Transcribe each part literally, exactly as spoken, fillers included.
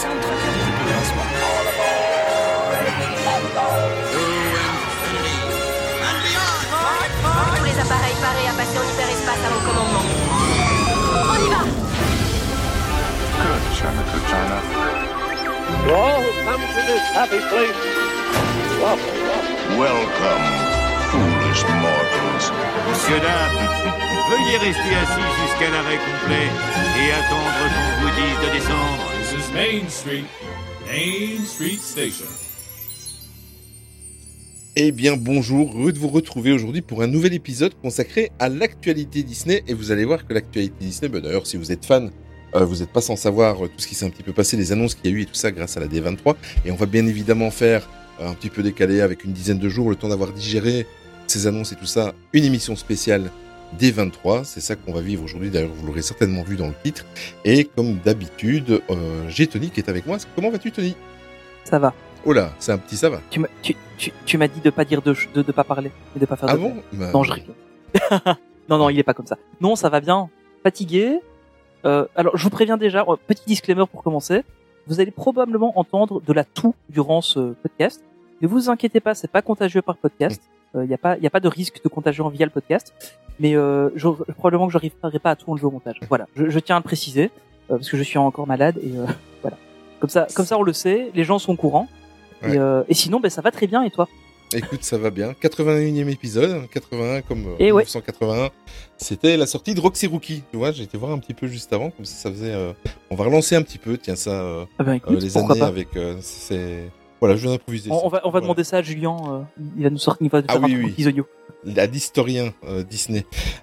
traquer un petit peu le lancement. Tous les appareils parés à passer en hyperespace à mon commandement. On y va! Good, China, good China. To all who come to this happy place, welcome, welcome. Welcome, foolish mortals. Monsieur, dames, veuillez rester assis jusqu'à l'arrêt complet et attendre qu'on vous dise de descendre. This is Main Street, Main Street Station. Eh bien bonjour, heureux de vous retrouver aujourd'hui pour un nouvel épisode consacré à l'actualité Disney. Et vous allez voir que l'actualité Disney, ben d'ailleurs si vous êtes fan, euh, vous n'êtes pas sans savoir tout ce qui s'est un petit peu passé, les annonces qu'il y a eu et tout ça grâce à la D vingt-trois. Et on va bien évidemment faire un petit peu décalé avec une dizaine de jours, le temps d'avoir digéré ces annonces et tout ça, une émission spéciale D vingt-trois. C'est ça qu'on va vivre aujourd'hui, d'ailleurs vous l'aurez certainement vu dans le titre. Et comme d'habitude, euh, j'ai Tony qui est avec moi. Comment vas-tu Tony ? Ça va. Oh là, c'est un petit ça va. Tu m'as, tu, tu, tu m'as dit de pas dire de, de, de pas parler et de pas faire ah de. Ah bon bah, Non, je rigole. non, non, il est pas comme ça. Non, ça va bien. Fatigué. Euh, alors, je vous préviens déjà, petit disclaimer pour commencer. Vous allez probablement entendre de la toux durant ce podcast. Ne vous inquiétez pas, c'est pas contagieux par podcast. Il mmh. euh, y a pas, il y a pas de risque de contagion via le podcast. Mais euh, je, probablement que je n'arriverai pas à tout enlever au montage. Voilà, je, je tiens à le préciser euh, parce que je suis encore malade et euh, voilà. Comme ça, comme ça, on le sait. Les gens sont au courant. Ouais. Et, euh, et sinon, ben ça va très bien. Et toi ? Écoute, ça va bien. quatre-vingt-et-unième épisode, quatre-vingt-un comme euh, et dix-neuf cent quatre-vingt-un. Ouais. C'était la sortie de Roxy Rookie. Tu vois, j'ai été voir un petit peu juste avant, comme ça, ça faisait. Euh... On va relancer un petit peu. Tiens, ça. Euh, ah ben, écoute, euh, les années pas. avec. Euh, c'est. Voilà, je viens d'improviser. On, on va, on va voilà. demander ça à Julien. Euh, il va nous sortir, il va nous faire ah, oui, un oui. petit audio. La d'historien euh, Disney.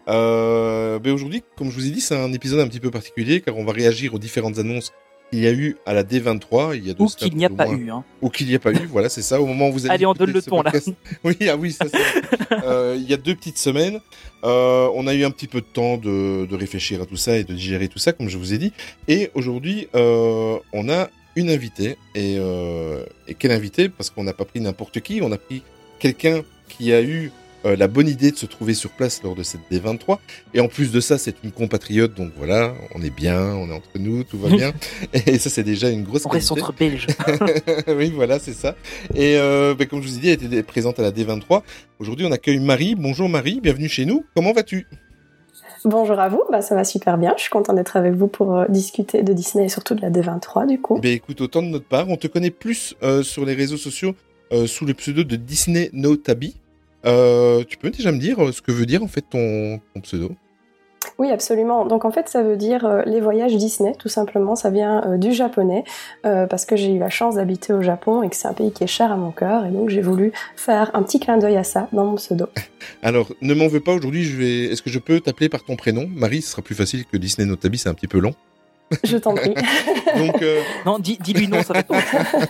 Euh, ben aujourd'hui, comme je vous ai dit, c'est un épisode un petit peu particulier car on va réagir aux différentes annonces qu'il y a eu à la D vingt-trois. Il y a ou qu'il n'y a pas eu. Hein. Ou qu'il n'y a pas eu, voilà, c'est ça. Au moment où vous allez. Allez, on donne le ton podcast. là. Oui, ah oui, ça c'est. euh, il y a deux petites semaines. Euh, on a eu un petit peu de temps de, de réfléchir à tout ça et de digérer tout ça, comme je vous ai dit. Et aujourd'hui, euh, on a une invitée. Et, euh, et quelle invitée ? Parce qu'on n'a pas pris n'importe qui, on a pris quelqu'un qui a eu euh, la bonne idée de se trouver sur place lors de cette D vingt-trois. Et en plus de ça, c'est une compatriote, donc voilà, on est bien, on est entre nous, tout va bien. Et ça, c'est déjà une grosse on qualité. On reste entre Belges. Oui, voilà, c'est ça. Et euh, bah, comme je vous ai dit, elle était présente à la D vingt-trois. Aujourd'hui, on accueille Marie. Bonjour Marie, bienvenue chez nous. Comment vas-tu ? Bonjour à vous, bah, ça va super bien. Je suis contente d'être avec vous pour euh, discuter de Disney et surtout de la D vingt-trois du coup. Ben écoute, autant de notre part, on te connaît plus euh, sur les réseaux sociaux euh, sous le pseudo de Disney No Tabi. Euh, tu peux déjà me dire ce que veut dire en fait ton, ton pseudo ? Oui, absolument. Donc en fait, ça veut dire euh, les voyages Disney, tout simplement. Ça vient euh, du japonais, euh, parce que j'ai eu la chance d'habiter au Japon et que c'est un pays qui est cher à mon cœur. Et donc j'ai voulu faire un petit clin d'œil à ça dans mon pseudo. Alors, ne m'en veux pas, aujourd'hui, je vais... est-ce que je peux t'appeler par ton prénom ? Marie, ce sera plus facile que Disney No Tabi, c'est un petit peu long. Je t'en prie. donc, euh... Non, dis, dis-lui non, ça va être long.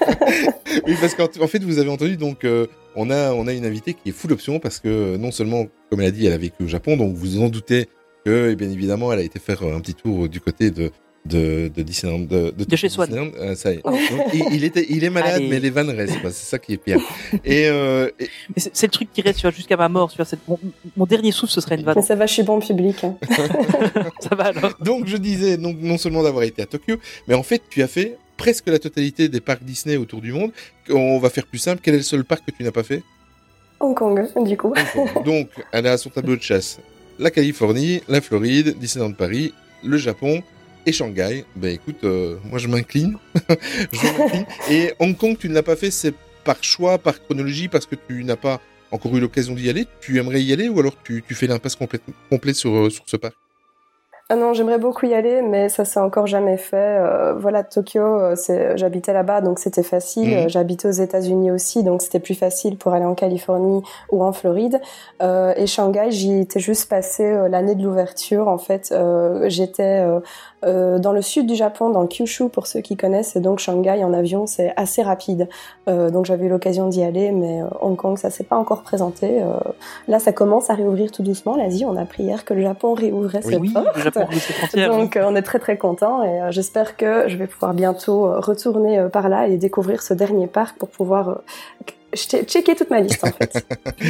Oui, parce qu'en en fait, vous avez entendu, donc, euh, on, a, on a une invitée qui est full option, parce que non seulement, comme elle a dit, elle a vécu au Japon, donc vous en doutez que, et bien évidemment, elle a été faire un petit tour du côté de, de, de Disneyland. De, de, de chez Swan. Euh, ça y est. Donc, il, il, était, il est malade, Allez. mais les vannes restent, c'est ça qui est pire. Et, euh, et... Mais c'est, c'est le truc qui reste, tu vois, jusqu'à ma mort. Tu vois, c'est, mon, mon dernier souffle, ce serait une vanne. Mais ça va, je suis bon public. Hein. Ça va alors. Donc, je disais, donc, non seulement d'avoir été à Tokyo, mais en fait, tu as fait presque la totalité des parcs Disney autour du monde. On va faire plus simple. Quel est le seul parc que tu n'as pas fait ? Hong Kong, du coup. Hong Kong. Donc, elle a son tableau de chasse la Californie, la Floride, Disneyland Paris, le Japon et Shanghai. Ben écoute, euh, moi je m'incline. je m'incline. Et Hong Kong, tu ne l'as pas fait, c'est par choix, par chronologie, parce que tu n'as pas encore eu l'occasion d'y aller. Tu aimerais y aller ou alors tu, tu fais l'impasse complète, complète sur, sur ce parc ? Ah non, j'aimerais beaucoup y aller, mais ça s'est encore jamais fait. Euh, voilà, Tokyo, c'est, j'habitais là-bas, donc c'était facile. Mmh. J'habitais aux États-Unis aussi, donc c'était plus facile pour aller en Californie ou en Floride. Euh, et Shanghai, j'y étais juste passé euh, l'année de l'ouverture. En fait, euh, j'étais euh, euh, dans le sud du Japon, dans le Kyushu, pour ceux qui connaissent. Et donc Shanghai en avion, c'est assez rapide. Euh, donc j'avais eu l'occasion d'y aller, mais euh, Hong Kong, ça s'est pas encore présenté. Euh, là, ça commence à réouvrir tout doucement. L'Asie, on a appris hier que le Japon réouvrait ses oui, portes. Le Japon réouvre ses frontières. Donc, euh, on est très très contents et euh, j'espère que je vais pouvoir bientôt euh, retourner euh, par là et découvrir ce dernier parc pour pouvoir euh, checker toute ma liste en fait.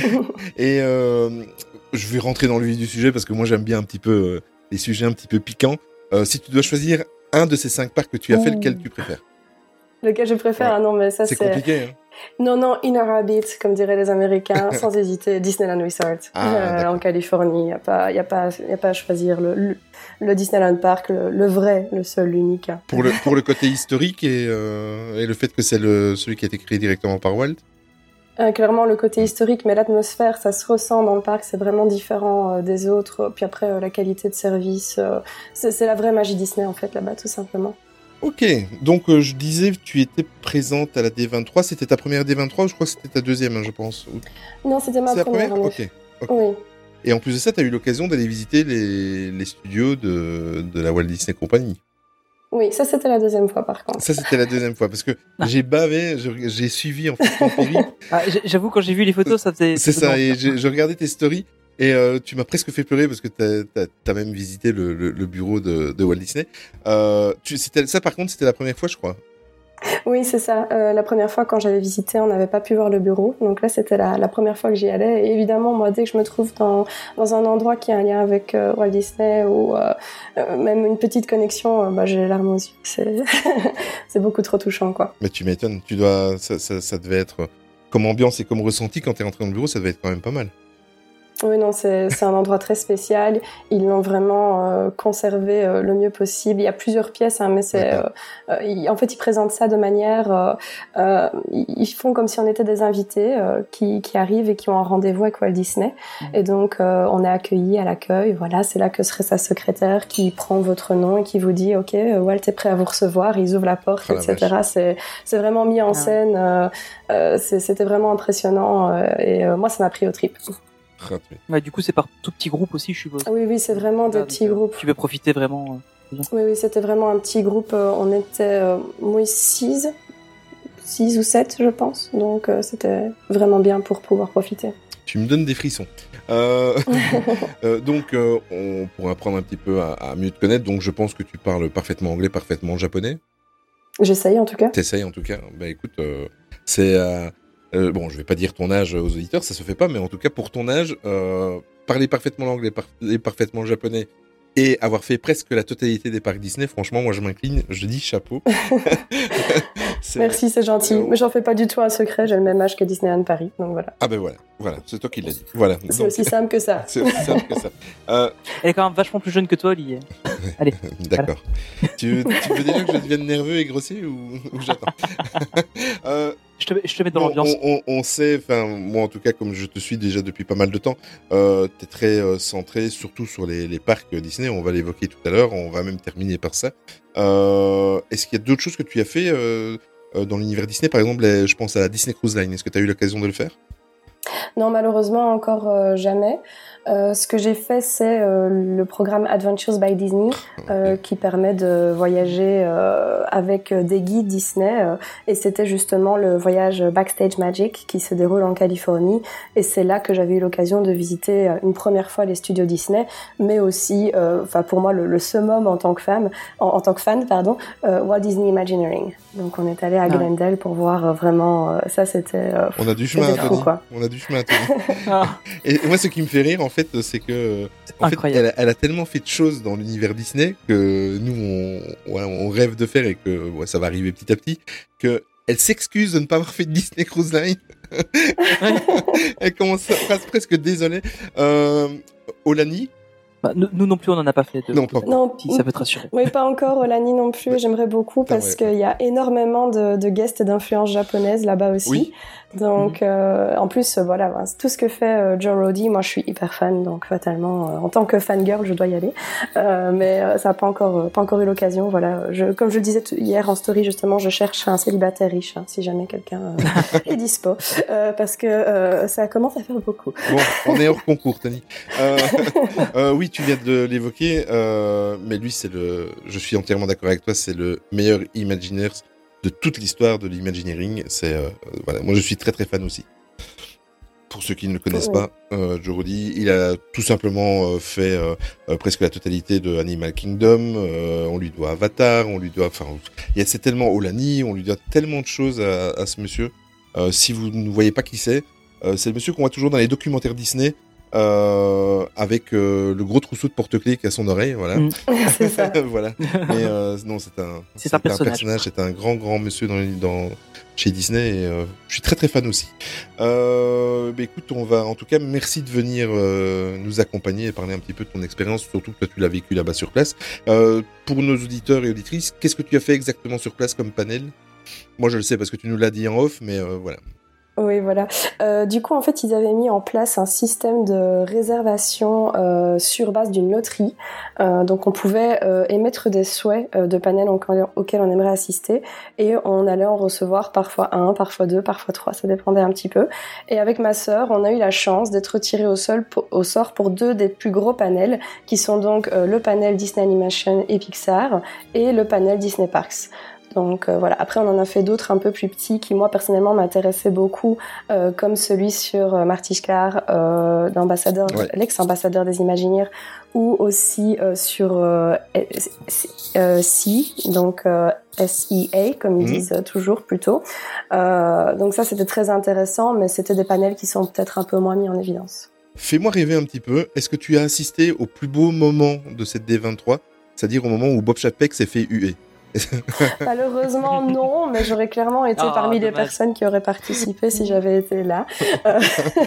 Et euh, je vais rentrer dans le vif du sujet parce que moi j'aime bien un petit peu euh, les sujets un petit peu piquants. Euh, si tu dois choisir un de ces cinq parcs que tu as Ouh. fait, lequel tu préfères ? Lequel je préfère? Ouais. Ah non, mais ça C'est c'est... compliqué, hein. Non, non, Inner Rabbit, comme diraient les Américains, sans hésiter, Disneyland Resort, Ah, euh, en Californie. Il n'y a, pas- y a, pas- y a pas à choisir le, le, le Disneyland Park, le, le vrai, le seul, l'unique. Pour le, pour le côté historique et, euh, et le fait que c'est le, celui qui a été créé directement par Walt. Euh, clairement, le côté historique, mais l'atmosphère, ça se ressent dans le parc, c'est vraiment différent euh, des autres. Puis après, euh, la qualité de service, euh, c'est, c'est la vraie magie Disney, en fait, là-bas, tout simplement. Ok, donc euh, je disais que tu étais présente à la D vingt-trois, c'était ta première D vingt-trois ou je crois que c'était ta deuxième, hein, je pense. Ou... Non, c'était ma C'est la première, première en Ok. effet. ok. Oui. Et en plus de ça, tu as eu l'occasion d'aller visiter les, les studios de, de la Walt Disney Company. Oui, ça c'était la deuxième fois par contre. Ça, c'était la deuxième fois, parce que j'ai bavé, je- j'ai suivi en fait ton périple. Ah, j'ai- j'avoue, quand j'ai vu les photos, ça faisait. C'est ça, faisait et envie. j'ai- je regardais tes stories, et euh, tu m'as presque fait pleurer parce que t'as, t'as, t'as même visité le, le, le bureau de, de Walt Disney. Euh, tu, c'était, ça, par contre, c'était la première fois, je crois. Oui, c'est ça. Euh, la première fois quand j'avais visité, on n'avait pas pu voir le bureau. Donc là, c'était la, la première fois que j'y allais. Et évidemment, moi, dès que je me trouve dans, dans un endroit qui a un lien avec euh, Walt Disney ou euh, euh, même une petite connexion, euh, bah, j'ai les larmes aux yeux. C'est, c'est beaucoup trop touchant, quoi. Mais tu m'étonnes, tu dois, ça, ça, ça devait être, comme ambiance et comme ressenti quand t'es rentré dans le bureau, ça devait être quand même pas mal. Oui, non, c'est, c'est un endroit très spécial. Ils l'ont vraiment euh, conservé euh, le mieux possible. Il y a plusieurs pièces, hein, mais c'est, euh, euh, ils- en fait, ils présentent ça de manière, euh, euh, ils font comme si on était des invités euh, qui, qui arrivent et qui ont un rendez-vous avec Walt Disney. Mmh. Et donc, euh, on est accueillis à l'accueil. Voilà, c'est là que serait sa secrétaire qui prend votre nom et qui vous dit, OK, Walt est prêt à vous recevoir. Ils ouvrent la porte, Oh la et cetera. C'est, c'est vraiment mis en Ah. scène. Euh, euh, c'est, c'était vraiment impressionnant euh, et euh, moi, ça m'a pris au trip. Ouais, du coup, c'est par tout petit groupe aussi, je suppose. Oui, oui, c'est vraiment des Ah, petits donc, euh, groupes. Tu peux profiter vraiment. euh, bien. Oui, oui, c'était vraiment un petit groupe. Euh, on était, euh, moi, six, six ou sept, je pense. Donc, euh, c'était vraiment bien pour pouvoir profiter. Tu me donnes des frissons. Euh, euh, donc, euh, on pourrait apprendre un petit peu à, à mieux te connaître. Donc, je pense que tu parles parfaitement anglais, parfaitement japonais. J'essaye, en tout cas. T'essayes, en tout cas. Bah, écoute, euh, c'est... Euh, euh, bon, je vais pas dire ton âge aux auditeurs, ça se fait pas, mais en tout cas, pour ton âge, euh, parler parfaitement l'anglais, parler parfaitement le japonais, et avoir fait presque la totalité des parcs Disney, franchement, moi, je m'incline, je dis chapeau. c'est... Merci, c'est gentil. Euh... Mais j'en fais pas du tout un secret, j'ai le même âge que Disneyland Paris, donc voilà. Ah ben voilà, voilà, c'est toi qui l'as dit. Voilà. C'est donc... aussi simple que ça. c'est aussi simple que ça. Euh... Elle est quand même vachement plus jeune que toi, Oli. Allez. D'accord. Voilà. tu, tu veux déjà que je devienne nerveux et grossier ou, ou j'attends euh... Je te, je te mets dans bon, l'ambiance. On, on, on sait, enfin moi en tout cas, comme je te suis déjà depuis pas mal de temps, euh, t'es très euh, centré surtout sur les, les parcs Disney. On va l'évoquer tout à l'heure. On va même terminer par ça. Euh, est-ce qu'il y a d'autres choses que tu as fait euh, euh, dans l'univers Disney, par exemple, les, je pense à la Disney Cruise Line. Est-ce que tu as eu l'occasion de le faire? Non, malheureusement, encore euh, jamais. Euh, ce que j'ai fait, c'est euh, le programme Adventures by Disney, euh, okay. qui permet de voyager euh, avec des guides Disney. Euh, et c'était justement le voyage Backstage Magic qui se déroule en Californie. Et c'est là que j'avais eu l'occasion de visiter une première fois les studios Disney, mais aussi, enfin euh, pour moi, le, le summum en tant que femme, en, en tant que fan, pardon, euh, Walt Disney Imagineering. Donc on est allé à Glendale ah. pour voir euh, vraiment. Euh, ça, c'était. Euh, on a du chemin à Tony. On a du chemin à Tony. ah. Et moi, ce qui me fait rire, en fait, c'est que en fait, elle, a, elle a tellement fait de choses dans l'univers Disney que nous, on, ouais, on rêve de faire et que ouais, ça va arriver petit à petit, que elle s'excuse de ne pas avoir fait de Disney Cruise Line. Elle commence à être presque désolée. Euh, Aulani. Bah, nous, nous non plus, on n'en a pas fait. De... Non, pas non, si ça peut te rassurer. Oui, pas encore. Aulani non plus. Ouais. J'aimerais beaucoup parce ouais. qu'il y a énormément de, de guests d'influence japonaise là-bas aussi. Oui. Donc, mmh. euh, en plus, voilà, tout ce que fait euh, Joe Roddy, moi, je suis hyper fan, donc fatalement, euh, en tant que fangirl, je dois y aller. Euh, mais euh, ça n'a pas encore, euh, pas encore eu l'occasion. Voilà, je, comme je le disais t- hier en story, justement, je cherche un célibataire riche, hein, si jamais quelqu'un euh, est dispo, euh, parce que euh, ça commence à faire beaucoup. Bon, on est hors concours, Tony. Euh, euh, oui, tu viens de l'évoquer, euh, mais lui, c'est le. Je suis entièrement d'accord avec toi, c'est le meilleur Imagineers de toute l'histoire de l'Imagineering. C'est euh, voilà, moi je suis très très fan aussi. Pour ceux qui ne le connaissent oui. pas, euh, Joe Roddy, il a tout simplement euh, fait euh, euh, presque la totalité de Animal Kingdom. Euh, on lui doit Avatar, on lui doit, enfin, il y a c'est tellement Aulani, on lui doit tellement de choses à, à ce monsieur. Euh, si vous ne voyez pas qui c'est, euh, c'est le monsieur qu'on voit toujours dans les documentaires Disney euh, avec euh, le gros trousseau de porte-clés qui a son oreille, voilà. Mm. C'est ça. Voilà. Mais euh, non, c'est un, C'est un personnage. c'est un grand, grand monsieur dans, les- dans chez Disney et euh, je suis très, très fan aussi. Euh, bah, écoute, on va, en tout cas, merci de venir euh, nous accompagner et parler un petit peu de ton expérience, surtout que toi, tu l'as vécu là-bas sur place. Euh, pour nos auditeurs et auditrices, qu'est-ce que tu as fait exactement sur place comme panel? Moi, je le sais parce que tu nous l'as dit en off, mais euh, voilà. Oui, voilà. Euh, du coup, en fait, ils avaient mis en place un système de réservation euh, sur base d'une loterie. Euh, donc, on pouvait euh, émettre des souhaits euh, de panels auxquels auxquels on aimerait assister, et on allait en recevoir parfois un, parfois deux, parfois trois, ça dépendait un petit peu. Et avec ma sœur, on a eu la chance d'être tirés au, sol pour, au sort pour deux des plus gros panels, qui sont donc euh, le panel Disney Animation et Pixar et le panel Disney Parks. Donc euh, voilà. Après, on en a fait d'autres un peu plus petits qui, moi, personnellement, m'intéressaient beaucoup, euh, comme celui sur euh, Marty Sklar, euh, l'ambassadeur, Ouais. l'ex-ambassadeur des Imagineers, ou aussi euh, sur euh, euh, C, donc euh, S E A, comme ils Mhm. disent toujours plutôt. Euh, donc ça, c'était très intéressant, mais c'était des panels qui sont peut-être un peu moins mis en évidence. Fais-moi rêver un petit peu. Est-ce que tu as assisté au plus beau moment de cette D vingt-trois, c'est-à-dire au moment où Bob Chapek s'est fait huer? Malheureusement, non, mais j'aurais clairement été Ah, parmi les dommage. personnes qui auraient participé si j'avais été là. Euh,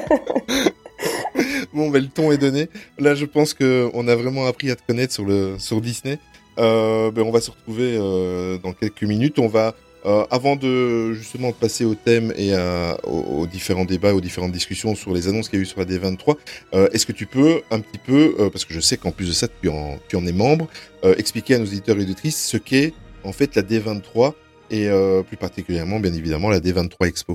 Bon, ben, le ton est donné. Là, je pense que on a vraiment appris à te connaître sur le sur Disney. Euh, ben, on va se retrouver euh, dans quelques minutes. On va, euh, avant de justement de passer au thème et à, aux, aux différents débats, aux différentes discussions sur les annonces qu'il y a eu sur la D vingt-trois, euh, est-ce que tu peux un petit peu, euh, parce que je sais qu'en plus de ça, tu en, tu en es membre, euh, expliquer à nos éditeurs et auditrices ce qu'est en fait la D vingt-trois et euh, plus particulièrement, bien évidemment, la D vingt-trois Expo.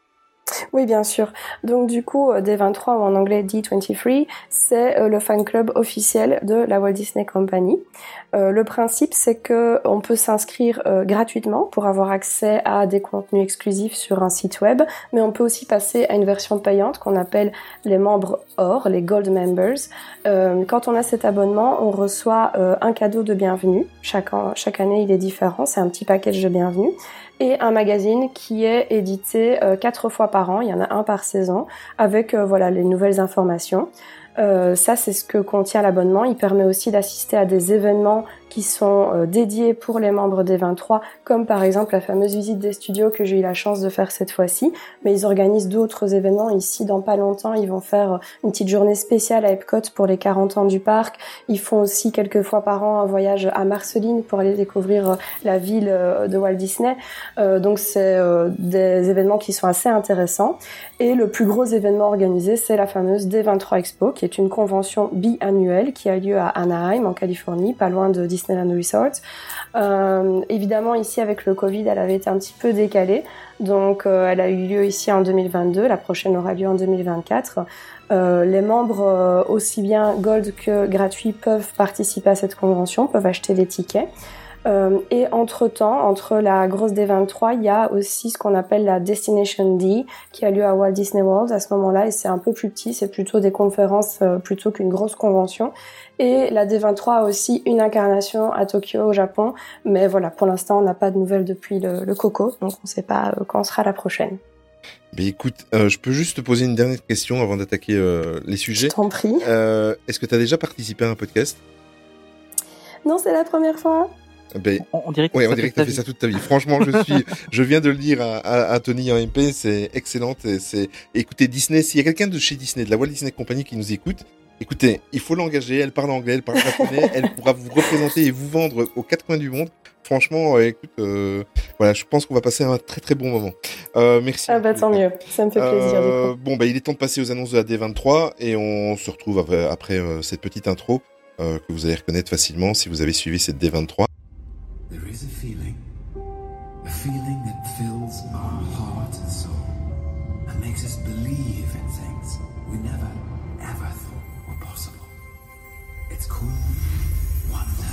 Oui, bien sûr. Donc du coup, euh, D vingt-trois ou en anglais D vingt-trois, c'est euh, le fan club officiel de la Walt Disney Company. Euh, le principe, c'est que on peut s'inscrire euh, gratuitement pour avoir accès à des contenus exclusifs sur un site web, mais on peut aussi passer à une version payante qu'on appelle les membres or, les Gold Members. Euh, quand on a cet abonnement, on reçoit euh, un cadeau de bienvenue. Chaque, an, chaque année, il est différent. C'est un petit package de bienvenue. Et un magazine qui est édité euh, quatre fois par an, il y en a un par saison, avec euh, voilà les nouvelles informations. Euh, ça, c'est ce que contient l'abonnement. Il permet aussi d'assister à des événements qui sont euh, dédiés pour les membres des vingt-trois, comme par exemple la fameuse visite des studios que j'ai eu la chance de faire cette fois-ci. Mais ils organisent d'autres événements ici dans pas longtemps. Ils vont faire une petite journée spéciale à Epcot pour les quarante ans du parc. Ils font aussi quelques fois par an un voyage à Marceline pour aller découvrir la ville de Walt Disney. Euh, donc c'est euh, des événements qui sont assez intéressants. Et le plus gros événement organisé, c'est la fameuse D vingt-trois Expo, qui est une convention biannuelle qui a lieu à Anaheim, en Californie, pas loin de Disneyland Resort. Euh, évidemment, ici, avec le Covid, elle avait été un petit peu décalée. Donc, euh, elle a eu lieu ici en deux mille vingt-deux. La prochaine aura lieu en deux mille vingt-quatre. Euh, les membres, euh, aussi bien Gold que gratuits, peuvent participer à cette convention, peuvent acheter des tickets. Euh, et entre-temps, entre la grosse D vingt-trois, il y a aussi ce qu'on appelle la Destination D, qui a lieu à Walt Disney World à ce moment-là, et c'est un peu plus petit, c'est plutôt des conférences euh, plutôt qu'une grosse convention. Et la D vingt-trois a aussi une incarnation à Tokyo, au Japon, mais voilà, pour l'instant, on n'a pas de nouvelles depuis le, le Coco, donc on ne sait pas euh, quand sera la prochaine. Mais écoute, euh, je peux juste te poser une dernière question avant d'attaquer euh, les sujets. Je t'en prie. Euh, est-ce que tu as déjà participé à un podcast? Non, c'est la première fois. Ben, On, on dirait que ouais, ça on dirait fait que tu as ta fait vie. ça toute ta vie. Franchement, je suis, je viens de le dire à, à, à Tony en M P, c'est excellent. et C'est, écoutez, Disney, s'il y a quelqu'un de chez Disney, de la Walt Disney Company qui nous écoute, écoutez, il faut l'engager. Elle parle anglais, elle parle japonais, elle pourra vous représenter et vous vendre aux quatre coins du monde. Franchement, euh, écoute, euh, voilà, je pense qu'on va passer un très très bon moment. Euh, merci. Ah bah tant mieux, ça me fait plaisir Euh, du coup. bon, bah, il est temps de passer aux annonces de la D vingt-trois et on se retrouve après, après euh, cette petite intro euh, que vous allez reconnaître facilement si vous avez suivi cette D vingt-trois. There is a feeling, a feeling that fills our heart and soul and makes us believe in things we never ever thought were possible. It's called wonder.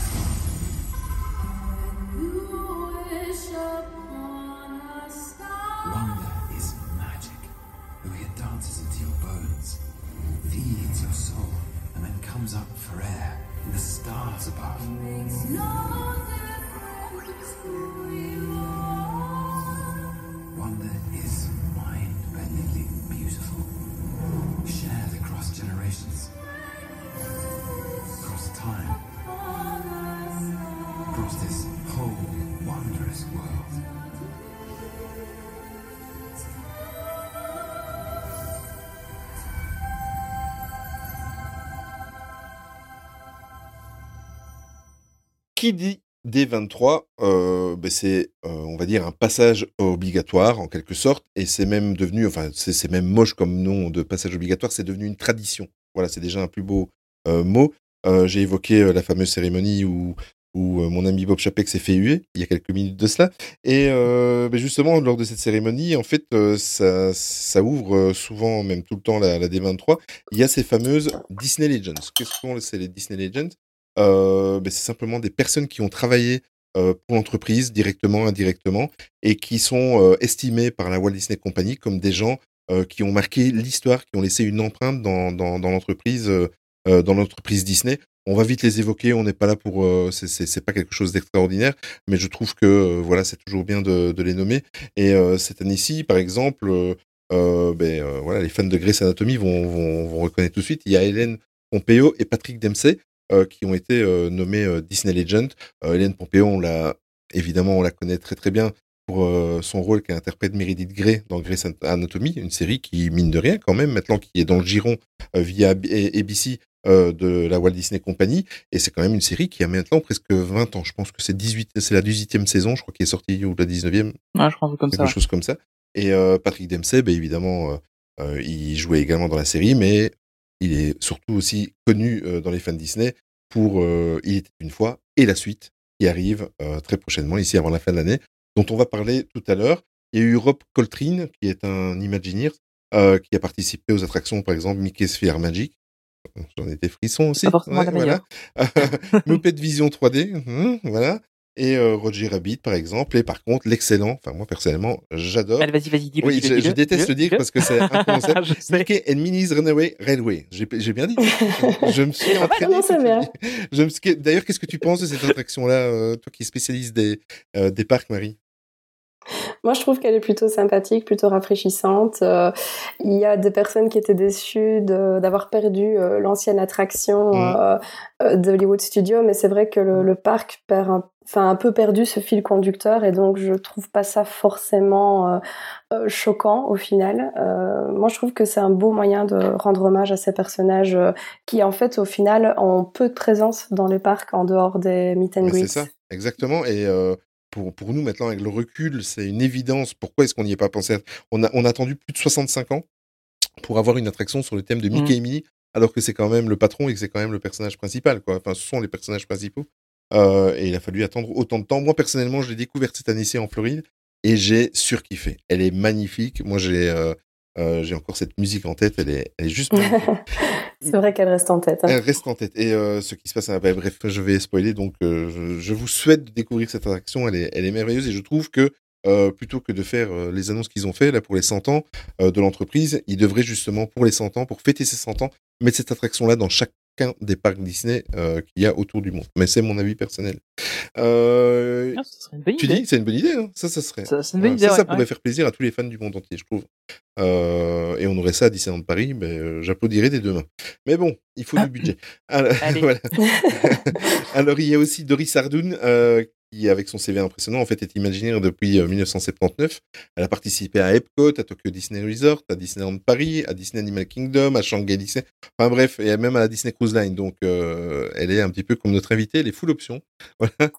Wonder is magic. The way it dances into your bones, feeds your soul, and then comes up for air in the stars above. Wonder is mind-bendingly beautiful, shared across generations whole wondrous world. Qui dit D vingt-trois, euh, ben c'est, euh, on va dire, un passage obligatoire en quelque sorte, et c'est même devenu, enfin, c'est, c'est même moche comme nom de passage obligatoire, c'est devenu une tradition. Voilà, c'est déjà un plus beau euh, mot. Euh, j'ai évoqué euh, la fameuse cérémonie où, où euh, mon ami Bob Chapek s'est fait huer il y a quelques minutes de cela, et euh, ben justement lors de cette cérémonie, en fait, euh, ça, ça ouvre euh, souvent, même tout le temps, la, la D vingt-trois. Il y a ces fameuses Disney Legends. Qu'est-ce que sont c'est les Disney Legends? Euh, ben c'est simplement des personnes qui ont travaillé euh, pour l'entreprise, directement, indirectement, et qui sont euh, estimées par la Walt Disney Company comme des gens euh, qui ont marqué l'histoire, qui ont laissé une empreinte dans, dans, dans l'entreprise, euh, euh, dans l'entreprise Disney. On va vite les évoquer, on n'est pas là pour, euh, c'est, c'est, c'est pas quelque chose d'extraordinaire, mais je trouve que euh, voilà, c'est toujours bien de, de les nommer. Et euh, cette année-ci, par exemple, euh, euh, ben euh, voilà, les fans de Grey's Anatomy vont, vont, vont reconnaître tout de suite. Il y a Ellen Pompeo et Patrick Dempsey. Euh, qui ont été euh, nommés euh, Disney Legend. Euh, Ellen Pompeo, on l'a évidemment, on la connaît très très bien pour euh, son rôle qu'elle interprète Meredith Grey dans Grey's Anatomy, une série qui, mine de rien, quand même, maintenant qui est dans le giron euh, via A B C euh, de la Walt Disney Company, et c'est quand même une série qui a maintenant presque vingt ans. Je pense que c'est dix-huit, c'est la dix-huitième saison, je crois, qui est sortie, ou la dix-neuvième. Ouais, je crois un peu comme quelque ça. Quelque chose comme ça. Et euh, Patrick Dempsey, ben, évidemment, euh, euh, il jouait également dans la série, mais il est surtout aussi connu euh, dans les fans Disney pour euh, Il était une fois et la suite qui arrive euh, très prochainement, ici avant la fin de l'année, dont on va parler tout à l'heure. Il y a eu Rob Coltrane, qui est un Imagineer, euh, qui a participé aux attractions, par exemple, Mickey's Fair Magic. J'en ai des frissons aussi. Pas forcément ouais, la meilleure. Voilà. Muppet Vision trois D, hum, voilà. Et euh, Roger Rabbit, par exemple. Et par contre, l'excellent, enfin moi personnellement, j'adore. Allez, vas-y, vas-y, dis-le. Oui, dis-le, je, dis-le, je déteste dis-le, le dire dis-le. parce que c'est imprononçable. Je sais. Mickey and Minnie's Runaway Railway. J'ai, j'ai bien dit. Je me suis Ah, entraîné. non, c'est toute bien. une vie. Je me suis... D'ailleurs, qu'est-ce que tu penses de cette attraction-là, euh, toi qui es spécialiste des, euh, des parcs, Marie? Moi, je trouve qu'elle est plutôt sympathique, plutôt rafraîchissante. Euh, il y a des personnes qui étaient déçues de, d'avoir perdu euh, l'ancienne attraction Mmh. euh, de Hollywood Studios, mais c'est vrai que le, le parc perd un, enfin, un peu perdu ce fil conducteur, et donc je trouve pas ça forcément euh, euh, choquant au final. Euh, moi, je trouve que c'est un beau moyen de rendre hommage à ces personnages euh, qui, en fait, au final, ont peu de présence dans les parcs en dehors des meet and Ben, c'est greets. ça, exactement. Et euh, pour, pour nous, maintenant, avec le recul, c'est une évidence. Pourquoi est-ce qu'on n'y est pas pensé? On a, on a attendu plus de soixante-cinq ans pour avoir une attraction sur le thème de Mickey Mm. et Minnie, alors que c'est quand même le patron et que c'est quand même le personnage principal, quoi. Enfin, ce sont les personnages principaux. Euh, et il a fallu attendre autant de temps. Moi, personnellement, je l'ai découverte cette année-ci en Floride et j'ai surkiffé. Elle est magnifique. Moi, j'ai, euh, euh, j'ai encore cette musique en tête. Elle est, elle est juste magnifique. C'est vrai qu'elle reste en tête. Hein. Elle reste en tête. Et euh, ce qui se passe, ah, bah, bref, je vais spoiler, donc euh, je, je vous souhaite de découvrir cette attraction. Elle est, elle est merveilleuse et je trouve que euh, plutôt que de faire euh, les annonces qu'ils ont fait là pour les cent ans euh, de l'entreprise, ils devraient justement pour les cent ans, pour fêter ces cent ans, mettre cette attraction-là dans chacun des parcs Disney euh, qu'il y a autour du monde. Mais c'est mon avis personnel. Euh, Ah, ce serait une bonne tu idée. dis, c'est une bonne idée, hein. Ça, ça serait. Ça, c'est une bonne Ouais, idée, ça, ouais, ça pourrait ouais. faire plaisir à tous les fans du monde entier, je trouve. Euh, et on aurait ça à Disneyland Paris, ben, euh, j'applaudirais des deux mains. Mais bon, il faut du budget. Alors, Allez. voilà. Alors, il y a aussi Doris Ardoun, euh, qui, avec son C V impressionnant, en fait, est Imagineer depuis euh, dix-neuf cent soixante-dix-neuf. Elle a participé à Epcot, à Tokyo Disney Resort, à Disneyland Paris, à Disney Animal Kingdom, à Shanghai Disney. Enfin bref, et même à la Disney Cruise Line. Donc, euh, elle est un petit peu comme notre invitée, elle est full option. Voilà.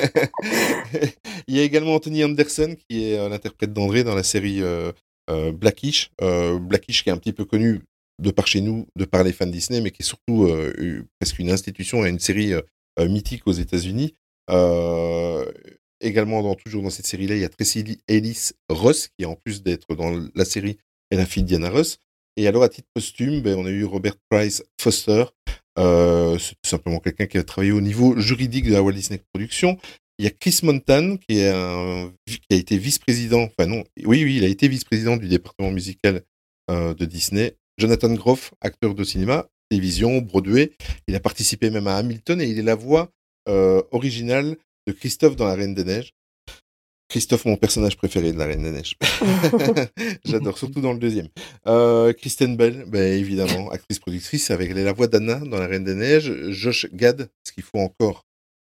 Il y a également Anthony Anderson, qui est euh, l'interprète d'André dans la série euh, euh, Blackish. Euh, Blackish qui est un petit peu connu de par chez nous, de par les fans Disney, mais qui est surtout euh, eu- presque une institution et une série euh, euh, mythique aux États-Unis. Euh, également, dans, toujours dans cette série-là, il y a Tracy Ellis Ross, qui en plus d'être dans la série, est la fille de Diana Ross. Et alors, à titre posthume, ben, on a eu Robert Price Foster. Euh, c'est tout simplement quelqu'un qui a travaillé au niveau juridique de la Walt Disney Productions. Il y a Chris Montan, qui, est un, qui a été vice-président, enfin non, oui, oui, il a été vice-président du département musical euh, de Disney. Jonathan Groff, acteur de cinéma, télévision, Broadway. Il a participé même à Hamilton et il est la voix euh, originale de Christophe dans La Reine des Neiges. Christophe, mon personnage préféré de La Reine des Neiges. J'adore, surtout dans le deuxième. Euh, Kristen Bell, ben, évidemment, actrice productrice, avec elle est la voix d'Anna dans La Reine des Neiges. Josh Gad, ce qu'il faut encore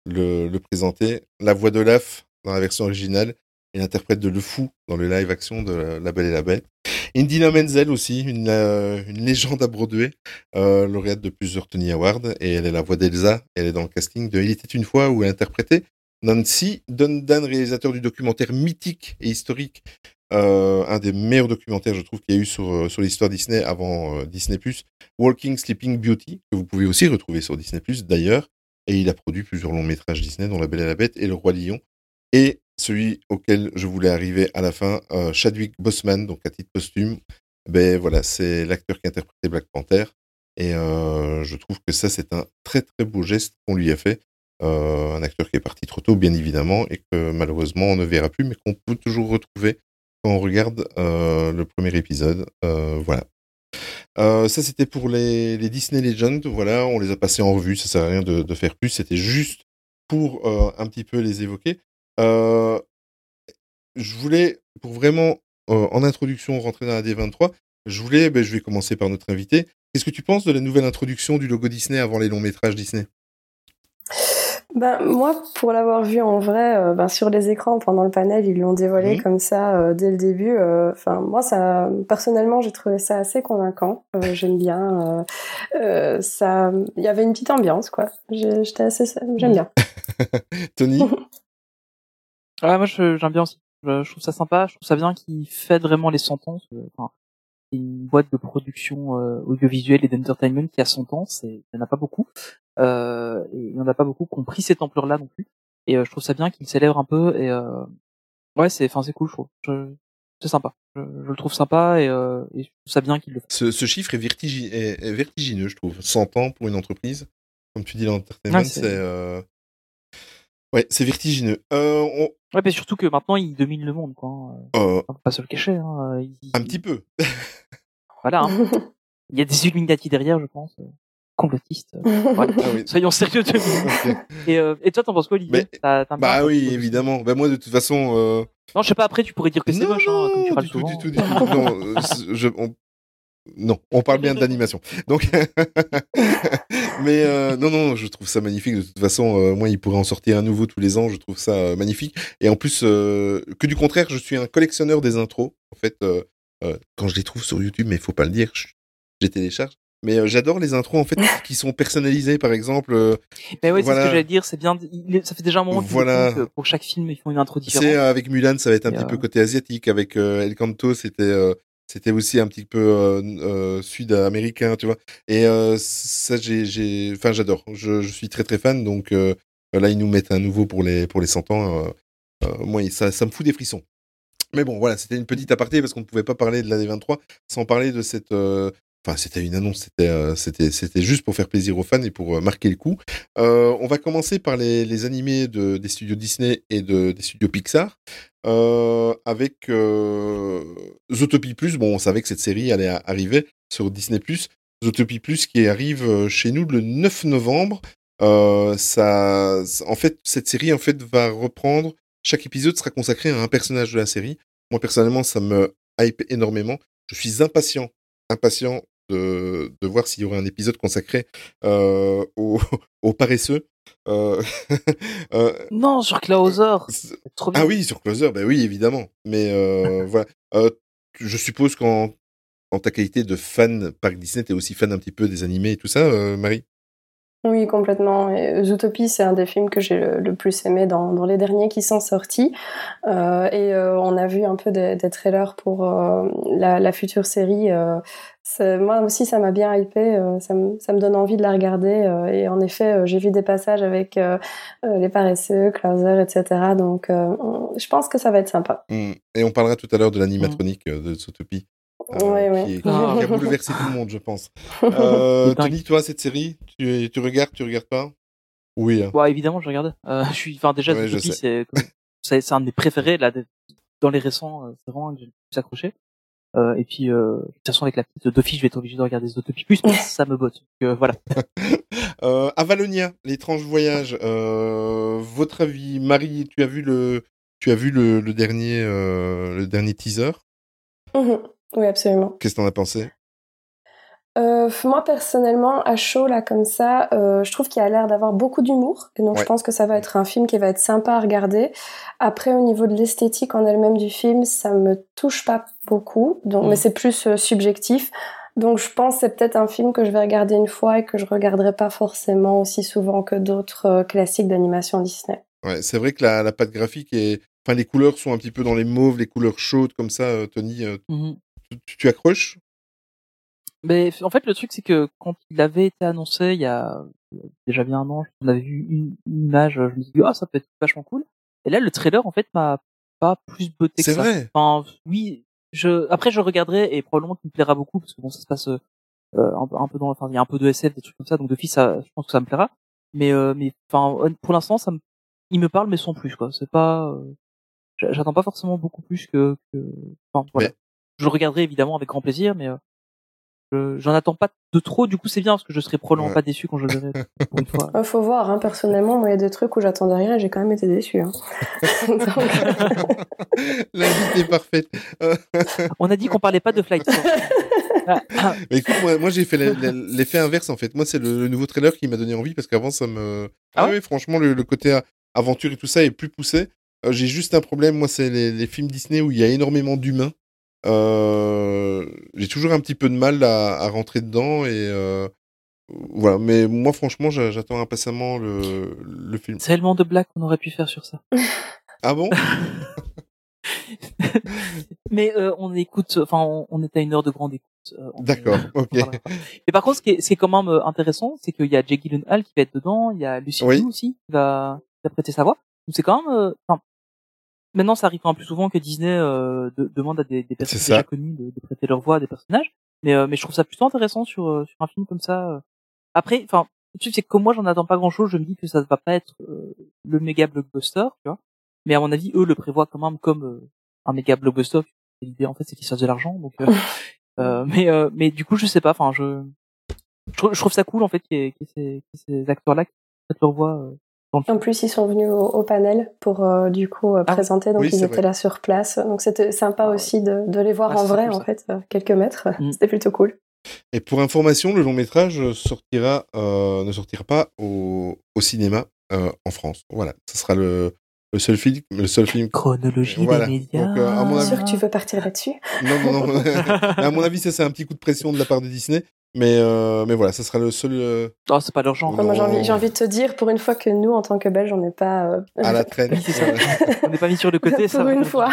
le, le présenter. La voix d'Olaf dans la version originale et l'interprète de Le Fou dans le live action de La Belle et la Bête. Idina Menzel aussi, une, euh, une légende à Broadway, euh, lauréate de plusieurs Tony Awards, et elle est la voix d'Elsa, et elle est dans le casting de Il était une fois où elle interprétait Nancy Dundan, réalisateur du documentaire mythique et historique, euh, un des meilleurs documentaires je trouve qu'il y a eu sur, euh, sur l'histoire Disney avant euh, Disney plus, Walking Sleeping Beauty, que vous pouvez aussi retrouver sur Disney plus d'ailleurs, et il a produit plusieurs longs métrages Disney dont La Belle et la Bête et Le Roi Lion, et celui auquel je voulais arriver à la fin, euh, Chadwick Boseman, donc à titre posthume, ben voilà, c'est l'acteur qui a interprété Black Panther, et euh, je trouve que ça c'est un très très beau geste qu'on lui a fait, euh, un acteur qui est parti trop tôt bien évidemment, et que malheureusement on ne verra plus, mais qu'on peut toujours retrouver quand on regarde euh, le premier épisode, euh, voilà. Euh, ça c'était pour les, les Disney Legends, voilà, on les a passés en revue, ça sert à rien de, de faire plus, c'était juste pour euh, un petit peu les évoquer. Euh, je voulais, pour vraiment, euh, en introduction, rentrer dans la D vingt-trois, je voulais, ben, je vais commencer par notre invité. Qu'est-ce que tu penses de la nouvelle introduction du logo Disney avant les longs métrages Disney ? Ben, moi, pour l'avoir vu en vrai, euh, ben, sur les écrans pendant le panel, ils l'ont dévoilé mmh. comme ça euh, dès le début. Enfin, euh, moi, ça, personnellement, j'ai trouvé ça assez convaincant. Euh, j'aime bien. Euh, euh, ça, il y avait une petite ambiance, quoi. J'ai, j'étais assez, j'aime bien. Tony. Ouais, moi je, j'aime bien aussi. Je, je trouve ça sympa, je trouve ça bien qu'il fête vraiment les cent ans. Enfin, c'est une boîte de production euh, audiovisuelle et d'entertainment qui a cent ans, c'est, il n'y en a pas beaucoup. Euh, et il n'y en a pas beaucoup qui ont pris cette ampleur-là non plus. Et euh, je trouve ça bien qu'il célèbre un peu. Et euh, ouais, c'est, enfin, c'est cool, je trouve. Je, c'est sympa. Je, je le trouve sympa et, euh, et je trouve ça bien qu'il le fasse. Ce, ce chiffre est, vertigi- est, est vertigineux, je trouve. cent ans pour une entreprise. Comme tu dis, l'entertainment, ouais, c'est... c'est euh... Ouais, c'est vertigineux. Euh, on... Ouais, mais surtout que maintenant, il domine le monde, quoi. Euh... On peut pas se le cacher. Hein. Il... Un petit peu. Voilà. Hein. Il y a des Illuminati derrière, je pense. Complotistes. Voilà. Ah oui. Soyons sérieux de okay. et, euh, et toi, t'en penses quoi, Olivier? Mais... t'as, t'as Bah oui, évidemment. Bah moi, de toute façon... Euh... Non, je sais pas, après, tu pourrais dire que c'est non, moche, hein, comme tu parles du souvent. tout, du tout, du tout. Non, euh, je, on... non, on parle bien de l'animation. Donc... Mais euh, non, non, je trouve ça magnifique. De toute façon, euh, moi, il pourrait en sortir un nouveau tous les ans. Je trouve ça euh, magnifique. Et en plus, euh, que du contraire, je suis un collectionneur des intros. En fait, euh, euh, quand je les trouve sur YouTube, mais il faut pas le dire, je, je les télécharge. Mais euh, j'adore les intros en fait qui sont personnalisées, par exemple. Euh, mais ouais, voilà. c'est ce que j'allais dire. C'est bien. Ça fait déjà un moment qu'ils voilà. font que pour chaque film, ils font une intro différente. C'est euh, avec Mulan, ça va être un Et petit euh... peu côté asiatique. Avec euh, El Canto, c'était. Euh, C'était aussi un petit peu euh, euh, sud-américain, tu vois. Et euh, ça, j'ai, j'ai, enfin, j'adore. Je, je suis très très fan. Donc euh, là, ils nous mettent un nouveau pour les pour les cent ans. Euh, euh, moi, ça, ça me fout des frissons. Mais bon, voilà, c'était une petite aparté parce qu'on ne pouvait pas parler de la D vingt-trois sans parler de cette. Euh... Enfin, c'était une annonce. C'était, euh, c'était, c'était juste pour faire plaisir aux fans et pour euh, marquer le coup. Euh, on va commencer par les, les animés de, des studios Disney et de, des studios Pixar. Euh, avec euh, Zootopie Plus. Bon, on savait que cette série allait arriver sur Disney Plus. Zootopie Plus qui arrive chez nous le neuf novembre. Euh, ça, en fait, cette série en fait va reprendre. Chaque épisode sera consacré à un personnage de la série. Moi personnellement, ça me hype énormément. Je suis impatient, impatient de, de voir s'il y aura un épisode consacré euh, aux, aux paresseux. Euh... euh... Non, sur Clouser. Trop bien. Ah oui, sur Clouser, bah oui, évidemment. Mais euh, voilà. Euh, je suppose qu'en en ta qualité de fan Parc Disney, t'es aussi fan un petit peu des animés et tout ça, euh, Marie? Oui, complètement. Et Zootopie, c'est un des films que j'ai le, le plus aimé dans, dans les derniers qui sont sortis. Euh, et euh, on a vu un peu des, des trailers pour euh, la, la future série. Euh, moi aussi, ça m'a bien hypé. Euh, ça, me, ça me donne envie de la regarder. Euh, et en effet, euh, j'ai vu des passages avec euh, euh, les paresseux, Clouser, et cetera. Donc, euh, je pense que ça va être sympa. Mmh. Et on parlera tout à l'heure de l'animatronique mmh. de Zootopie. Euh, ouais, qui, ouais. Est, qui, ah. qui a bouleversé tout le monde, je pense. Euh, Tony, toi, cette série, tu, tu regardes, tu regardes pas? Oui. Hein. Ouais, évidemment, je regarde. Euh, je suis, enfin, déjà, ouais, Zootopie, c'est, c'est, c'est un de mes préférés là, dans les récents. C'est vraiment que j'ai le plus accroché. Euh, et puis, euh, de toute façon, avec la petite d'office, je vais être obligé de regarder Zootopie plus, mais ça me botte. Donc, euh, voilà. euh, Avalonia, l'étrange voyage. Euh, votre avis, Marie, tu as vu le, tu as vu le, le dernier, euh, le dernier teaser? Mmh. Oui, absolument. Qu'est-ce que t'en as pensé? Euh, moi personnellement, à chaud là comme ça, euh, je trouve qu'il a l'air d'avoir beaucoup d'humour, et donc Ouais. je pense que ça va être un film qui va être sympa à regarder. Après, au niveau de l'esthétique en elle-même du film, ça me touche pas beaucoup, donc Mm. mais c'est plus euh, subjectif. Donc je pense que c'est peut-être un film que je vais regarder une fois et que je regarderai pas forcément aussi souvent que d'autres euh, classiques d'animation Disney. Ouais, c'est vrai que la, la patte graphique et enfin les couleurs sont un petit peu dans les mauves, les couleurs chaudes comme ça. euh, Tony, euh, Mhm. tu, tu accroches? Mais en fait, le truc, c'est que quand il avait été annoncé il y a il y a déjà bien un an, on avait vu une, une image, je me suis dit, ah, ça peut être vachement cool. Et là, le trailer, en fait, m'a pas plus botté que C'est ça. vrai. Enfin, oui, je, après, je regarderai et probablement qu'il me plaira beaucoup parce que bon, ça se passe, euh, un, peu- un peu dans, enfin, il y a un peu de S F, des trucs comme ça, donc de fils, ça, je pense que ça me plaira. Mais, euh, mais, enfin, pour l'instant, ça me, il me parle, mais sans plus, quoi. C'est pas, euh, j'a- j'attends pas forcément beaucoup plus que, que, enfin, voilà. Mais Je le regarderai évidemment avec grand plaisir, mais, euh, je- j'en attends pas de trop, du coup c'est bien parce que je serai probablement ouais. pas déçu quand je le verrai pour une fois. Euh, faut voir, hein, personnellement, moi il y a des trucs où j'attendais rien et j'ai quand même été déçue. Hein. Donc... L'invite est parfaite. On a dit qu'on parlait pas de Flight Force. Ah, ah, Mais écoute, moi, moi j'ai fait l'e- l'e- l'effet inverse en fait. Moi, c'est le, le nouveau trailer qui m'a donné envie parce qu'avant, ça me. Ah Ah ouais oui, franchement, le, le côté a- aventure et tout ça est plus poussé. Euh, j'ai juste un problème. Moi, c'est les, les films Disney où il y a énormément d'humains. Euh, j'ai toujours un petit peu de mal à, à rentrer dedans et euh, voilà. Mais moi, franchement, j'a- j'attends impatiemment le, le film. tellement de blagues qu'on aurait pu faire sur ça. Ah bon? Mais euh, on écoute, enfin on, on est à une heure de grande écoute. Euh, on- D'accord, on ok. parlera pas. Mais par contre, ce qui est, ce qui est quand même euh, intéressant, c'est qu'il y a Jake Gyllenhaal qui va être dedans, il y a Lucy Oui. Liu aussi qui va, qui va prêter sa voix. Donc c'est quand même, euh, enfin, maintenant ça arrive quand même plus souvent que Disney euh, de- demande à des, des personnes C'est ça. déjà connues de, de prêter leur voix à des personnages. Mais, euh, mais je trouve ça plutôt intéressant sur, euh, sur un film comme ça. euh. Après, enfin, le truc c'est que comme moi j'en attends pas grand chose, je me dis que ça va pas être euh, le méga blockbuster, tu vois. Mais à mon avis, eux le prévoient quand même comme euh, un méga blockbuster. L'idée en fait c'est qu'ils sortent de l'argent, donc. Euh, euh, mais euh, mais du coup je sais pas. Enfin je je trouve, je trouve ça cool en fait qu'il y ait, qu'il y ait ces, qu'il y ait ces acteurs-là qui prêtent leur voix euh, dans le film. En plus, ils sont venus au, au panel pour euh, du coup euh, Ah, présenter, donc oui, ils c'est étaient vrai. là sur place. Donc c'était sympa Ah ouais. aussi de, de les voir Ah, en c'est vrai, cool, en ça. fait, euh, quelques mètres. Mm. C'était plutôt cool. Et pour information, le long métrage sortira, euh, ne sortira pas au, au cinéma euh, en France. Voilà, ce sera le, le seul film, le seul film. Chronologie Voilà. des médias. Donc, euh, à mon avis- Sûr que tu veux partir là-dessus? Non, non, non. Mais à mon avis, ça c'est un petit coup de pression de la part de Disney. Mais, euh, mais voilà, ça sera le seul euh, Oh, c'est pas leur genre. Non. Moi, j'ai envie, j'ai envie de te dire, pour une fois que nous, en tant que Belges, on n'est pas... euh, à la traîne. Oui, c'est ça. Voilà. On n'est pas mis sur le côté, ça. pour va une faire fois.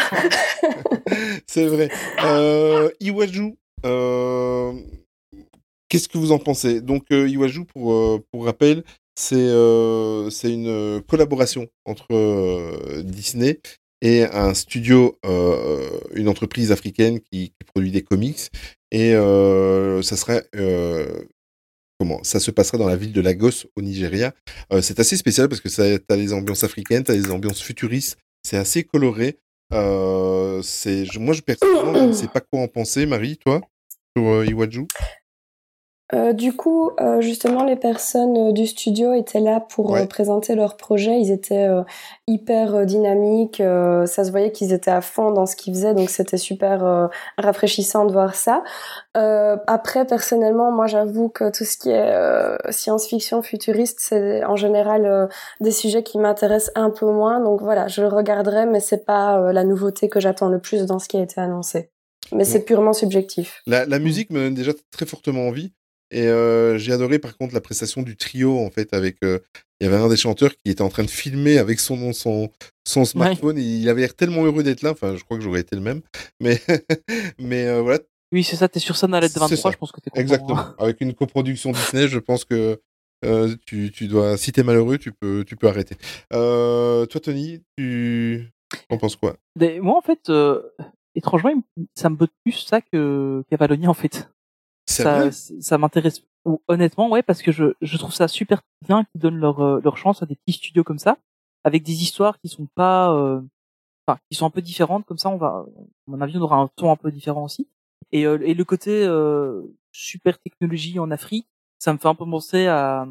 C'est vrai. Euh, Iwaju, euh, qu'est-ce que vous en pensez? Donc, euh, Iwaju, pour, euh, pour rappel, c'est euh, c'est une collaboration entre euh, Disney et un studio, euh, une entreprise africaine qui, qui produit des comics. Et euh, ça serait... Euh, comment ça se passerait dans la ville de Lagos au Nigeria. Euh, c'est assez spécial parce que ça t'as les ambiances africaines, t'as les ambiances futuristes, c'est assez coloré. Euh, c'est je- moi je personnellement je ne sais pas quoi en penser. Marie, toi, sur euh, Iwaju? Euh, du coup, euh, justement, les personnes euh, du studio étaient là pour Ouais. euh, présenter leur projet. Ils étaient euh, hyper euh, dynamiques. euh, ça se voyait qu'ils étaient à fond dans ce qu'ils faisaient, donc c'était super euh, rafraîchissant de voir ça. Euh, après, personnellement, moi, j'avoue que tout ce qui est euh, science-fiction futuriste, c'est en général euh, des sujets qui m'intéressent un peu moins. Donc voilà, je le regarderai, mais c'est pas euh, la nouveauté que j'attends le plus dans ce qui a été annoncé. Mais c'est Ouais. purement subjectif. La, la musique me donne déjà très fortement envie. Et euh, j'ai adoré par contre la prestation du trio en fait avec euh, il y avait un des chanteurs qui était en train de filmer avec son son son smartphone et il avait l'air tellement heureux d'être là. Enfin, je crois que j'aurais été le même. Mais mais euh, voilà. Oui, c'est ça, t'es sur scène à l'aide de C'est vingt-trois, ça. je pense que t'es content. Exactement. Hein. Avec une coproduction Disney, je pense que euh, tu, tu dois. Si t'es malheureux, tu peux, tu peux arrêter. Euh, toi, Tony, tu en penses quoi? Mais moi, en fait, euh, étrangement, il me- ça me botte plus ça que Cavalonia, en fait. C'est Ça, vrai. ça m'intéresse ou- honnêtement, ouais, parce que je, je trouve ça super bien qu'ils donnent leur, euh, leur chance à des petits studios comme ça, avec des histoires qui sont pas, euh, enfin, qui sont un peu différentes. Comme ça, on va, à mon avis, on aura un ton un peu différent aussi. Et, euh, et le côté euh, super technologie en Afrique, ça me fait un peu penser à,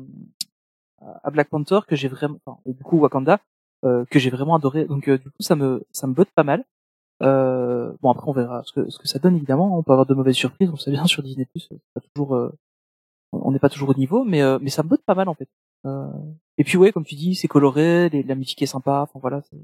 à Black Panther que j'ai vraiment, enfin, et du coup Wakanda, euh, que j'ai vraiment adoré. Donc euh, du coup, ça me, ça me botte pas mal. Euh, bon après on verra ce que ce que ça donne évidemment. On peut avoir de mauvaises surprises, on le sait bien sur Disney+. C'est pas toujours, euh, on n'est pas toujours au niveau, mais euh, mais ça me botte pas mal en fait. Euh, et puis ouais, comme tu dis, c'est coloré, les, la musique est sympa. Enfin voilà. C'est...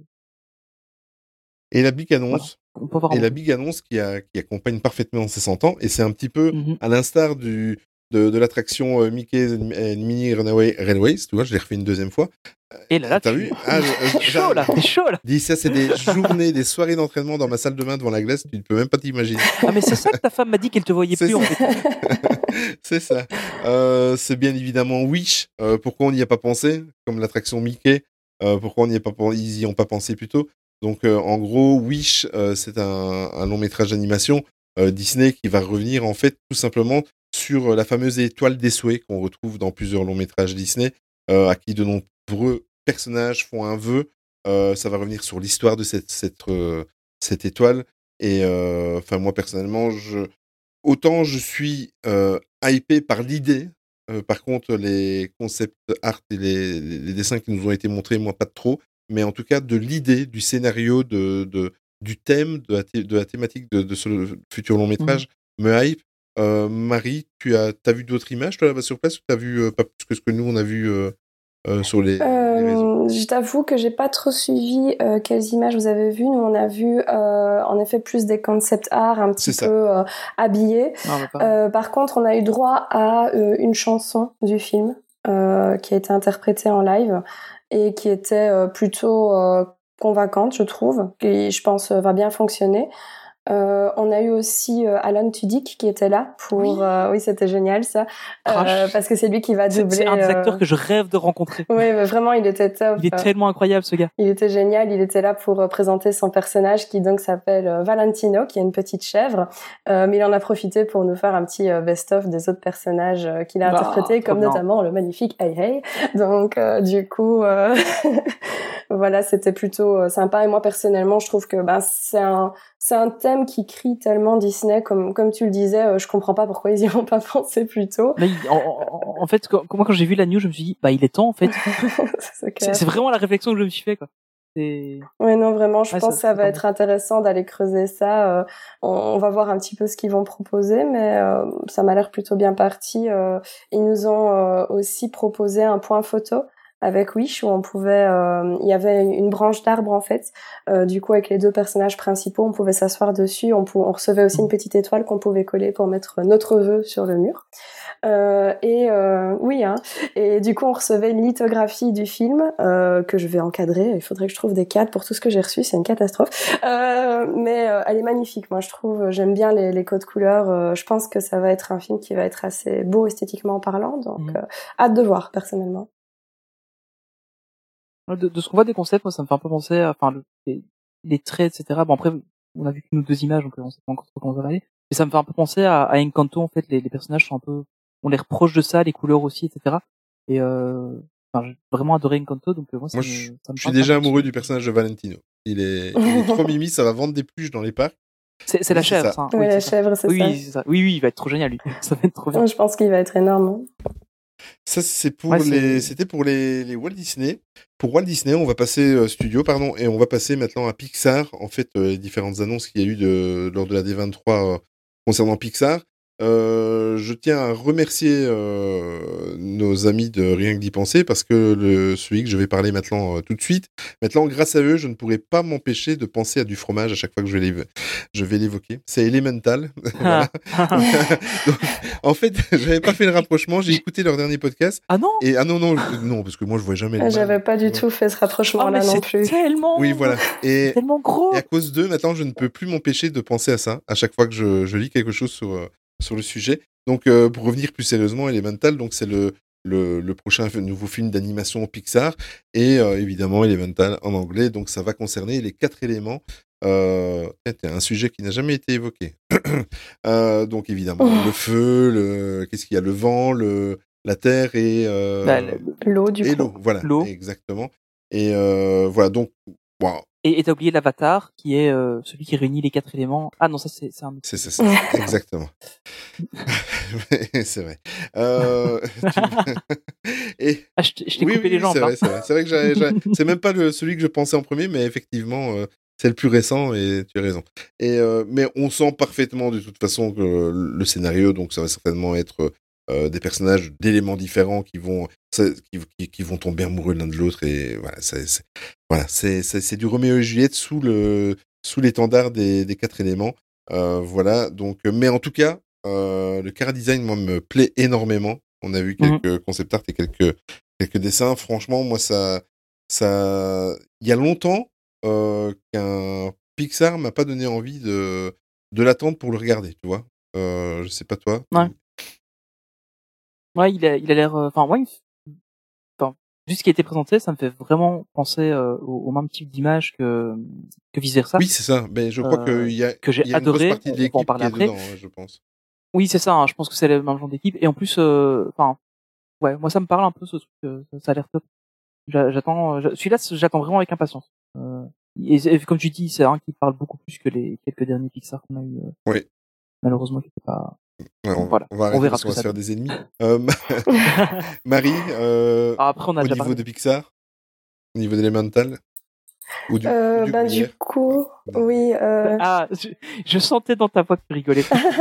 Et la big annonce. Voilà. On peut avoir Et un la bon. big annonce qui, a, qui accompagne parfaitement ces cent ans, et c'est un petit peu Mhm. à l'instar du, de, de l'attraction euh, Mickey's and and Minnie Runaway Railways, tu vois, je l'ai refait une deuxième fois. Et là là, T'as tu... vu ah, t'es chaud là, t'es chaud là. Dis ça, c'est des journées, des soirées d'entraînement dans ma salle de bain devant la glace, tu ne peux même pas t'imaginer. Ah mais c'est ça que ta femme m'a dit qu'elle te voyait C'est plus en ça. fait. C'est ça. Euh, c'est bien évidemment Wish. Euh, pourquoi on n'y a pas pensé, comme l'attraction Mickey. Euh, pourquoi on n'y a pas, ils y ont pas pensé plus tôt. Donc euh, en gros, Wish, euh, c'est un, un long métrage d'animation euh, Disney qui va revenir en fait tout simplement sur euh, la fameuse étoile des souhaits qu'on retrouve dans plusieurs longs métrages Disney, euh, à qui de nombreux personnages font un vœu. Euh, ça va revenir sur l'histoire de cette cette euh, cette étoile. Et enfin euh, moi personnellement, je autant je suis euh, hypé par l'idée. Euh, par contre, les concept art et les, les, les dessins qui nous ont été montrés, moi pas de trop. Mais en tout cas de l'idée, du scénario, de, de du thème, de la, thé- de la thématique de, de ce futur long métrage mmh. me hype. Euh, Marie, tu as, t'as vu d'autres images toi là-bas sur place ou t'as vu euh, pas plus que ce que nous on a vu euh, euh, sur les, euh, les réseaux? Je t'avoue que j'ai pas trop suivi euh, quelles images vous avez vues. Nous on a vu euh, en effet plus des concept art un petit C'est peu euh, habillés. Non, euh, par contre, on a eu droit à euh, une chanson du film euh, qui a été interprétée en live et qui était euh, plutôt euh, convaincante, je trouve, qui je pense va bien fonctionner. Euh, on a eu aussi euh, Alan Tudyk qui était là pour oui, euh, oui c'était génial ça euh, parce que c'est lui qui va doubler. C'est, c'est un des acteurs euh... que je rêve de rencontrer. Oui, mais vraiment il était top. Il est tellement incroyable ce gars. Il était génial. Il était là pour euh, présenter son personnage qui donc s'appelle euh, Valentino, qui est une petite chèvre. Euh, mais il en a profité pour nous faire un petit euh, best-of des autres personnages euh, qu'il a bah, interprétés, comme bien. Notamment le magnifique Hey Hey. Donc euh, du coup. Euh... Voilà, c'était plutôt euh, sympa. Et moi, personnellement, je trouve que ben, c'est un, c'est un thème qui crie tellement Disney. Comme, comme tu le disais, euh, je comprends pas pourquoi ils y ont pas pensé plus tôt. Mais en, en, en fait, quand, moi, quand j'ai vu la news, je me suis dit, bah, il est temps, en fait. c'est, c'est, c'est vraiment la réflexion que je me suis fait, quoi. C'est... Oui, non, vraiment, je ouais, pense ça, que ça va bien. être intéressant d'aller creuser ça. Euh, on, on va voir un petit peu ce qu'ils vont proposer, mais euh, ça m'a l'air plutôt bien parti. Euh, ils nous ont euh, aussi proposé un point photo avec Wish où on pouvait, euh, il y avait une branche d'arbre en fait. Euh, du coup, avec les deux personnages principaux, on pouvait s'asseoir dessus. On, pou- on recevait aussi une petite étoile qu'on pouvait coller pour mettre notre vœu sur le mur. Euh, et euh, oui, hein. Et du coup, on recevait une lithographie du film euh, que je vais encadrer. Il faudrait que je trouve des cadres pour tout ce que j'ai reçu. C'est une catastrophe. Euh, mais euh, elle est magnifique. Moi, je trouve, j'aime bien les, les codes couleurs. Euh, je pense que ça va être un film qui va être assez beau esthétiquement parlant. Donc, mmh. euh, hâte de voir personnellement. De, de ce qu'on voit des concepts, moi, ça me fait un peu penser à, enfin, le, les, les traits, et cetera. Bon, après, on a vu qu'une ou deux images, donc on sait pas encore trop comment ça va aller. Mais ça me fait un peu penser à, à Encanto, en fait. Les, les personnages sont un peu, on les reproche de ça, les couleurs aussi, et cetera. Et euh, enfin, j'ai vraiment adoré Encanto, donc moi, ça moi, me, je, ça me je suis déjà amoureux du personnage de Valentino. Il est, il est trop mimi, ça va vendre des pluches dans les parcs. C'est, c'est la c'est chèvre, ça. ça. Hein. Oui, oui, la c'est chèvre, ça. c'est oui, ça. Oui, c'est ça. Oui, oui, il va être trop génial, lui. Ça va être trop bien. Je pense qu'il va être énorme. Ça, c'est pour ouais, les, c'est... c'était pour les, les Walt Disney. Pour Walt Disney, on va passer euh, studio, pardon, et on va passer maintenant à Pixar. En fait, euh, les différentes annonces qu'il y a eu de, lors de la D vingt-trois euh, concernant Pixar. Euh, je tiens à remercier euh, nos amis de Rien que d'y penser parce que le, celui que je vais parler maintenant euh, tout de suite, maintenant grâce à eux, je ne pourrai pas m'empêcher de penser à du fromage à chaque fois que je vais, l'évo- je vais l'évoquer. C'est Elemental. Voilà. Donc, en fait, j'avais pas fait le rapprochement, j'ai écouté leur dernier podcast. Ah non et, Ah non, non, non, parce que moi je vois jamais le J'avais mal, pas du tout fait ce rapprochement-là oh, non c'est plus. Tellement... Oui, voilà. Et, c'est tellement gros. Et à cause d'eux, maintenant, je ne peux plus m'empêcher de penser à ça à chaque fois que je, je lis quelque chose sur... Euh, sur le sujet. Donc, euh, pour revenir plus sérieusement, Elemental, donc c'est le, le, le prochain nouveau film d'animation Pixar, et euh, évidemment Elemental en anglais, donc ça va concerner les quatre éléments. Euh, c'est un sujet qui n'a jamais été évoqué. euh, donc évidemment, oh. le feu, le, qu'est-ce qu'il y a, le vent, le, la terre et, euh, bah, l'eau du et coup. l'eau. Voilà, l'eau. Exactement. Et euh, voilà, donc, wow. Et t'as oublié l'avatar, qui est euh, celui qui réunit les quatre éléments. Ah non, ça c'est, c'est un... C'est ça, c'est, c'est exactement. C'est vrai. Euh... Et... Ah, je t'ai, je t'ai oui, coupé oui, les jambes. C'est hein. vrai, c'est vrai. C'est vrai que j'avais, j'avais... c'est même pas le, celui que je pensais en premier, mais effectivement, euh, c'est le plus récent et tu as raison. Et euh, mais on sent parfaitement de toute façon que le scénario, donc ça va certainement être euh, des personnages d'éléments différents qui vont ça, qui, qui, qui vont tomber amoureux l'un de l'autre et voilà, c'est, c'est voilà, c'est, c'est c'est du Roméo et Juliette sous le sous l'étendard des, des quatre éléments. Euh, voilà, donc mais en tout cas, euh, le chara design moi me plaît énormément. On a vu quelques mmh. concept art et quelques quelques dessins. Franchement, moi ça ça il y a longtemps euh, qu'un Pixar m'a pas donné envie de de l'attendre pour le regarder, tu vois. Euh, je sais pas toi. Ouais. Ouais, il a il a l'air enfin euh, ouais, enfin vu ce qui a été présenté, ça me fait vraiment penser euh, au, au même type d'image que que vice versa. Oui, c'est ça. Ben je crois euh, qu'il y a que j'ai il y a adoré. Une grosse partie de l'équipe on va en parler qui après. Est dedans, ouais, je pense. Oui, c'est ça. Hein, je pense que c'est le même genre d'équipe et en plus, enfin, euh, ouais, moi ça me parle un peu ce truc. Euh, ça a l'air top. J'attends, celui-là, j'attends vraiment avec impatience. Euh, et, et comme tu dis, c'est un qui parle beaucoup plus que les quelques derniers Pixar qu'on a eu. Euh, oui. Malheureusement, qui n'était pas. Ouais, on, voilà. on va on verra ce que ça va se faire des ennemis. Euh, Marie, euh, ah, après, on a au déjà niveau parlé. de Pixar, au niveau d'Elemental, ou du, euh, ou du, ben, du coup, oui. Euh... Ah, je, je sentais dans ta voix que tu rigolais.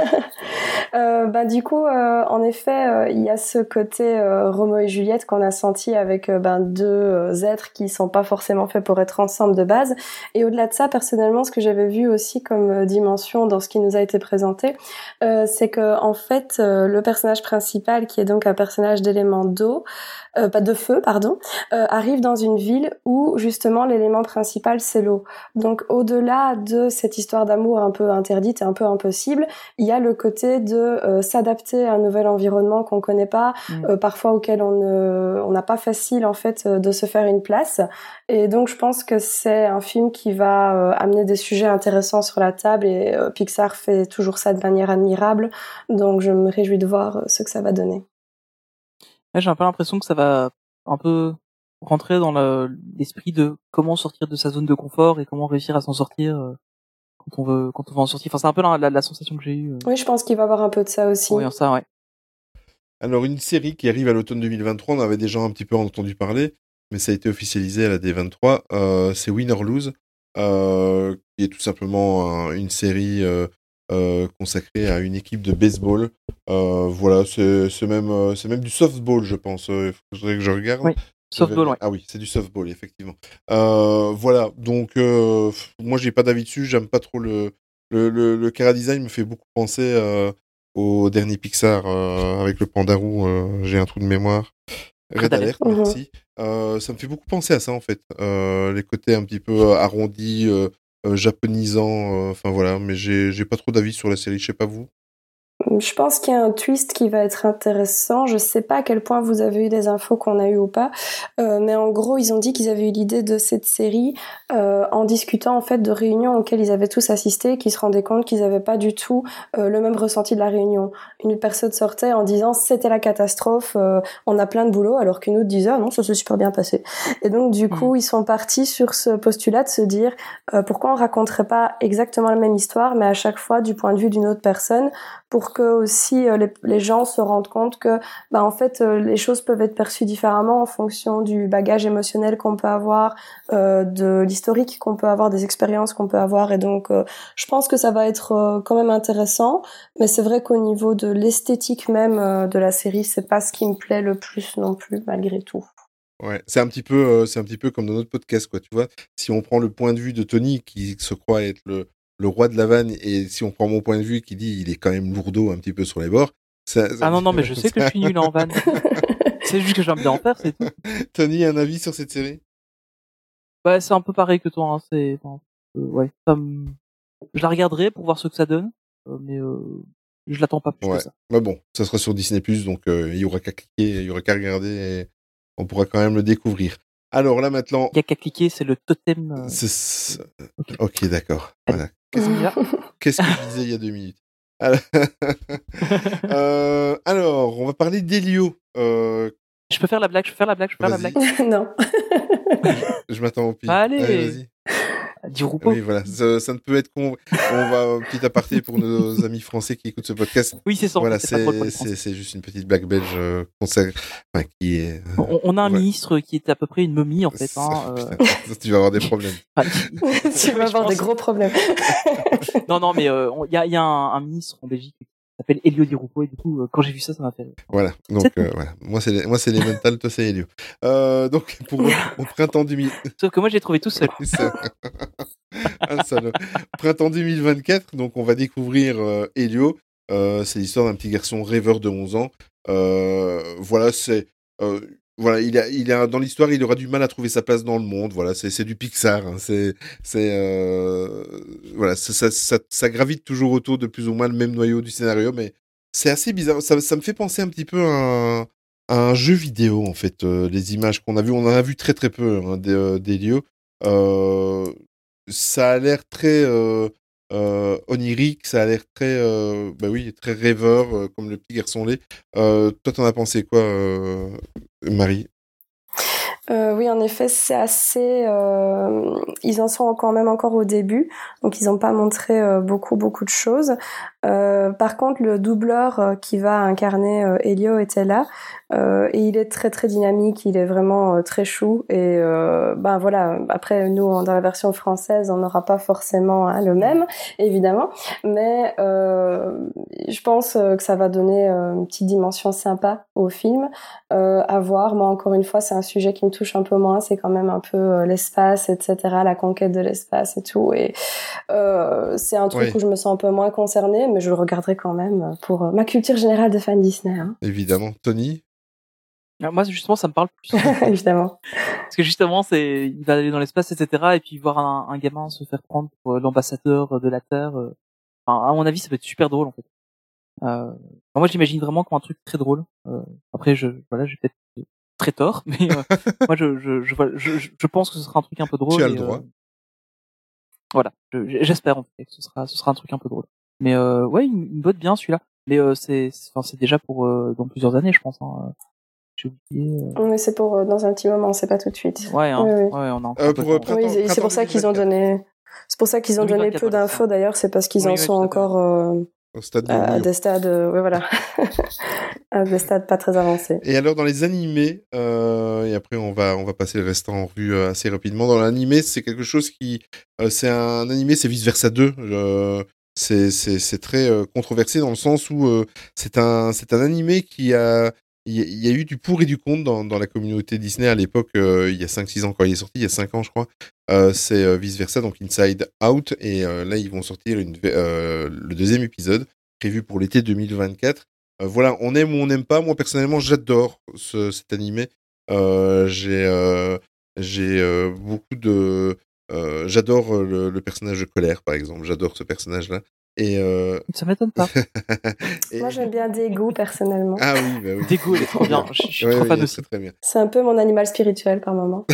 Euh, bah du coup, euh, en effet, euh, il y a ce côté euh, Roméo et Juliette qu'on a senti avec euh, ben deux euh, êtres qui sont pas forcément faits pour être ensemble de base. Et au-delà de ça, personnellement, ce que j'avais vu aussi comme euh, dimension dans ce qui nous a été présenté, euh, c'est que en fait, euh, le personnage principal, qui est donc un personnage d'élément d'eau, euh, pas de feu, pardon, euh, arrive dans une ville où justement l'élément principal c'est l'eau. Donc au-delà de cette histoire d'amour un peu interdite et un peu impossible, il y a le côté de euh, s'adapter à un nouvel environnement qu'on connaît pas, mmh. euh, parfois auquel on ne, on n'a pas facile en fait de se faire une place. Et donc je pense que c'est un film qui va euh, amener des sujets intéressants sur la table et euh, Pixar fait toujours ça de manière admirable. Donc je me réjouis de voir ce que ça va donner. Ouais, j'ai un peu l'impression que ça va un peu rentrer dans le, l'esprit de comment sortir de sa zone de confort et comment réussir à s'en sortir. Euh... quand on veut quand on veut en sortir. Enfin, c'est un peu la, la, la sensation que j'ai eue. Euh... Oui, je pense qu'il va y avoir un peu de ça aussi. Oui, ça, ouais. Alors, une série qui arrive à l'automne deux mille vingt-trois, on avait déjà un petit peu entendu parler, mais ça a été officialisé à la D vingt-trois. Euh, c'est Win or Lose, euh, qui est tout simplement un, une série euh, euh, consacrée à une équipe de baseball. Euh, voilà, c'est, c'est, même, euh, c'est même du softball, je pense. Il faudrait que je regarde. Oui. Softball, ouais. Ah oui, c'est du softball, effectivement. Euh, voilà, donc euh, moi j'ai pas d'avis dessus, j'aime pas trop le le le, le chara design, me fait beaucoup penser euh, au dernier Pixar euh, avec le Pandarou. Euh, j'ai un trou de mémoire. Red, Red Alert, Alert, merci. Euh, ça me fait beaucoup penser à ça en fait, euh, les côtés un petit peu arrondis, euh, euh, japonisants. Enfin euh, voilà, mais j'ai j'ai pas trop d'avis sur la série, je sais pas vous. Je pense qu'il y a un twist qui va être intéressant. Je sais pas à quel point vous avez eu des infos qu'on a eu ou pas, euh, mais en gros, ils ont dit qu'ils avaient eu l'idée de cette série euh, en discutant en fait de réunions auxquelles ils avaient tous assisté, qu'ils se rendaient compte qu'ils avaient pas du tout euh, le même ressenti de la réunion. Une personne sortait en disant c'était la catastrophe, euh, on a plein de boulot, alors qu'une autre disait ah non, ça s'est super bien passé. Et donc du coup, mmh. ils sont partis sur ce postulat de se dire euh, pourquoi on raconterait pas exactement la même histoire, mais à chaque fois du point de vue d'une autre personne, pour que aussi euh, les, les gens se rendent compte que bah en fait euh, les choses peuvent être perçues différemment en fonction du bagage émotionnel qu'on peut avoir, euh, de l'historique qu'on peut avoir, des expériences qu'on peut avoir. Et donc euh, je pense que ça va être euh, quand même intéressant, mais c'est vrai qu'au niveau de l'esthétique même euh, de la série, c'est pas ce qui me plaît le plus non plus malgré tout. Ouais, c'est un petit peu euh, c'est un petit peu comme dans notre podcast quoi, tu vois. Si on prend le point de vue de Tony qui se croit être le le roi de la vanne, et si on prend mon point de vue qui dit il est quand même lourdeau un petit peu sur les bords. Ça, ça ah non, non, mais je sais que je suis nul en vanne. C'est juste que j'ai envie d'en faire, c'est tout. Tony, un avis sur cette série? Bah, c'est un peu pareil que toi, hein. C'est, enfin, euh, ouais, ça me... je la regarderai pour voir ce que ça donne, euh, mais euh, je l'attends pas plus ouais. que ça. Bah bon, ça sera sur Disney plus, donc euh, il y aura qu'à cliquer, il y aura qu'à regarder, et on pourra quand même le découvrir. Alors là maintenant, il y a qu'à cliquer, c'est le totem. Euh... C'est... Ok, okay d'accord. Voilà. Qu'est-ce, Qu'est-ce que je disais il y a deux minutes? Alors, euh, alors on va parler d'Elio. Euh... Je peux faire la blague, je peux faire la blague, je peux faire vas-y. la blague. Non. Je m'attends au pire. Allez. Allez, vas-y. Dirupo. Oui, voilà, ça, ça ne peut être con. On va petit aparté pour nos amis français qui écoutent ce podcast. Oui, c'est ça. Voilà, c'est, pas drôle pour les c'est, Français. c'est, c'est juste une petite blague belge euh, consacrée, enfin, qui est. euh, On, on a un ouais. ministre qui est à peu près une momie en fait. Ça- Hein, euh... putain, tu vas avoir des problèmes. enfin, Tu vas avoir des gros problèmes. non, non, mais il euh, y a, y a un, un ministre en Belgique qui s'appelle Elio Dirupo et du coup, euh, quand j'ai vu ça, ça m'a fait rire. Voilà, donc C'est euh, voilà. Moi c'est les, moi c'est les mentales, toi c'est Elio. Euh, donc pour au printemps deux mille. Sauf que moi, j'ai trouvé tout seul. Ça- ah, salaud. Printemps deux mille vingt-quatre, donc on va découvrir euh, Elio. Euh, c'est l'histoire d'un petit garçon rêveur de onze ans. Euh, voilà, c'est euh, voilà, il a, il a dans l'histoire, il aura du mal à trouver sa place dans le monde. Voilà, c'est, c'est du Pixar. Hein. C'est, c'est euh, voilà, ça, ça, ça, ça gravite toujours autour de plus ou moins le même noyau du scénario, mais c'est assez bizarre. Ça, ça me fait penser un petit peu à un, à un jeu vidéo en fait. Euh, les images qu'on a vues, on en a vu très très peu hein, d'E- d'Elio. Euh, ça a l'air très euh, euh, onirique, ça a l'air très, euh, bah oui, très rêveur, euh, comme le petit garçon l'est. Euh, toi, t'en as pensé quoi, euh, Marie? Euh, oui, en effet, c'est assez. Euh, ils en sont quand même encore au début, donc ils n'ont pas montré euh, beaucoup beaucoup de choses. Euh, par contre, le doubleur euh, qui va incarner euh, Elio était là, euh, et il est très très dynamique. Il est vraiment euh, très chou. Et euh, ben voilà. Après, nous dans la version française, on n'aura pas forcément hein, le même, évidemment, mais euh, je pense euh, que ça va donner euh, une petite dimension sympa au film. Euh, à voir. Moi, encore une fois, c'est un sujet qui me touche un peu moins. C'est quand même un peu euh, l'espace, et cetera, la conquête de l'espace et tout. Et euh, c'est un truc Oui. où je me sens un peu moins concernée, mais je le regarderai quand même pour euh, ma culture générale de fan Disney. Hein. Évidemment. Tony? Alors, moi, justement, ça me parle plus. Évidemment. Parce que justement, c'est, il va aller dans l'espace, et cetera. Et puis voir un, un gamin se faire prendre pour euh, l'ambassadeur de la Terre. Euh... Enfin, à mon avis, ça peut être super drôle, en fait. Euh... Enfin, moi, j'imagine vraiment comme un truc très drôle. Euh... Après, je, voilà, j'ai peut-être euh, très tort, mais euh, moi, je, je, je, je, je, je pense que ce sera un truc un peu drôle. Tu as le et, droit. Euh... Voilà, je, j'espère en fait que ce sera, ce sera un truc un peu drôle. Mais euh, ouais, il me botte bien celui-là. Mais euh, c'est, enfin, c'est déjà pour euh, dans plusieurs années, je pense. Hein. J'ai oublié. Euh... Mais c'est pour euh, dans un petit moment, c'est pas tout de suite. Ouais, hein. Oui, oui. Ouais, on a encore Euh, un peu pour, de euh, temps. printemps- Oui, c'est- c'est printemps pour ça qu'ils ont deux mille vingt-quatre. donné. C'est pour ça qu'ils ont donné deux mille vingt-quatre, peu voilà, d'infos ça. d'ailleurs, c'est parce qu'ils Oui, en oui, sont tout à fait. encore euh, Au stade de à Rio. des stades, euh, ouais, voilà, à des stades pas très avancés. Et alors dans les animés, euh, et après on va on va passer le restant en revue euh, assez rapidement. Dans l'animé, c'est quelque chose qui, euh, c'est un animé, c'est Vice Versa deux. Euh, c'est c'est c'est très euh, controversé dans le sens où euh, c'est un c'est un animé qui a il y, a- il y a eu du pour et du contre dans dans la communauté Disney à l'époque. Euh, il y a cinq six ans quand il est sorti, il y a cinq ans je crois. Euh, c'est euh, Vice Versa, donc Inside Out, et euh, là ils vont sortir une euh, le deuxième épisode prévu pour l'été deux mille vingt-quatre. Euh, voilà, on aime ou on n'aime pas. Moi, personnellement, j'adore ce, cet animé. Euh, j'ai euh, j'ai euh, beaucoup de... euh, j'adore euh, le, le personnage de Colère, par exemple. J'adore ce personnage-là. Et, euh... Ça m'étonne pas. et- Moi, j'aime bien Dégoût personnellement. Ah oui, bah oui. Dégoût, il est trop bien. Je, je suis Ouais, trop ouais, fan il est aussi. Très, très bien. C'est un peu mon animal spirituel par moment.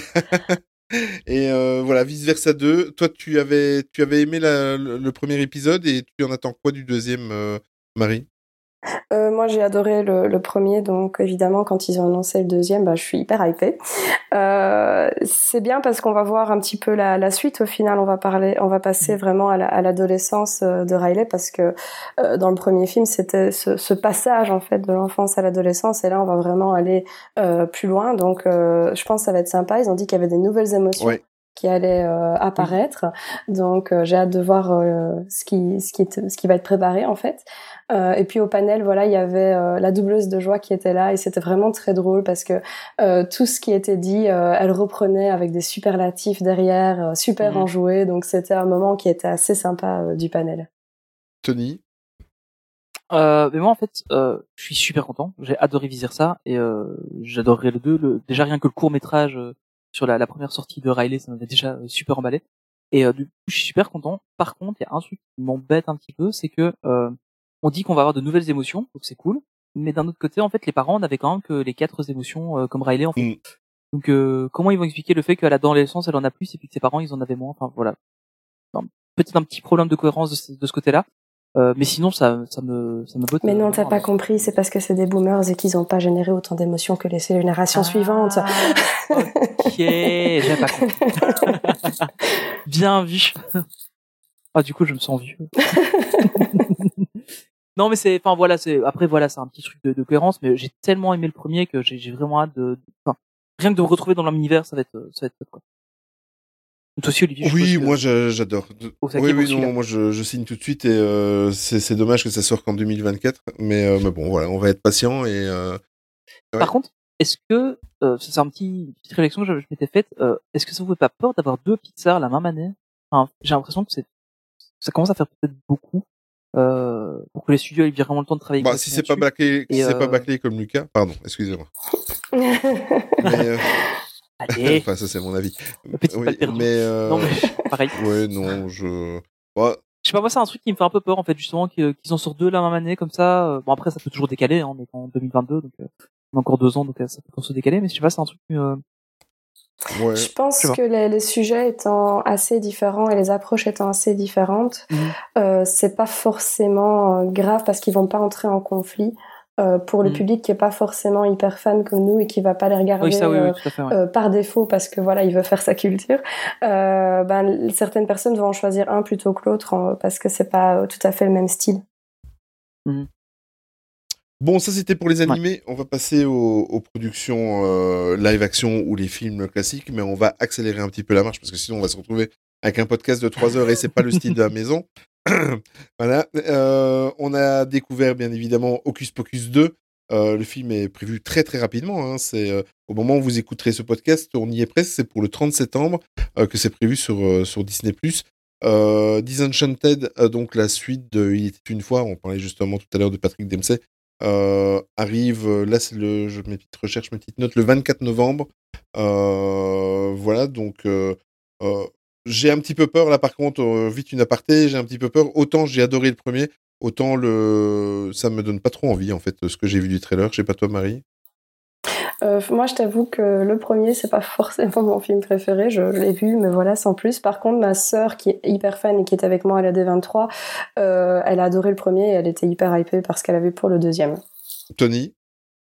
Et euh, voilà, Vice Versa deux. Toi, tu avais, tu avais aimé la- le, le premier épisode et tu en attends quoi du deuxième, euh, Marie? Euh, moi, j'ai adoré le, le premier, donc évidemment, quand ils ont annoncé le deuxième, bah, je suis hyper hypée. Euh, c'est bien parce qu'on va voir un petit peu la, la suite. Au final, on va parler, on va passer vraiment à, la, à l'adolescence de Riley, parce que euh, dans le premier film, c'était ce, ce passage en fait de l'enfance à l'adolescence, et là, on va vraiment aller euh, plus loin. Donc, euh, je pense que ça va être sympa. Ils ont dit qu'il y avait des nouvelles émotions. Ouais. Qui allait euh, apparaître, donc euh, j'ai hâte de voir euh, ce qui ce qui est, ce qui va être préparé en fait. Euh, et puis au panel, voilà, il y avait euh, la doubleuse de joie qui était là, et c'était vraiment très drôle parce que euh, tout ce qui était dit, euh, elle reprenait avec des superlatifs derrière, euh, super Mhm. enjoué, donc c'était un moment qui était assez sympa euh, du panel. Tony? Euh, mais moi en fait, euh, je suis super content. J'ai adoré viser ça et euh, j'adorerais le deux. Le... Déjà rien que le court métrage euh, sur la, la première sortie de Riley, ça m'avait déjà euh, super emballé. Et euh, du coup, je suis super content. Par contre, il y a un truc qui m'embête un petit peu, c'est que euh, on dit qu'on va avoir de nouvelles émotions, donc c'est cool. Mais d'un autre côté, en fait, les parents n'avaient quand même que les quatre émotions euh, comme Riley en fait. Mm. Donc euh, comment ils vont expliquer le fait qu'à l'adolescence elle en a plus et puis que ses parents ils en avaient moins. Enfin voilà, Enfin, peut-être un petit problème de cohérence de ce, de ce côté-là. Euh, mais sinon, ça, ça me, ça me botte. Mais non, euh, t'as pas compris, c'est parce que c'est des boomers et qu'ils ont pas généré autant d'émotions que les générations Ah, suivantes. Ok, j'ai pas compris. Bien vu. Ah, du coup, je me sens vieux. Non, mais c'est, enfin voilà, c'est après voilà, c'est un petit truc de, de cohérence, mais j'ai tellement aimé le premier que j'ai, j'ai vraiment hâte de, enfin, rien que de me retrouver dans l'univers, ça va être, ça va être top, quoi. Toi aussi, Olivier. je Oui, suppose que- moi je- j'adore. Au taquet Oui, pour oui, celui-là. non, moi je, je signe tout de suite et euh, c'est c'est dommage que ça sorte qu'en deux mille vingt-quatre, mais, euh, mais bon, voilà, on va être patient et. Euh... ouais. Par contre, est-ce que, euh, ça, c'est un petit, une petite réflexion que je, je m'étais faite, euh, est-ce que ça vous fait pas peur d'avoir deux Pixar la même année? Enfin, j'ai l'impression que c'est, ça commence à faire peut-être beaucoup, euh, pour que les studios aient vraiment le temps de travailler. Bah, si c'est pas dessus. bâclé, si Et, c'est pas euh, bâclé comme Lucas, pardon, excusez-moi. Mais, euh, Allez, enfin, ça c'est mon avis. le petit Oui, pas perdu. mais euh... Non, mais pareil. ouais, non, je. Bah, Je sais pas, moi, c'est un truc qui me fait un peu peur, en fait, justement, que- qu'ils en sortent deux la même année, comme ça. Euh, Bon, après, ça peut toujours décaler, hein, on est en deux mille vingt-deux, donc, euh, on a encore deux ans, donc euh, ça peut toujours se décaler, mais je sais pas, c'est un truc, euh, ouais. Je pense Je sais pas. que les, les sujets étant assez différents et les approches étant assez différentes, Mhm. euh, c'est pas forcément euh, grave parce qu'ils vont pas entrer en conflit euh, pour le Mhm. public qui est pas forcément hyper fan comme nous et qui va pas les regarder Oui, ça, oui, oui, euh, tout à fait, ouais. euh, par défaut parce que voilà, il veut faire sa culture. Euh, ben certaines personnes vont en choisir un plutôt que l'autre hein, parce que c'est pas euh, tout à fait le même style. Mhm. Bon, ça c'était pour les animés. On va passer aux, aux productions euh, live action ou les films classiques, mais on va accélérer un petit peu la marche parce que sinon on va se retrouver avec un podcast de trois heures et c'est pas le style de la maison. Voilà. Euh, on a découvert bien évidemment Hocus Pocus deux. Euh, le film est prévu très très rapidement. Hein. C'est euh, au moment où vous écouterez ce podcast, on y est presque. C'est pour le trente septembre euh, que c'est prévu sur euh, sur Disney plus. Euh, Disenchanted, euh, donc la suite de Il était une fois. On parlait justement tout à l'heure de Patrick Dempsey. Euh, arrive, euh, là c'est le, je mes petites recherches, mes petites notes, le vingt-quatre novembre. Euh, voilà, donc euh, euh, j'ai un petit peu peur là par contre, euh, vite une aparté, j'ai un petit peu peur. Autant j'ai adoré le premier, autant le, ça me donne pas trop envie en fait ce que j'ai vu du trailer. Je sais pas toi Marie. Euh, moi, je t'avoue que le premier, c'est pas forcément mon film préféré. Je, je l'ai vu, mais voilà, sans plus. Par contre, ma sœur, qui est hyper fan et qui est avec moi à la D vingt-trois, euh, elle a adoré le premier et elle était hyper hypée parce qu'elle a vu pour le deuxième. Tony.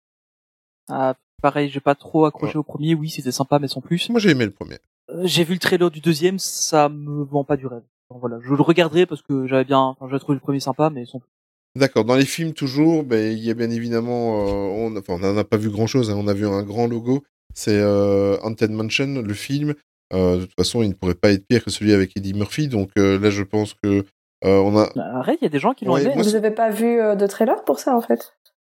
Ah, pareil, j'ai pas trop accroché au premier, oui, c'était sympa, mais sans plus. Moi j'ai aimé le premier. Euh, j'ai vu le trailer du deuxième, ça me vend pas du rêve. Donc, voilà, je le regarderai parce que j'avais bien, enfin, j'avais trouvé le premier sympa, mais sans plus. D'accord. Dans les films toujours, ben il y a bien évidemment, euh, on, enfin on n'en a pas vu grand chose. Hein. On a vu un grand logo. C'est euh, Haunted Mansion, le film. Euh, de toute façon, il ne pourrait pas être pire que celui avec Eddie Murphy. Donc euh, là, je pense que euh, on a. Arrête, il y a des gens qui l'ont Ouais, aimé. moi, Vous avez pas vu euh, de trailer pour ça, en fait?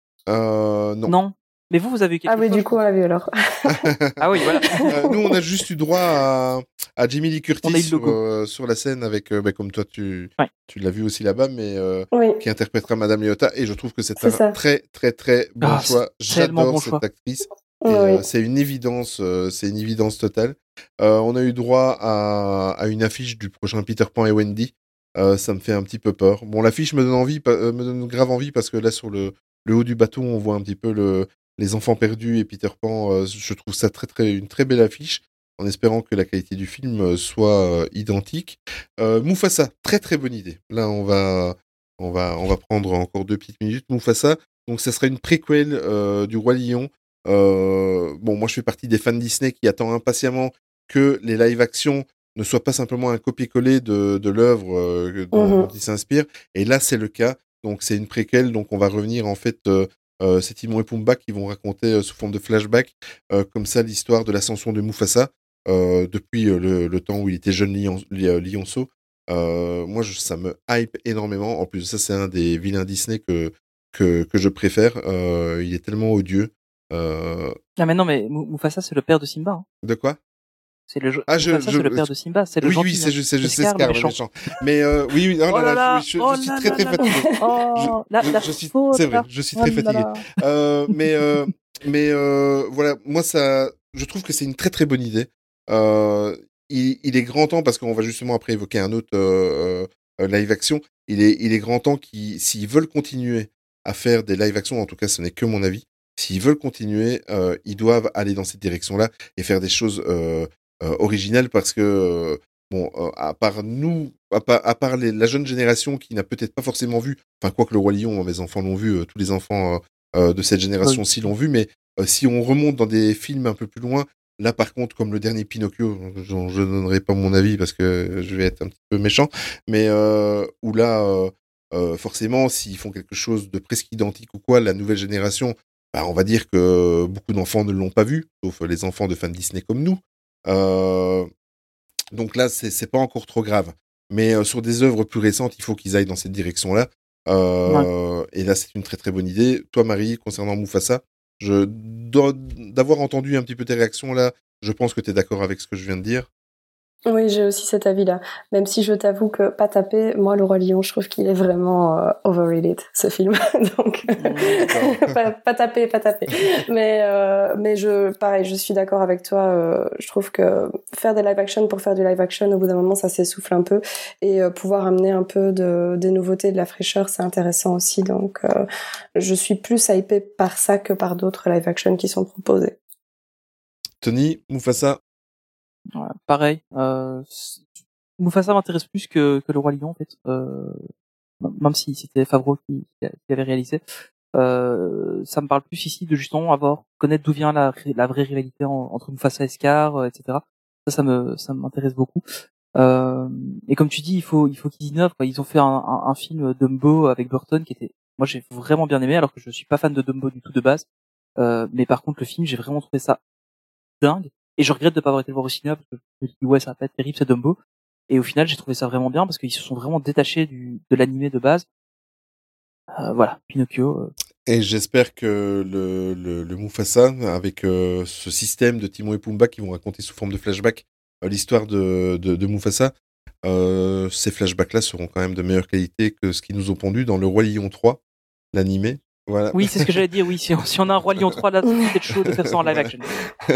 Euh, non. Non. Mais vous, vous avez eu quelque Ah oui, chose. du coup, on l'a vu alors. Ah oui, voilà. Euh, nous, on a juste eu droit à, à Jamie Lee On a eu Curtis le sur, logo. euh, sur la scène avec, euh, bah, comme toi, tu, Ouais. tu l'as vu aussi là-bas, mais euh, Oui. qui interprétera Madame Léota. Et je trouve que c'est C'est un ça. très, très, très bon Ah, choix. c'est tellement J'adore bon cette choix. actrice. Oui, Et, euh, oui. c'est une évidence, euh, c'est une évidence totale. Euh, on a eu droit à, à une affiche du prochain Peter Pan et Wendy. Euh, ça me fait un petit peu peur. Bon, l'affiche me donne envie, pa- euh, me donne grave envie parce que là, sur le, le haut du bateau, on voit un petit peu le, les enfants perdus et Peter Pan. Euh, je trouve ça très, très, une très belle affiche, en espérant que la qualité du film euh, soit euh, identique. Euh, Mufasa, très très bonne idée. Là, on va, on va, on va prendre encore deux petites minutes. Mufasa, donc ça sera une préquelle euh, du Roi Lion. Euh, bon, moi, je fais partie des fans Disney qui attendent impatiemment que les live-action ne soient pas simplement un copier-coller de, de l'œuvre euh, dont, Mhm. dont ils s'inspirent. Et là, c'est le cas. Donc, c'est une préquelle. Donc, on va revenir en fait. Euh, euh, c'est Timon et Pumba qui vont raconter euh, sous forme de flashback, euh, comme ça, l'histoire de l'ascension de Mufasa euh, depuis euh, le, le temps où il était jeune lion, li- euh, lionceau. Euh, moi, je, ça me hype énormément. En plus, ça, c'est un des vilains Disney que que, que je préfère. Euh, il est tellement odieux. Euh, Ah, mais non, mais Mou- Mufasa, c'est le père de Simba. Hein. de quoi? C'est le, jo- Ah, je- Mufasa, je- c'est le père de Simba. C'est le Oui, gentil. oui, c'est, je sais, je sais, Scar, Scar, le le méchant. méchant. Mais euh, oui, oui, oh là Oh là là, là, je, je- oh je suis là très là très là fatigué. là. Oh, la, Je- la je suis, faute, c'est vrai, là. je suis Oh très là fatigué. là. Euh, mais euh, mais euh, voilà, moi ça, je trouve que c'est une très très bonne idée. Euh, il, il est grand temps parce qu'on va justement après évoquer un autre euh, euh, live action. Il est il est grand temps qu'ils, s'ils veulent continuer à faire des live action, en tout cas ce n'est que mon avis. S'ils veulent continuer, euh, ils doivent aller dans cette direction-là et faire des choses euh, euh, originales parce que euh, bon, euh, à part nous, à part, à part les, la jeune génération qui n'a peut-être pas forcément vu, enfin quoi que le Roi Lion, mes enfants l'ont vu, euh, tous les enfants euh, euh, de cette génération-ci l'ont vu, mais euh, si on remonte dans des films un peu plus loin, là par contre, comme le dernier Pinocchio, je ne donnerai pas mon avis parce que je vais être un petit peu méchant, mais euh, où là, euh, euh, forcément, s'ils font quelque chose de presque identique ou quoi, la nouvelle génération, bah, on va dire que beaucoup d'enfants ne l'ont pas vu, sauf les enfants de fans Disney comme nous. Euh, donc là, c'est, c'est pas encore trop grave. Mais euh, sur des œuvres plus récentes, il faut qu'ils aillent dans cette direction-là. Euh, ouais. Et là, c'est une très très bonne idée. Toi, Marie, concernant Mufasa, je, d'avoir entendu un petit peu tes réactions là, je pense que tu es d'accord avec ce que je viens de dire. Oui, j'ai aussi cet avis-là. Même si je t'avoue que pas taper, moi, le Roi Lion, je trouve qu'il est vraiment euh, overrated, ce film. Donc, mmh, pas, pas taper, pas taper. Mais, euh, mais je, pareil, je suis d'accord avec toi. Euh, je trouve que faire des live-action pour faire du live-action, au bout d'un moment, ça s'essouffle un peu. Et euh, pouvoir amener un peu de, des nouveautés, de la fraîcheur, c'est intéressant aussi. Donc, euh, je suis plus hypée par ça que par d'autres live-action qui sont proposés. Tony, Mufasa? Ouais, pareil. Euh, Mufasa m'intéresse plus que, que le Roi Lion en fait. Euh, même si c'était Favreau qui, qui avait réalisé, euh, ça me parle plus ici de justement avoir connaître d'où vient la, la vraie rivalité en, entre Mufasa et Scar, euh, et cetera. Ça, ça me ça m'intéresse beaucoup. Euh, et comme tu dis, il faut il faut qu'ils innovent. Quoi. Ils ont fait un, un, un film Dumbo avec Burton qui était, moi j'ai vraiment bien aimé, alors que je suis pas fan de Dumbo du tout de base. Euh, mais par contre le film, j'ai vraiment trouvé ça dingue. Et je regrette de pas avoir été le voir au cinéma parce que je me suis dit ouais, ça va pas être terrible, c'est Dumbo. Et au final, j'ai trouvé ça vraiment bien parce qu'ils se sont vraiment détachés du de l'animé de base. Euh, voilà, Pinocchio. Euh... Et j'espère que le le, le Mufasa avec euh, ce système de Timon et Pumba qui vont raconter sous forme de flashback euh, l'histoire de de, de Mufasa, euh, ces flashbacks là seront quand même de meilleure qualité que ce qu'ils nous ont pondu dans le Roi Lion trois, l'animé. Voilà. Oui, c'est ce que j'allais dire. Oui, si on, si on a un Roi Lion trois là, c'est peut-être chaud de faire ça en live action.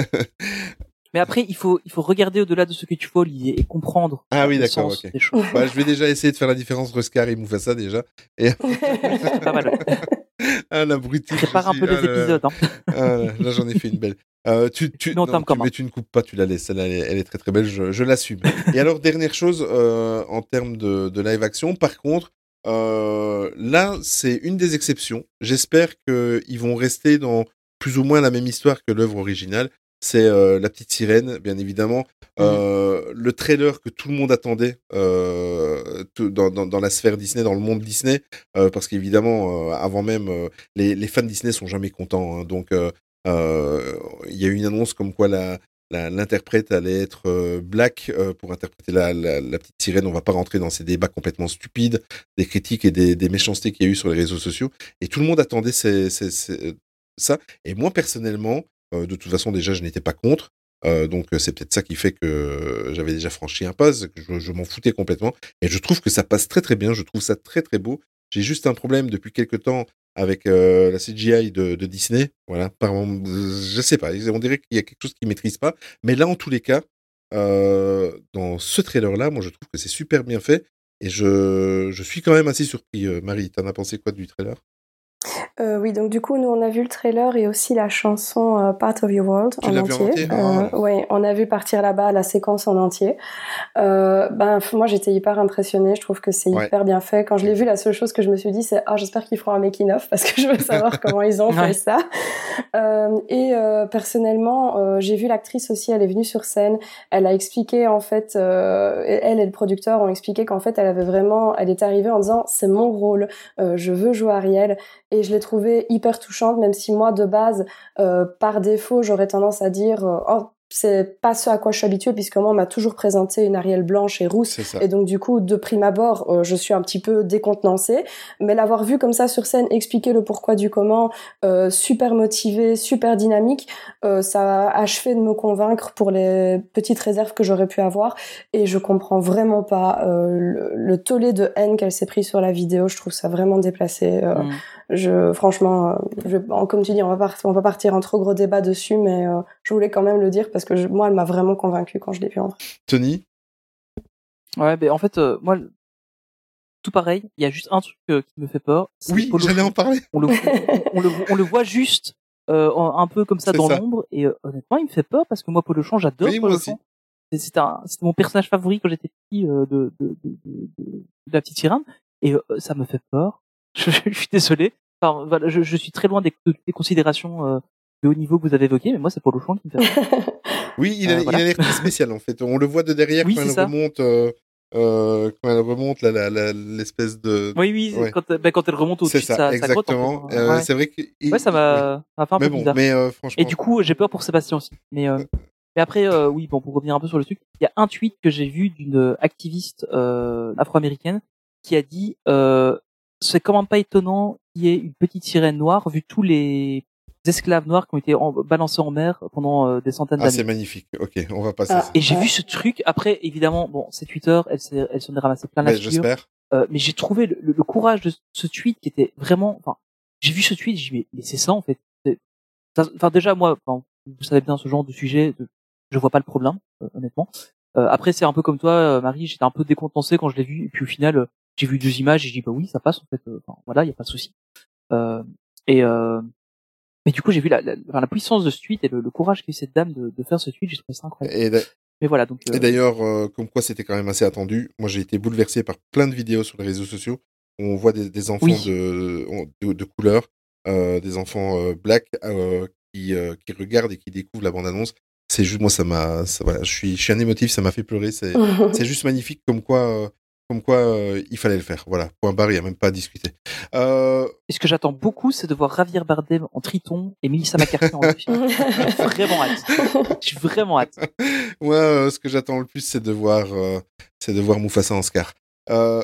Mais après, il faut, il faut regarder au-delà de ce que tu vois et, et comprendre. Ah oui, d'accord, ok. Bah, je vais déjà essayer de faire la différence entre Scar et Mufasa déjà. Et... c'est pas mal. Ah, l'abruti. Prépare un peu ah, les là, épisodes. Hein. Ah, là, là, j'en ai fait une belle. Euh, tu, tu, non, non, tu, mais tu ne coupes pas, tu la laisses. Elle, elle, est, elle est très très belle, je, je l'assume. Et alors, dernière chose, euh, en termes de, de live action, par contre, euh, là, c'est une des exceptions. J'espère qu'ils vont rester dans plus ou moins la même histoire que l'œuvre originale. C'est euh, La Petite Sirène, bien évidemment. Mmh. Euh, le trailer que tout le monde attendait euh, tout, dans, dans, dans la sphère Disney, dans le monde Disney, euh, parce qu'évidemment, euh, avant même, euh, les, les fans Disney sont jamais contents. Hein, donc, il euh, euh, y a eu une annonce comme quoi la, la, l'interprète allait être euh, black euh, pour interpréter la, la, la Petite Sirène. On va pas rentrer dans ces débats complètement stupides, des critiques et des, des méchancetés qu'il y a eu sur les réseaux sociaux. Et tout le monde attendait ces, ces, ces, ça. Et moi, personnellement, Euh, de toute façon, déjà, je n'étais pas contre. Euh, donc, c'est peut-être ça qui fait que j'avais déjà franchi un pas, que je, je m'en foutais complètement. Et je trouve que ça passe très, très bien. Je trouve ça très, très beau. J'ai juste un problème depuis quelques temps avec euh, la C G I de, de Disney. Voilà. Par, je sais pas. On dirait qu'il y a quelque chose qu'ils maîtrisent pas. Mais là, en tous les cas, euh, dans ce trailer-là, moi, je trouve que c'est super bien fait. Et je, je suis quand même assez surpris. Euh, Marie, t'en as pensé quoi du trailer ? Euh, oui, donc du coup, nous, on a vu le trailer et aussi la chanson euh, Part of Your World tu en l'as entier. Vu en entier euh, oui, on a vu partir là-bas la séquence en entier. Euh, ben, moi, j'étais hyper impressionnée. Je trouve que c'est ouais. hyper bien fait. Quand je l'ai vu, la seule chose que je me suis dit, c'est « Ah, j'espère qu'ils feront un making-of parce que je veux savoir comment ils ont fait ça. » euh, Et euh, personnellement, euh, j'ai vu l'actrice aussi, elle est venue sur scène. Elle a expliqué, en fait, euh, elle et le producteur ont expliqué qu'en fait, elle avait vraiment, elle était arrivée en disant « C'est mon rôle, euh, je veux jouer Ariel. » Et je l'ai trouvée hyper touchante, même si moi, de base, euh, par défaut, j'aurais tendance à dire euh, « Oh, c'est pas ce à quoi je suis habituée, puisque moi, on m'a toujours présenté une Ariel blanche et rousse. » Et donc, du coup, de prime abord, euh, je suis un petit peu décontenancée. Mais l'avoir vue comme ça sur scène, expliquer le pourquoi du comment, euh, super motivée, super dynamique, euh, ça a achevé de me convaincre pour les petites réserves que j'aurais pu avoir. Et je comprends vraiment pas euh, le, le tollé de haine qu'elle s'est pris sur la vidéo. Je trouve ça vraiment déplacé. Euh, mmh. Je, franchement, je, comme tu dis, on va, part, on va partir en trop gros débat dessus, mais euh, je voulais quand même le dire parce que je, moi, elle m'a vraiment convaincue quand je l'ai vue en vrai. Tony ? Ouais, ben en fait, euh, moi, tout pareil. Il y a juste un truc euh, qui me fait peur. Oui, j'allais en parler. On le, on, on le, on le voit juste euh, un peu comme ça c'est dans ça. l'ombre, et euh, honnêtement, il me fait peur parce que moi, Polochon, j'adore oui, Polochon. C'est- C'était, un, c'était mon personnage favori quand j'étais petit euh, de, de, de, de, de, de la petite sirène. Et euh, ça me fait peur. Je, je suis désolé. Enfin, voilà, je, je suis très loin des, des considérations euh, de haut niveau que vous avez évoquées, mais moi, c'est pour le chant qui me fait peur. Oui, il a, Euh, voilà. il a l'air très spécial en fait. On le voit de derrière Oui, quand c'est elle ça. remonte, euh, euh, quand elle remonte la, la, la- l'espèce de. Oui, oui, Ouais. quand, bah, quand elle remonte C'est au-dessus de ça, sa, sa grotte. En exactement. fait, hein. Euh, Ouais. C'est vrai que. il- Ouais, ça m'a, ça m'a fait un Mais peu bon, bizarre. mais euh, franchement. Et du coup, j'ai peur pour Sébastien aussi. Mais, euh, mais après, euh, oui, bon, pour revenir un peu sur le truc, il y a un tweet que j'ai vu d'une activiste euh, afro-américaine qui a dit euh, c'est quand même pas étonnant qu'il y ait une petite sirène noire vu tous les esclaves noirs qui ont été en, balancés en mer pendant euh, des centaines Ah, d'années. c'est magnifique. Ok, on va passer Ah. ça. Et j'ai Ouais. vu ce truc. Après, évidemment, bon, c'est Twitter, elle s'est, elle s'en est ramassée plein la Mais figure. j'espère. Euh, mais j'ai trouvé le, le, le courage de ce tweet qui était vraiment. Enfin, j'ai vu ce tweet, j'ai dit mais, mais c'est ça en fait. C'est- ça- Enfin déjà moi, enfin, vous savez bien ce genre de sujet, de, je vois pas le problème euh, honnêtement. Euh, après c'est un peu comme toi, euh, Marie, j'étais un peu décontenancé quand je l'ai vu et puis au final euh, j'ai vu deux images et j'ai dit bah oui ça passe en fait. Euh, Enfin voilà, il y a pas de souci. Euh, et euh, mais du coup j'ai vu la, la, enfin, la puissance de ce tweet et le, le courage qu'a eu cette dame de, de faire ce tweet, j'ai trouvé ça incroyable. Et, d'a- Mais voilà donc. et Euh, d'ailleurs, euh, comme quoi c'était quand même assez attendu. Moi, j'ai été bouleversé par plein de vidéos sur les réseaux sociaux où on voit des, des enfants Oui. de, de, de couleur, euh, des enfants euh, black euh, qui, euh, qui regardent et qui découvrent la bande-annonce. C'est juste, moi, ça m'a, ça, voilà, je suis, je suis un émotif, ça m'a fait pleurer. C'est, c'est juste magnifique, comme quoi, euh, comme quoi, euh, il fallait le faire. Voilà, point barre, il y a même pas à discuter. Euh, Et ce que j'attends beaucoup, c'est de voir Javier Bardem en Triton et Melissa McCarthy en Lucie. J'ai vraiment hâte. J'ai vraiment hâte. moi, euh, ce que j'attends le plus, c'est de voir, euh, c'est de voir Mufasa en Scar. Euh...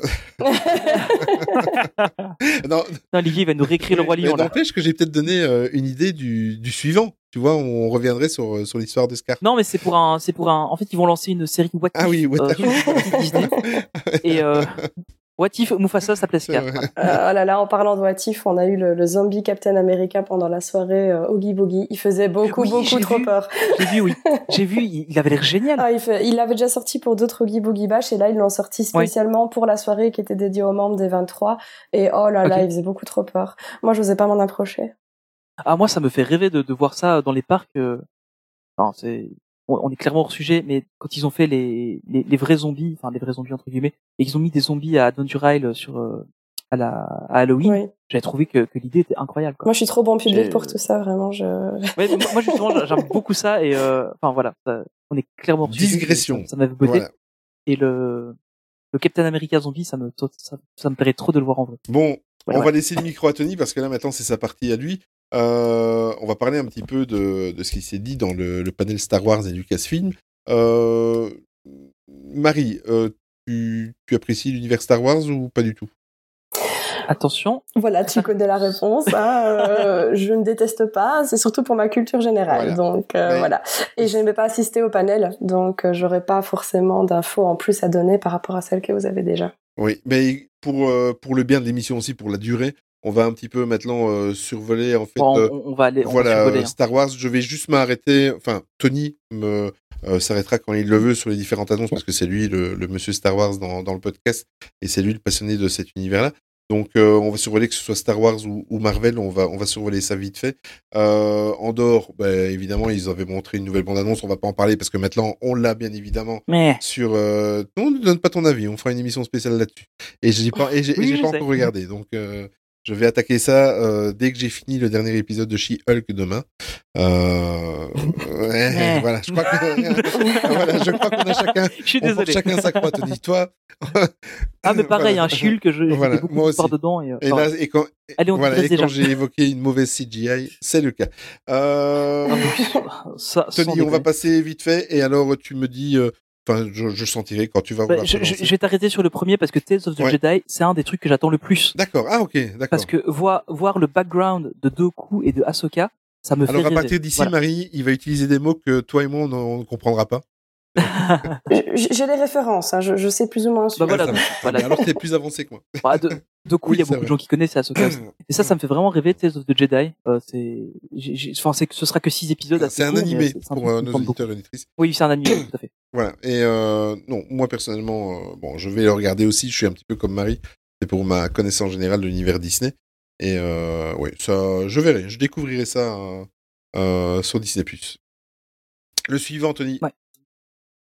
non, Non, Olivier va nous réécrire le Roi mais Lion, là. n'empêche que j'ai peut-être donné euh, une idée du, du suivant. Tu vois, on reviendrait sur, euh, sur l'histoire de Scar. Non, mais c'est pour un, c'est pour un, en fait, ils vont lancer une série What If, Ah oui, What euh, If. sur le site Disney. Et, euh, What If, Mufasa s'appelait C'est Scar. vrai. Voilà. Euh, oh là là, en parlant de What If, on a eu le, le zombie Captain America pendant la soirée euh, Oogie Boogie. Il faisait beaucoup, Oui, beaucoup j'ai trop vu. peur. J'ai vu, oui. J'ai vu, il, il avait l'air génial. Ah, il, fait, il l'avait déjà sorti pour d'autres Oogie Boogie Bash et là, ils l'ont sorti spécialement pour la soirée qui était dédiée aux membres des vingt-trois. Et oh là là, Ok. il faisait beaucoup trop peur. Moi, je n'osais pas m'en approcher. Ah, moi, ça me fait rêver de, de voir ça dans les parcs. Euh... Enfin, c'est, on, on est clairement hors sujet, mais quand ils ont fait les, les, les vrais zombies, enfin, les vrais zombies entre guillemets, et qu'ils ont mis des zombies à Adventure Isle sur, euh, à la, à Halloween, Oui. j'avais trouvé que, que l'idée était incroyable, quoi. Moi, je suis trop bon public J'ai- pour tout ça, vraiment. Je... Ouais, moi, moi, justement, j'aime beaucoup ça et euh, enfin voilà, ça, on est clairement hors sujet, Digression. Ça, ça m'avait botté. Voilà. Et le le Captain America zombie, ça me ça, ça me plairait trop de le voir en vrai. Bon, Voilà, on ouais. va laisser le micro à Tony parce que là maintenant c'est sa partie à lui. Euh, on va parler un petit peu de, de ce qui s'est dit dans le, le panel Star Wars et Lucasfilm. Euh, Marie, euh, tu, tu apprécies l'univers Star Wars ou pas du tout? Attention. Voilà, tu connais la réponse. Hein, euh, je ne déteste pas, c'est surtout pour ma culture générale. Voilà. Donc euh, Mais- voilà. Et je n'aimais pas assister au panel, donc euh, j'aurais pas forcément d'infos en plus à donner par rapport à celles que vous avez déjà. Oui, mais pour, euh, pour le bien de l'émission aussi, pour la durée, on va un petit peu maintenant euh, survoler en fait. Bon, euh, on, on va aller. On va voilà, survoler, euh, hein. Star Wars, je vais juste m'arrêter. Enfin, Tony me euh, s'arrêtera quand il le veut sur les différentes annonces parce que c'est lui le, le monsieur Star Wars dans, dans le podcast et c'est lui le passionné de cet univers-là. Donc, euh, on va survoler que ce soit Star Wars ou, ou Marvel, on va on va survoler ça vite fait. Euh, Andorre, bah, évidemment, ils avaient montré une nouvelle bande-annonce. On va pas en parler parce que maintenant, on l'a bien évidemment Mais sur. Euh... Non, ne donne pas ton avis. On fera une émission spéciale là-dessus. Et j'ai pas et j'ai, Oui, et j'ai je pas sais. encore regardé, donc. Euh... Je vais attaquer ça euh, dès que j'ai fini le dernier épisode de She-Hulk demain. Euh... ouais, Mais- voilà, je crois que voilà, je crois qu'on a chacun, je suis on porte désolé. chacun sa croix. Tony, toi. Ah mais pareil, Voilà. un Shulk que je j'ai Voilà, beaucoup moi de part aussi. dedans et, euh, Et enfin, là, et quand, allez, on voilà, digresse et quand déjà. j'ai évoqué une mauvaise C G I, c'est le cas. Euh... Ah, mais ça, sans Tony, on va déconner. passer vite fait. Et alors, tu me dis, euh, enfin, je, je sentirai quand tu vas Bah, vouloir je, te je, lancer. je vais t'arrêter sur le premier parce que Tales of the Ouais. Jedi, c'est un des trucs que j'attends le plus. D'accord. Ah, ok, d'accord. Parce que voir, voir le background de Dooku et de Ahsoka, ça me fait Alors, à rêver. partir d'ici, Voilà. Marie, il va utiliser des mots que toi et moi, on on ne comprendra pas. J- J'ai les références, hein, je, je sais plus ou moins. Bah voilà, ça donc, va. voilà. Alors, t'es plus avancé que moi. Bah, de, Dooku, Oui, il y a c'est beaucoup de vrai. gens qui connaissent et Ahsoka aussi. Et ça, ça me fait vraiment rêver, Tales of the Jedi. Euh, c'est, j'ai, j'ai, enfin, c'est que ce sera que six épisodes. assez C'est un courts, mais animé c'est- c'est un pour truc euh, qui me nos tente beaucoup. auditeurs et auditrices. Oui, c'est un animé, tout à fait. Voilà. Et euh, non, moi personnellement, euh, bon, je vais le regarder aussi. Je suis un petit peu comme Marie. C'est pour ma connaissance générale de l'univers Disney. Et euh, oui, ça, je verrai. Je découvrirai ça euh, euh, sur Disney plus. Le suivant, Tony. Ouais.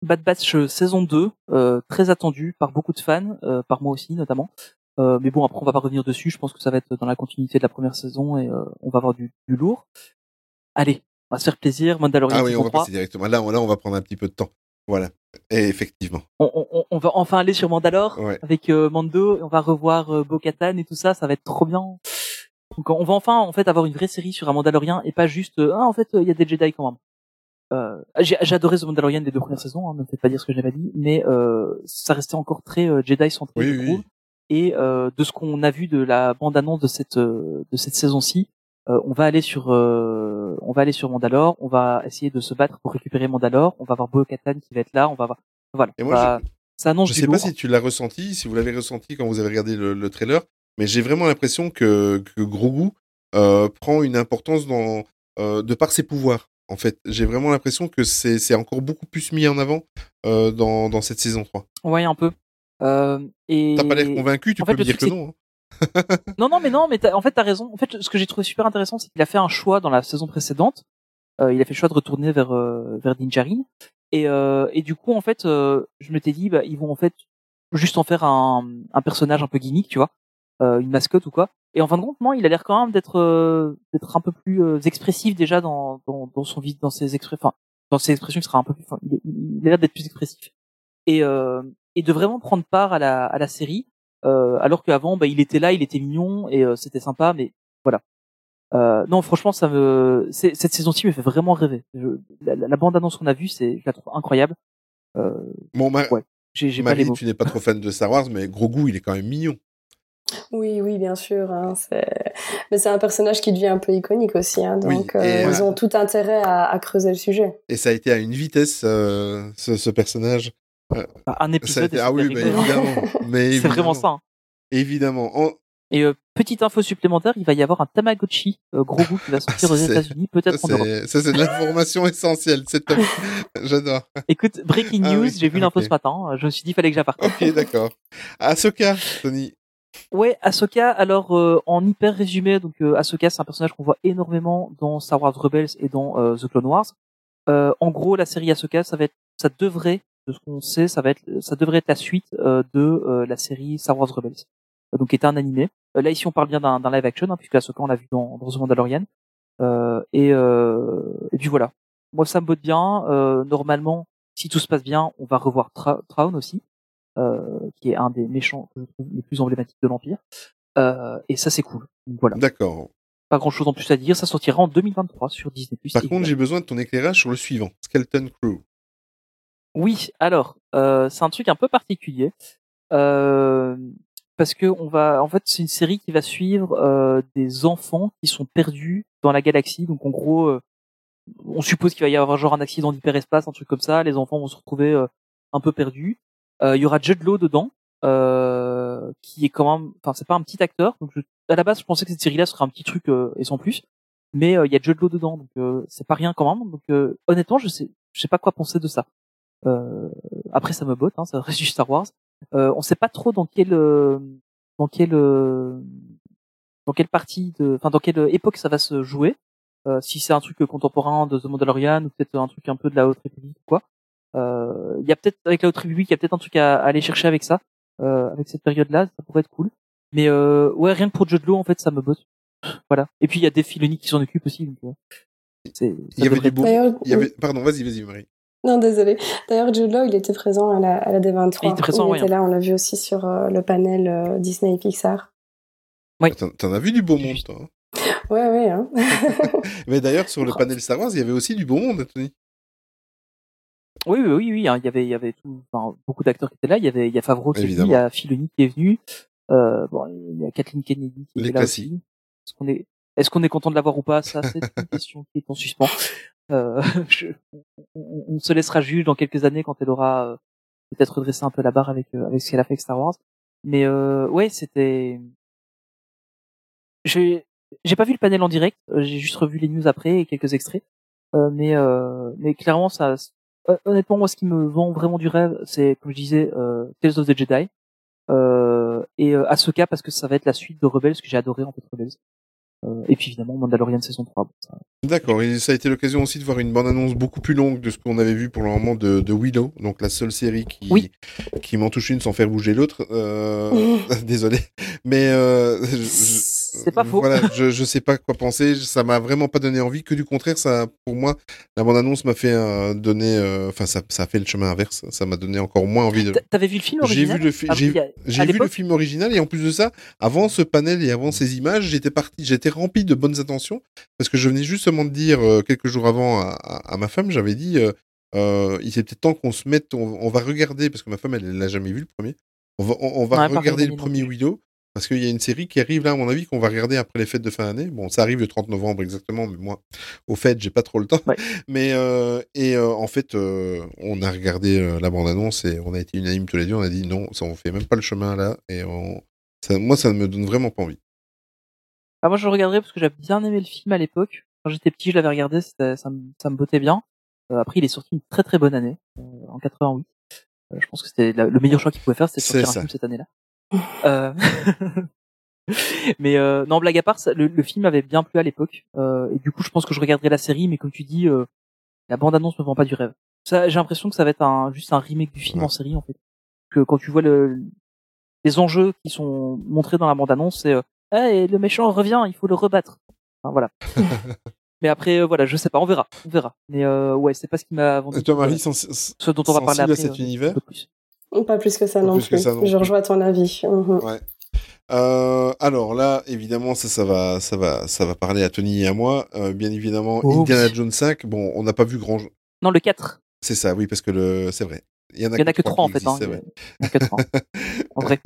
Bad Batch euh, saison deux, euh, très attendu par beaucoup de fans, euh, par moi aussi notamment. Euh, mais bon, après on va pas revenir dessus. Je pense que ça va être dans la continuité de la première saison et euh, on va avoir du, du lourd. Allez, on va se faire plaisir. Mandalorian Ah oui, on saison va trois. passer directement. Là, on- là, on va prendre un petit peu de temps. Voilà. Et effectivement. On, on, on va enfin aller sur Mandalore Ouais. avec euh, Mando. Et on va revoir euh, Bo-Katan et tout ça. Ça va être trop bien. Donc on va enfin en fait avoir une vraie série sur un Mandalorien et pas juste euh, ah en fait il y a des Jedi quand même. Euh, j'ai, j'ai adoré The Mandalorian des deux premières saisons, hein, ne me faites pas dire ce que j'avais dit, mais euh, ça restait encore très euh, Jedi centré, Oui, je oui. trouve. Et euh, de ce qu'on a vu de la bande-annonce de cette euh, de cette saison-ci, euh, on va aller sur euh, on va aller sur Mandalore, on va essayer de se battre pour récupérer Mandalore, on va voir Bo-Katan qui va être là, on va voir voilà. Et on moi, va- je, ça annonce je du sais pas lourd. si tu l'as ressenti, si vous l'avez ressenti quand vous avez regardé le, le trailer, mais j'ai vraiment l'impression que, que Grogu euh, prend une importance dans euh, de par ses pouvoirs. En fait, j'ai vraiment l'impression que c'est c'est encore beaucoup plus mis en avant euh, dans dans cette saison trois. Ouais, un peu. Euh, et T'as pas l'air convaincu, tu en peux fait, me le dire truc, que c'est- non. hein. Non, non, mais non, mais t'as- en fait, t'as raison. En fait, ce que j'ai trouvé super intéressant, c'est qu'il a fait un choix dans la saison précédente. Euh, il a fait le choix de retourner vers euh, vers Din Djarin. Et euh, et du coup, en fait, euh, je m'étais dit, bah, ils vont en fait juste en faire un un personnage un peu gimmick, tu vois, euh, une mascotte ou quoi. Et en fin de compte, non, il a l'air quand même d'être euh, d'être un peu plus euh, expressif déjà dans dans dans son vide, dans ses expressions, enfin dans ses expressions, il sera un peu plus, enfin, il, est- il a l'air d'être plus expressif. Et euh, et de vraiment prendre part à la à la série. Euh, alors qu'avant, bah, il était là, il était mignon et euh, c'était sympa, mais voilà. Euh, non, franchement, ça me, c'est- cette saison-ci me fait vraiment rêver. Je, la, la, la bande-annonce qu'on a vue, c'est, je la trouve incroyable. Euh, Bon, Ma- ouais, j'ai, j'ai pas les Marie, mots. tu n'es pas trop fan de Star Wars, mais Grogu, il est quand même mignon. Oui, oui, bien sûr. Hein, c'est... Mais c'est un personnage qui devient un peu iconique aussi. Hein, Oui, donc, et, euh, euh, ils ont tout intérêt à, à creuser le sujet. Et ça a été à une vitesse, euh, ce, ce personnage. Bah, un Ça a épisode. été... et Ah oui, c'était bah, rigolo. évidemment. Mais C'est évidemment. vraiment ça. Hein. Évidemment. En- Et euh, petite info supplémentaire, il va y avoir un Tamagotchi euh, gros goût qui va sortir ça, aux c'est- États-Unis, Ça, peut-être en Europe. c'est ça, c'est de l'information essentielle. C'est top. J'adore. Écoute, breaking Ah news, oui, j'ai vu l'info ok. ce matin. Je me suis dit, fallait que j'appartienne. Ok, d'accord. Ahsoka, Tony. Ouais, Ahsoka, alors euh, en hyper résumé, donc euh, Ahsoka c'est un personnage qu'on voit énormément dans Star Wars Rebels et dans euh, The Clone Wars. Euh, en gros, la série Ahsoka, ça va être, ça devrait, de ce qu'on sait, ça va être, ça devrait être la suite euh, de euh, la série Star Wars Rebels, euh, donc qui est un animé. Euh, là ici, on parle bien d'un, d'un live action, hein, puisque Ahsoka on l'a vu dans, dans The Mandalorian. Euh, et, euh, et puis voilà. Moi, ça me botte bien. Euh, normalement, si tout se passe bien, on va revoir Tra- Thrawn aussi. Euh, qui est un des méchants que je trouve les plus emblématiques de l'Empire. Euh, et ça, c'est cool. Donc voilà. D'accord. Pas grand chose en plus à dire. Ça sortira en deux mille vingt-trois sur Disney+. Par évidemment. contre, j'ai besoin de ton éclairage sur le suivant. Skeleton Crew. Oui, alors, euh, c'est un truc un peu particulier. Euh, parce que on va, en fait, c'est une série qui va suivre euh, des enfants qui sont perdus dans la galaxie. Donc en gros, euh, on suppose qu'il va y avoir genre un accident d'hyperespace, un truc comme ça. Les enfants vont se retrouver euh, un peu perdus. Euh, il y aura Jude Law dedans, euh, qui est quand même, enfin c'est pas un petit acteur. Donc je, à la base, je pensais que cette série-là serait un petit truc euh, et sans plus, mais euh, il y a Jude Law dedans, donc euh, c'est pas rien quand même. Donc euh, honnêtement, je sais, je sais pas quoi penser de ça. Euh, après, ça me botte, hein, ça reste du Star Wars. Euh, on sait pas trop dans quelle, euh, dans quelle, euh, dans quelle partie de, enfin dans quelle époque ça va se jouer. Euh, si c'est un truc contemporain de The Mandalorian ou peut-être un truc un peu de la Haute République ou quoi. Euh, il y a peut-être avec la Haute République, il y a peut-être un truc à, à aller chercher avec ça, euh, avec cette période-là, ça pourrait être cool. Mais euh, ouais, rien que pour Jude Law, en fait, ça me botte. Voilà. Et puis il y a Dave Filoni qui s'en occupe aussi. Donc, euh, c'est, Il y avait devrait du beau. D'ailleurs, Il y avait... Pardon, vas-y, vas-y, Marie. Non, désolé. D'ailleurs, Jude Law, il était présent à la, à la D vingt-trois. Il était présent, il oui, était hein. là, on l'a vu aussi sur euh, le panel euh, Disney et Pixar. Oui. T'en, t'en as vu du beau monde, toi. hein. Ouais, ouais. Hein. Mais d'ailleurs, sur le panel Star Wars, il y avait aussi du beau monde, Tony. Oui, oui, oui, oui. hein, Il y avait, il y avait tout, enfin, beaucoup d'acteurs qui étaient là. Il y avait, il y a Favreau qui est venu, Évidemment. il y a Filoni qui est venu. Euh, bon, il y a Kathleen Kennedy qui Les est là classiques. aussi. Est-ce qu'on est, est-ce qu'on est content de l'avoir ou pas? Ça, c'est une question qui est en suspens. Euh, je, on, on se laissera juger dans quelques années quand elle aura euh, peut-être redressé un peu la barre avec euh, avec ce qu'elle a fait avec Star Wars. Mais euh, ouais, c'était. J'ai, j'ai pas vu le panel en direct. euh, J'ai juste revu les news après et quelques extraits. Euh, mais euh, mais clairement, ça. Honnêtement, moi, ce qui me vend vraiment du rêve, c'est, comme je disais, euh, Tales of the Jedi euh, et euh, Ahsoka parce que ça va être la suite de Rebels que j'ai adoré en fait Rebels. Euh, et puis évidemment Mandalorian saison trois. Bon, ça... D'accord, et ça a été l'occasion aussi de voir une bande-annonce beaucoup plus longue de ce qu'on avait vu pour le moment de, de Willow, donc la seule série qui, oui. qui m'en touche une sans faire bouger l'autre. Euh... Désolé, mais euh, je, je, c'est pas faux. Voilà, je, je sais pas quoi penser. Ça m'a vraiment pas donné envie. Que du contraire, ça, pour moi, la bande-annonce m'a fait euh, donner, enfin, euh, ça, ça a fait le chemin inverse. Ça m'a donné encore moins envie de. T'avais vu le film original? J'ai vu le, fi- ah, j'ai, j'ai vu le film original et en plus de ça, avant ce panel et avant ces images, j'étais parti, j'étais rempli de bonnes intentions parce que je venais justement de dire euh, quelques jours avant à, à, à ma femme, j'avais dit, euh, euh, il est peut-être temps qu'on se mette, on, on va regarder parce que ma femme elle, elle l'a jamais vu le premier. On va, on, on va ouais, regarder le premier Willow. Parce qu'il y a une série qui arrive là, à mon avis, qu'on va regarder après les fêtes de fin d'année. Bon, ça arrive le trente novembre exactement, mais moi, au fait, j'ai pas trop le temps. Ouais. Mais euh, et euh, en fait, euh, on a regardé euh, la bande-annonce et on a été unanimes tous les deux. On a dit non, ça on fait même pas le chemin là. Et on... ça, moi, ça ne me donne vraiment pas envie. Ah, moi, je le regarderai parce que j'avais bien aimé le film à l'époque. Quand j'étais petit, je l'avais regardé, c'était, ça, me, ça me bottait bien. Euh, après, il est sorti une très très bonne année, euh, en quatre-vingt-huit. Euh, je pense que c'était la, le meilleur choix qu'il pouvait faire, c'était de sortir un film cette année-là. euh... mais euh, non, blague à part, ça, le, le film avait bien plu à l'époque euh, et du coup je pense que je regarderai la série, mais comme tu dis, euh, la bande-annonce me vend pas du rêve. Ça, j'ai l'impression que ça va être un, juste un remake du film ouais. en série en fait. Que quand tu vois le, les enjeux qui sont montrés dans la bande-annonce, c'est euh, hey, le méchant revient, il faut le rebattre. Enfin, voilà. Mais après, euh, voilà, je sais pas, on verra, on verra. Mais euh, ouais, c'est pas ce qui m'a vendu. Et toi, Marie, euh, sens- ce dont on va parler après. À cet euh, univers. Un peu plus. Pas plus que ça, pas non, plus. Que ça non je plus. rejoins ton avis. Mmh. Ouais. Euh, alors là, évidemment, ça, ça va, ça va, ça va parler à Tony et à moi. Euh, bien évidemment, oh, Indiana oui. Jones cinq. Bon, on n'a pas vu grand. Non, le quatre. C'est ça, oui, parce que le, c'est vrai. Il y en a, Il y en a que trois en fait. Hein, c'est vrai. Il y en a que trois. En vrai.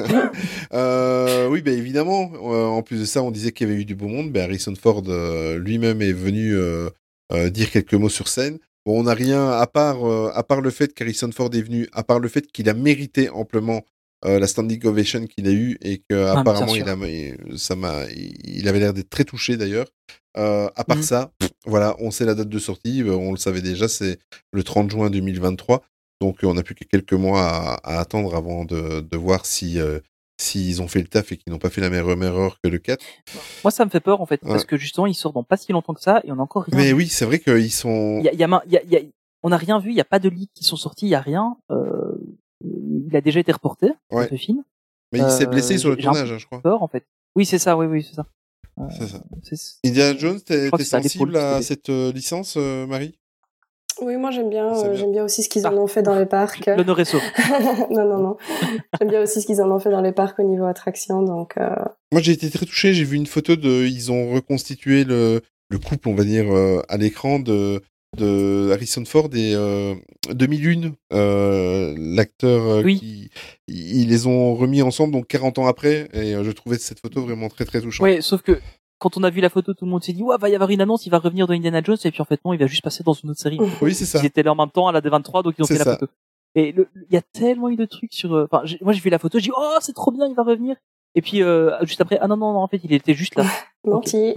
euh, oui, ben bah, évidemment. Euh, en plus de ça, on disait qu'il y avait eu du beau monde. Ben Harrison Ford euh, lui-même est venu euh, euh, dire quelques mots sur scène. Bon, on n'a rien à part, euh, à part le fait qu'Harrison Ford est venu, à part le fait qu'il a mérité amplement euh, la standing ovation qu'il a eue et qu'apparemment ah, il a, ça m'a, il avait l'air d'être très touché d'ailleurs. Euh, à part mmh. ça, pff, voilà, on sait la date de sortie, on le savait déjà, c'est le trente juin deux mille vingt-trois. Donc on n'a plus que quelques mois à, à attendre avant de, de voir si euh, s'ils ont fait le taf et qu'ils n'ont pas fait la même erreur que le quatre. Moi, ça me fait peur, en fait, ouais. parce que justement, il sort dans pas si longtemps que ça, et on a encore rien Mais vu. oui, c'est vrai qu'ils sont... Il y a, il y a, il y a, il y a, on n'a rien vu, il n'y a pas de leaks qui sont sortis, il n'y a rien. Euh, il a déjà été reporté, ouais. ce film. Mais il s'est blessé euh, sur le tournage, hein, je crois. Peur, en fait. Oui, c'est ça, oui, oui, c'est ça. Euh, c'est ça. C'est... Indiana Jones, t'es, t'es sensible à cette euh, licence, euh, Marie ? Oui, moi j'aime bien, euh, bien. J'aime bien aussi ce qu'ils ah. en ont fait dans les parcs. L'honneur est sauf. non, non, non. J'aime bien aussi ce qu'ils en ont fait dans les parcs au niveau attraction, donc. Euh... Moi j'ai été très touché. J'ai vu une photo de, ils ont reconstitué le le couple, on va dire, euh, à l'écran de de Harrison Ford et euh, deux mille un, euh, l'acteur euh, oui. qui, ils les ont remis ensemble donc quarante ans après et euh, je trouvais cette photo vraiment très très touchante. Oui, sauf que quand on a vu la photo, tout le monde s'est dit ouais, va y avoir une annonce, il va revenir dans Indiana Jones, et puis en fait non, il va juste passer dans une autre série. Oui, c'est ça. Ils étaient là en même temps à la D vingt-trois, donc ils ont c'est fait ça. la photo. Et il y a tellement eu de trucs sur. Enfin, euh, moi j'ai vu la photo, j'ai dit oh c'est trop bien, il va revenir. Et puis euh, juste après, ah non non non, en fait il était juste là. Menti.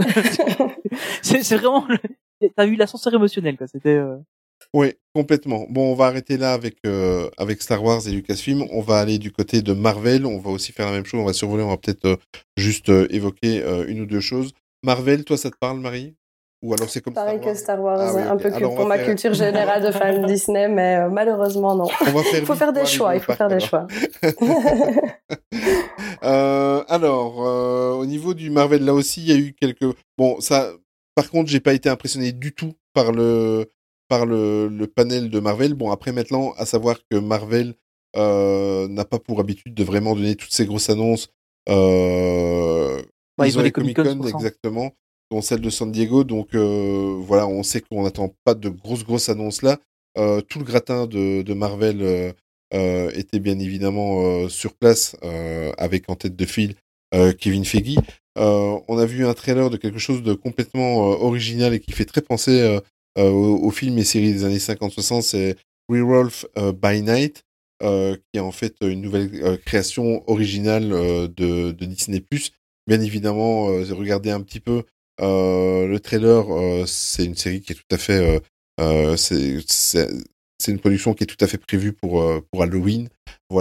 c'est, c'est vraiment. Le... T'as eu l'ascenseur émotionnel quoi. C'était. Euh... Oui, complètement. Bon, on va arrêter là avec euh, avec Star Wars et Lucasfilm. On va aller du côté de Marvel. On va aussi faire la même chose. On va survoler. On va peut-être euh, juste euh, évoquer euh, une ou deux choses. Marvel, toi, ça te parle, Marie ? Ou alors c'est comme Pareil Star Wars que Star Wars, ah, oui, okay. un peu alors, que pour ma faire... culture générale de fan Disney, mais euh, malheureusement non. On va faire il faut faire des choix. Il faut faire des choix. euh, alors, euh, au niveau du Marvel, là aussi, il y a eu quelques. Bon, ça. Par contre, j'ai pas été impressionné du tout par le par le, le panel de Marvel. Bon, après maintenant, à savoir que Marvel euh, n'a pas pour habitude de vraiment donner toutes ces grosses annonces. Euh, bah, ils, ils ont les Comic-Con, Comic-Con exactement, dont celle de San Diego. Donc euh, voilà, on sait qu'on n'attend pas de grosses grosses annonces là. Euh, tout le gratin de, de Marvel euh, euh, était bien évidemment euh, sur place euh, avec en tête de file euh, Kevin Feige. Euh, on a vu un trailer de quelque chose de complètement euh, original et qui fait très penser euh, euh, aux, aux films et séries des années cinquante soixante. C'est Werewolf euh, by Night, euh, qui est en fait une nouvelle euh, création originale euh, de, de Disney+. Bien évidemment, euh, regardez un petit peu euh, le trailer. Euh, c'est une série qui est tout à fait... Euh, euh, c'est, c'est, c'est une production qui est tout à fait prévue pour, euh, pour Halloween. Voilà.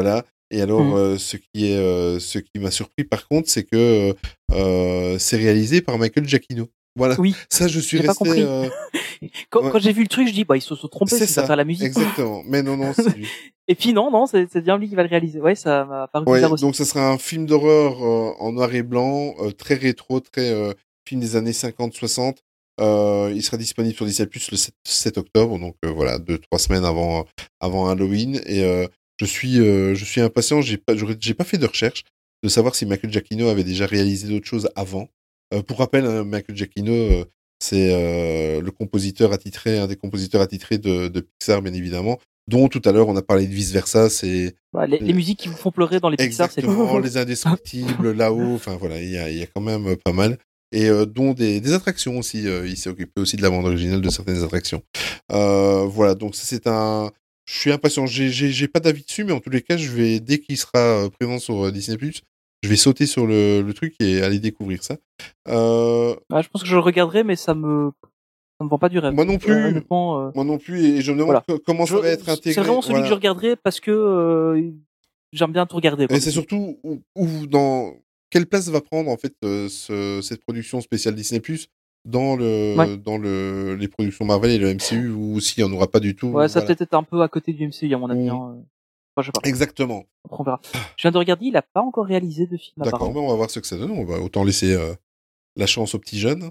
Et alors, Mhm. euh, ce qui est, euh, ce qui m'a surpris par contre, c'est que euh, c'est réalisé par Michael Giacchino. Voilà. Oui. Ça, je suis J'ai pas resté. compris. euh, Quand, ouais. quand j'ai vu le truc, je dis bah ils se sont trompés, C'est s'il va ça. faire la musique. Exactement. Mais non, non, c'est lui. Et puis non, non, c'est, c'est bien lui qui va le réaliser. Ouais, ça m'a paru Ouais, bizarre aussi. donc ça sera un film d'horreur euh, en noir et blanc, euh, très rétro, très euh, film des années cinquante soixante. Euh, il sera disponible sur Disney Plus le sept octobre, donc euh, voilà, deux trois semaines avant avant Halloween. Et euh, je suis euh, je suis impatient. J'ai pas j'aurais- j'ai pas fait de recherche de savoir si Michael Giacchino avait déjà réalisé d'autres choses avant. Euh, pour rappel, hein, Michael Giacchino, euh, c'est euh, le compositeur attitré, un des compositeurs attitrés de, de Pixar, bien évidemment. Dont tout à l'heure on a parlé de Vice Versa, c'est Bah, les, les musiques qui vous font pleurer dans les Pixar, c'est exactement lui. les Indestructibles, là-haut. Enfin voilà, il y a, il y a quand même pas mal. Et euh, dont des, des attractions aussi. Euh, il s'est occupé aussi de la bande originale de certaines attractions. Euh, voilà, donc ça c'est un. Je suis impatient. J'ai, j'ai, j'ai pas d'avis dessus, mais en tous les cas, je vais dès qu'il sera euh, présent sur euh, Disney Plus, je vais sauter sur le, le truc et aller découvrir ça. Euh, Ouais, je pense que je le regarderai, mais ça me ça me vend pas du rêve. moi non plus. Euh, honnêtement, euh, Moi non plus, et je me demande Voilà. co- comment ça je- va être intégré. C'est vraiment celui Voilà. que je regarderai parce que euh, j'aime bien tout regarder. Quoi. Et c'est surtout où, où dans quelle place va prendre en fait euh, ce, cette production spéciale Disney Plus dans le Ouais. dans le les productions Marvel et le M C U, ou s'il n'y en aura pas du tout. Ouais, ça voilà. peut-être être un peu à côté du M C U à mon avis. Mm. Hein. Enfin, je sais pas. Exactement. Après, on verra. Je viens de regarder, il a pas encore réalisé de film. D'accord, apparemment. ben on va voir ce que ça donne. On va autant laisser euh, la chance aux petits jeunes.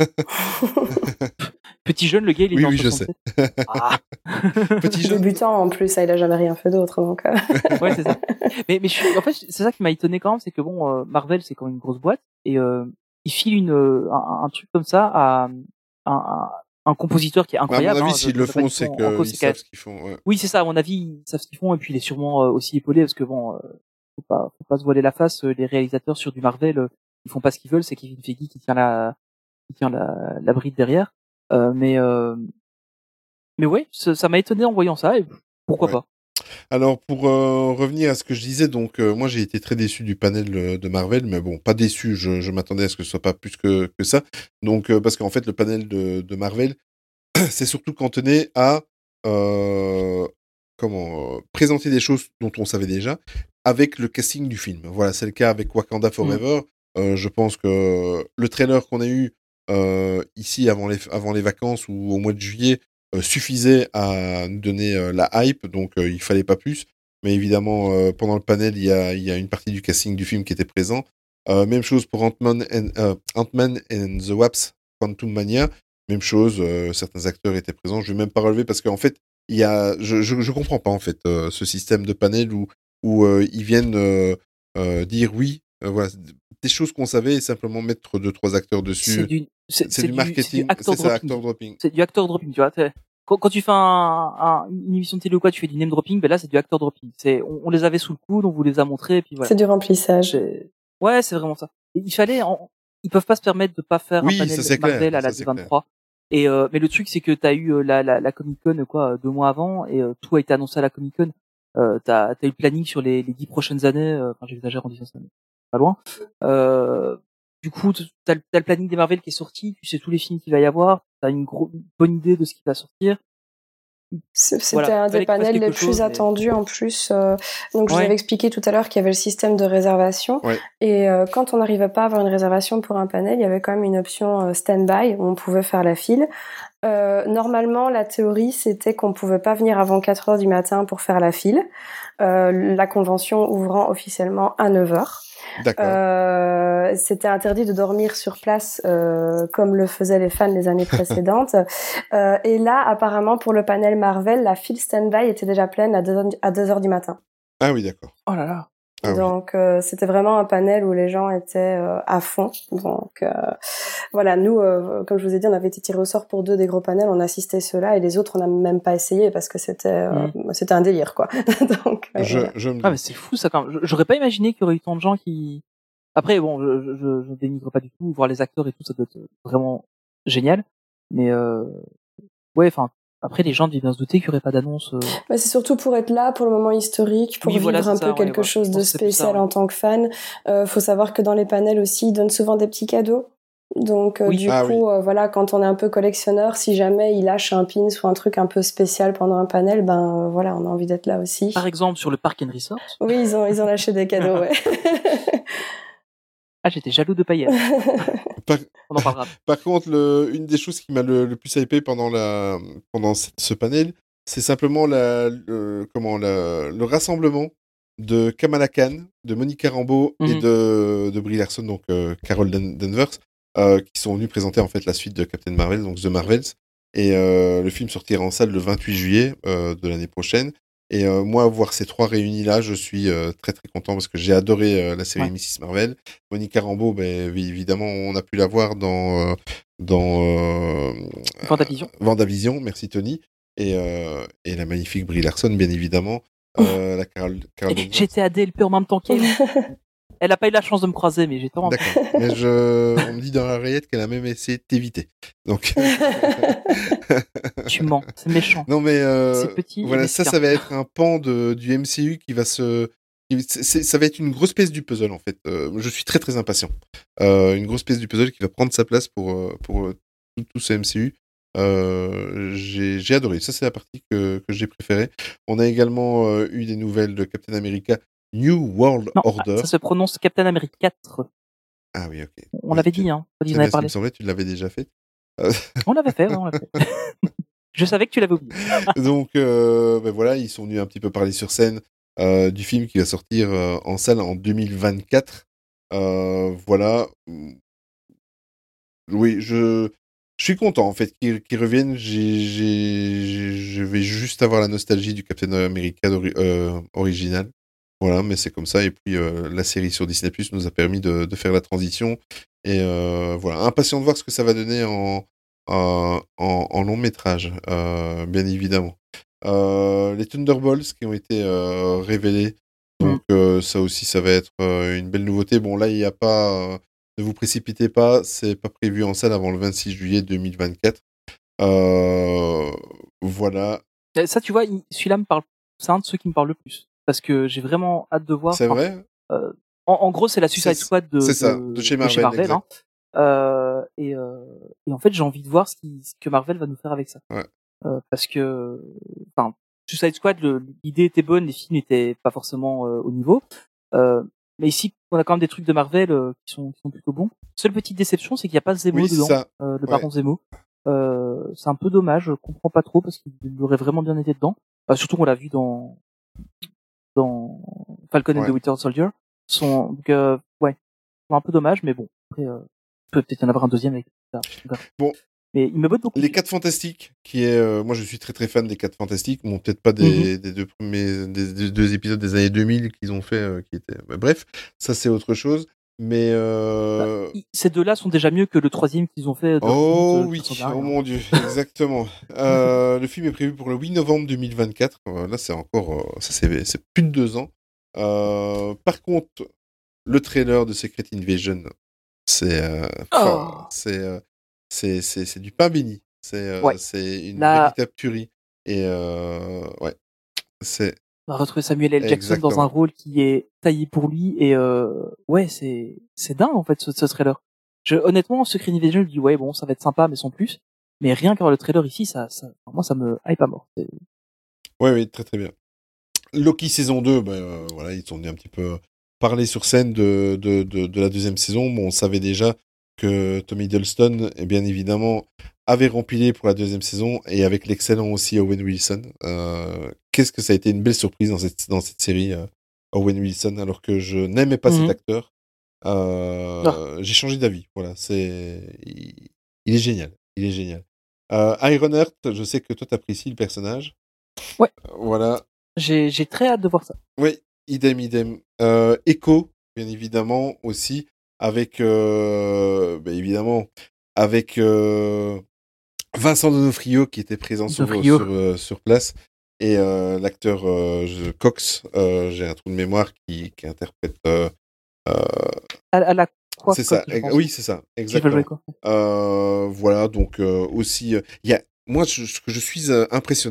Petit jeune, le gars, il est Oui, né en oui, je sais. soixante-sept. Ah. Petit jeune. Débutant en plus, ça, il a jamais rien fait d'autre, donc. euh. Ouais, c'est ça. Mais, mais je suis, en fait, c'est ça qui m'a étonné quand même, c'est que bon, euh, Marvel, c'est quand même une grosse boîte, et euh, il file une, euh, un, un truc comme ça à un, un, un compositeur qui est À incroyable. mon avis, hein, s'ils je- le je sais pas font, du tout c'est en- en cause, qu'ils c'est qu'à- savent ce qu'ils font. Ouais. Oui, c'est ça. À mon avis, ils savent ce qu'ils font, et puis il est sûrement euh, aussi épaulé parce que bon, euh, faut pas, faut pas se voiler la face. euh, Les réalisateurs sur du Marvel, euh, ils font pas ce qu'ils veulent. C'est Kevin Feige qui tient la, qui tient la, la bride derrière. Euh, mais, euh, mais ouais, ça ça m'a étonné en voyant ça. Et pourquoi Ouais. pas. Alors pour euh, revenir à ce que je disais, donc euh, moi j'ai été très déçu du panel euh, de Marvel, mais bon, pas déçu, je, je m'attendais à ce que ce soit pas plus que, que ça. Donc euh, parce qu'en fait le panel de, de Marvel, c'est surtout cantonné à euh, comment euh, présenter des choses dont on savait déjà avec le casting du film. Voilà, c'est le cas avec Wakanda Forever. Mmh. Euh, je pense que le trailer qu'on a eu euh, ici avant les avant les vacances ou au mois de juillet euh, suffisait à nous donner euh, la hype, donc euh, il fallait pas plus. Mais évidemment, euh, pendant le panel, il y a il y a une partie du casting du film qui était présent. Euh, même chose pour Ant-Man and, euh, Ant-Man and the Wasp: Quantumania. Même chose, euh, certains acteurs étaient présents. Je vais même pas relever parce qu'en fait, il y a, je, je, je comprends pas en fait euh, ce système de panel où où euh, ils viennent euh, euh, dire oui, euh, voilà, des choses qu'on savait et simplement mettre deux trois acteurs dessus. C'est du, c'est, c'est c'est du du marketing, c'est, c'est ça, acteur dropping. C'est du acteur dropping, tu vois. Quand, quand tu fais un, un, une émission de télé ou quoi, tu fais du name dropping, ben là c'est du acteur dropping. C'est, on, on les avait sous le coude, on vous les a montrés, et puis voilà. C'est du remplissage. C'est... Ouais, c'est vraiment ça. Et il fallait, en... ils peuvent pas se permettre de pas faire oui, un panel ça, Marvel clair, à la ça, D vingt-trois. Et euh, mais le truc c'est que t'as eu euh, la, la, la Comic Con quoi deux mois avant et euh, tout a été annoncé à la Comic Con. Euh, t'as, t'as eu le planning sur les, les dix prochaines années. Euh, enfin j'exagère en disant ça, mais pas loin. Euh, du coup t'as, t'as le planning des Marvel qui est sorti. Tu sais tous les films qu'il va y avoir. T'as une, gros, une bonne idée de ce qui va sortir. C'était voilà, un des panels les plus chose, attendus mais... en plus. Euh, donc je ouais. vous avais expliqué tout à l'heure qu'il y avait le système de réservation. Ouais. Et euh, quand on n'arrivait pas à avoir une réservation pour un panel, il y avait quand même une option euh, stand-by où on pouvait faire la file. Euh, normalement, la théorie, c'était qu'on pouvait pas venir avant quatre heures du matin pour faire la file. Euh, la convention ouvrant officiellement à neuf heures. D'accord. Euh, c'était interdit de dormir sur place euh, comme le faisaient les fans les années précédentes. euh, et là, apparemment, pour le panel Marvel, la file stand-by était déjà pleine à deux heures du matin. Ah oui, d'accord. Oh là là. Ah donc oui. euh, c'était vraiment un panel où les gens étaient euh, à fond. Donc euh, voilà, nous, euh, comme je vous ai dit, on avait été tirés au sort pour deux des gros panels, on assistait ceux-là et les autres on n'a même pas essayé parce que c'était euh, mmh. c'était un délire quoi. donc euh, je, je me... ah mais c'est fou ça quand même. J'aurais pas imaginé qu'il y aurait eu tant de gens qui. Après bon, je je, je dénigre pas du tout, voir les acteurs et tout, ça doit être vraiment génial. Mais euh... ouais, enfin. Après, les gens devaient bien se douter qu'il n'y aurait pas d'annonce. Euh... Bah, c'est surtout pour être là, pour le moment historique, pour oui, vivre voilà, un ça, peu ouais, quelque ouais, chose de spécial ça, ouais. en tant que fan. Euh, faut savoir que dans les panels aussi, ils donnent souvent des petits cadeaux. Donc euh, Oui. du Ah coup, euh, voilà, quand on est un peu collectionneur, si jamais il lâche un pins ou un truc un peu spécial pendant un panel, ben euh, voilà, on a envie d'être là aussi. Par exemple, sur le Park and Resort. Oui, ils ont ils ont lâché des cadeaux, ouais. Ah, j'étais jaloux de pas y être. Par, On en parlera. par contre, le, une des choses qui m'a le, le plus hypé pendant la pendant ce, ce panel, c'est simplement la le, comment la, le rassemblement de Kamala Khan, de Monica Rambeau et Mhm. de de Brie Larson, donc euh, Carol Dan- Danvers, euh, qui sont venus présenter en fait la suite de Captain Marvel, donc The Marvels. Et euh, le film sortira en salle le vingt-huit juillet euh, de l'année prochaine. Et euh, moi, voir ces trois réunis là, je suis euh, très très content parce que j'ai adoré euh, la série Ouais. missus Marvel. Monica Rambeau, ben oui, évidemment, on a pu la voir dans euh, dans euh, WandaVision. Vendavision, merci Tony, et euh, et la magnifique Brie Larson, bien évidemment, euh, la Carol Carol Danvers. J'étais à D L P en même temps qu'elle. Elle a pas eu la chance de me croiser, mais j'étais en même temps. D'accord. Mais je, on me dit dans la rayette qu'elle a même essayé de t'éviter. Donc. Tu mens, c'est méchant. Non mais euh, C'est petit et voilà, ça, mesquin. ça va être un pan de du M C U qui va se, qui- c'est- c'est- ça va être une grosse pièce du puzzle en fait. Euh, je suis très très impatient. Euh, une grosse pièce du puzzle qui va prendre sa place pour euh, pour euh, tout, tout ce M C U. Euh, j'ai j'ai adoré. Ça c'est la partie que que j'ai préférée. On a également euh, eu des nouvelles de Captain America New World Non, Order. ça se prononce Captain America quatre. Ah oui, ok. On Ouais, l'avait tu- dit, hein. On c'est en bien avait ce qui parlé. me semblait, tu l'avais déjà fait. Euh, On l'avait fait, ouais, on l'avait fait. Je savais que tu l'avais oublié. Donc euh, ben voilà, ils sont venus un petit peu parler sur scène euh, du film qui va sortir euh, en salle en deux mille vingt-quatre. Euh, voilà. Oui, je je suis content en fait qu'ils qu'ils reviennent. J'ai j'ai j'ai- je vais juste avoir la nostalgie du Captain America d'ori- euh, original. Voilà, mais c'est comme ça. Et puis euh, la série sur Disney Plus nous a permis de, de faire la transition. Et euh, voilà, impatient de voir ce que ça va donner en en, en, en long métrage, euh, bien évidemment. Euh, les Thunderbolts qui ont été euh, révélés, donc euh, ça aussi, ça va être euh, une belle nouveauté. Bon, là, il n'y a pas, euh, ne vous précipitez pas, c'est pas prévu en salle avant le vingt-six juillet deux mille vingt-quatre. Euh, voilà. Euh, Ça, tu vois, il- celui-là me parle. C'est un de ceux qui me parle le plus. Parce que j'ai vraiment hâte de voir. C'est Enfin, vrai euh, en, en gros, c'est la Suicide C'est- Squad de, c'est ça, de, de chez Marvel, hein. exact. Euh, et, euh, et en fait, j'ai envie de voir ce, qui, ce que Marvel va nous faire avec ça. Ouais. Euh, parce que, enfin, Suicide Squad, le- l'idée était bonne, les films n'étaient pas forcément euh, au niveau. Euh, mais ici, on a quand même des trucs de Marvel euh, qui sont qui sont plutôt bons. Seule petite déception, c'est qu'il n'y a pas Zemo Oui, c'est dedans, ça. euh, le Ouais. baron Zemo. Euh, c'est un peu dommage, je comprends pas trop parce qu'il aurait vraiment bien été dedans. Enfin, surtout qu'on l'a vu dans dans Falcon and Ouais. the Winter Soldier. Son, donc, euh, ouais, c'est un peu dommage, mais bon. Après, euh, peut peut-être y en avoir un deuxième avec ça. on verra. Bon. Mais il me botte beaucoup. Les quatre Fantastiques, qui est, euh, moi je suis très très fan des quatre Fantastiques, bon peut-être pas des, des deux premiers, des, des deux épisodes des années deux mille qu'ils ont fait, euh, qui étaient, bah, bref, ça c'est autre chose, mais euh... Bah, ces deux-là sont déjà mieux que le troisième qu'ils ont fait. De oh Reboot, oui, euh, de oh mon dieu, exactement. euh, le film est prévu pour le huit novembre deux mille vingt-quatre. Euh, là c'est encore, euh, ça c'est, c'est plus de deux ans. Euh, par contre, le trailer de Secret Invasion, c'est, euh, Oh. c'est euh, C'est, c'est, c'est du pain béni. C'est, euh, Ouais. c'est une Là- véritable tuerie. Et euh, ouais, c'est On va retrouver Samuel L. Jackson Exactement. dans un rôle qui est taillé pour lui et euh, ouais, c'est c'est dingue en fait ce, ce trailer. Je, honnêtement, Secret Invasion, je me dis ouais bon, ça va être sympa mais sans plus. Mais rien qu'avoir le trailer ici, ça, ça, moi ça me hype à mort. C'est- ouais, oui, très très bien. Loki saison deux, ben euh, voilà, ils sont venus un petit peu parler sur scène de de de, de la deuxième saison. Bon, on savait déjà que Tom Hiddleston, et bien évidemment, avait rempilé pour la deuxième saison et avec l'excellent aussi Owen Wilson. Euh, qu'est-ce que ça a été une belle surprise dans cette dans cette série, euh, Owen Wilson, alors que je n'aimais pas Mhm. cet acteur. Euh, J'ai changé d'avis. Voilà, c'est il, il est génial, il est génial. Euh, Ironheart, je sais que toi t'apprécies le personnage. Ouais. Euh, voilà. J'ai j'ai très hâte de voir ça. Oui, idem, idem. Euh, Echo, bien évidemment, aussi, avec, euh, bah, évidemment, avec euh, Vincent D'Onofrio qui était présent sur, D'Onofrio. sur, euh, sur place, et euh, l'acteur euh, je- Cox, euh, j'ai un trou de mémoire, qui, qui interprète... Euh, euh, À, à la quoi c'est ça, Scott, je pense. oui, c'est ça, Qui va exactement. jouer quoi Euh, voilà, donc euh, aussi, il y a moi, je, ce que je suis euh, impressionné,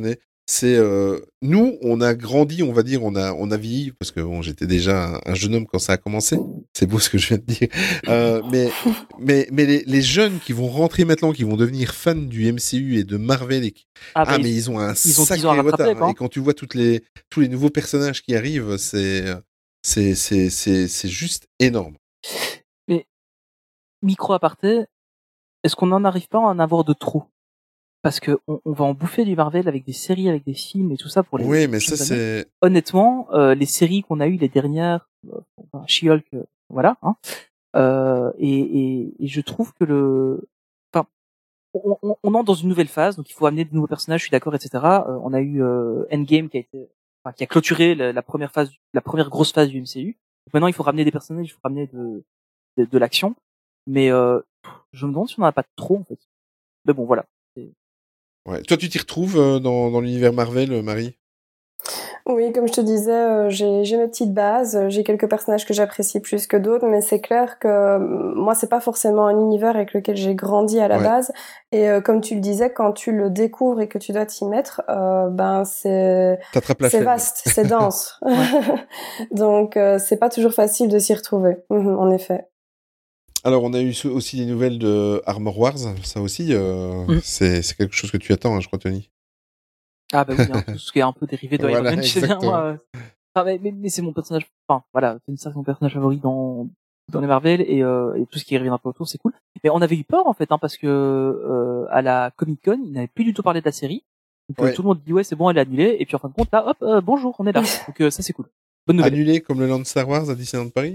c'est euh, nous, on a grandi, on va dire, on a, on a vieilli parce que bon, j'étais déjà un, un jeune homme quand ça a commencé. C'est beau ce que je viens de dire. Euh, mais, mais, mais les, les jeunes qui vont rentrer maintenant, qui vont devenir fans du M C U et de Marvel, et qui... Ah, ah, bah, mais ils, ils ont un ils ont sacré dix ans à rattraper, retard. quoi. Et quand tu vois toutes les, tous les nouveaux personnages qui arrivent, c'est, c'est, c'est, c'est, c'est juste énorme. Mais micro aparté, est-ce qu'on n'en arrive pas à en avoir de trop? Parce que on, on va en bouffer du Marvel avec des séries, avec des films et tout ça pour les. Oui, mais ça années. c'est. Honnêtement, euh, les séries qu'on a eues les dernières, euh, enfin, She-Hulk, euh, voilà. Hein, euh, et, et, et je trouve que le, enfin, on, on, on entre dans une nouvelle phase, donc il faut amener de nouveaux personnages. Je suis d'accord, et cetera. Euh, on a eu euh, Endgame qui a été, enfin, qui a clôturé la, la première phase, la première grosse phase du M C U. Donc maintenant, il faut ramener des personnages, il faut ramener de de, de l'action. Mais euh, je me demande si on n'en a pas trop en fait. Mais bon, voilà. C'est... Ouais. Toi, tu t'y retrouves euh, dans, dans l'univers Marvel, euh, Marie? Oui, comme je te disais, euh, j'ai, j'ai mes petites bases, euh, j'ai quelques personnages que j'apprécie plus que d'autres, mais c'est clair que euh, moi, c'est pas forcément un univers avec lequel j'ai grandi à la Ouais. base. Et euh, comme tu le disais, quand tu le découvres et que tu dois t'y mettre, euh, ben c'est T'attrapes la c'est flemme. vaste, c'est dense. Donc euh, c'est pas toujours facile de s'y retrouver. Mhm, en effet. Alors, on a eu aussi des nouvelles de Armor Wars. Ça aussi, euh, Mm. c'est, c'est quelque chose que tu attends, hein, je crois, Tony. Ah bah oui, hein, tout ce qui est un peu dérivé de Iron Voilà, Man, je sais bien, exactement. moi. euh, Enfin, mais, mais, mais c'est mon personnage, enfin voilà, c'est une c'est mon personnage favori dans dans les Marvel et, euh, et tout ce qui revient un peu autour, c'est cool. Mais on avait eu peur en fait, hein, parce que euh, à la Comic Con, ils n'avaient plus du tout parlé de la série. Donc euh, Ouais. tout le monde dit ouais c'est bon, elle est annulée. Et puis en fin de compte là, hop, euh, bonjour, on est là. Donc euh, ça c'est cool. Bonne nouvelle. Annulé comme le land Star Wars à Disneyland Paris?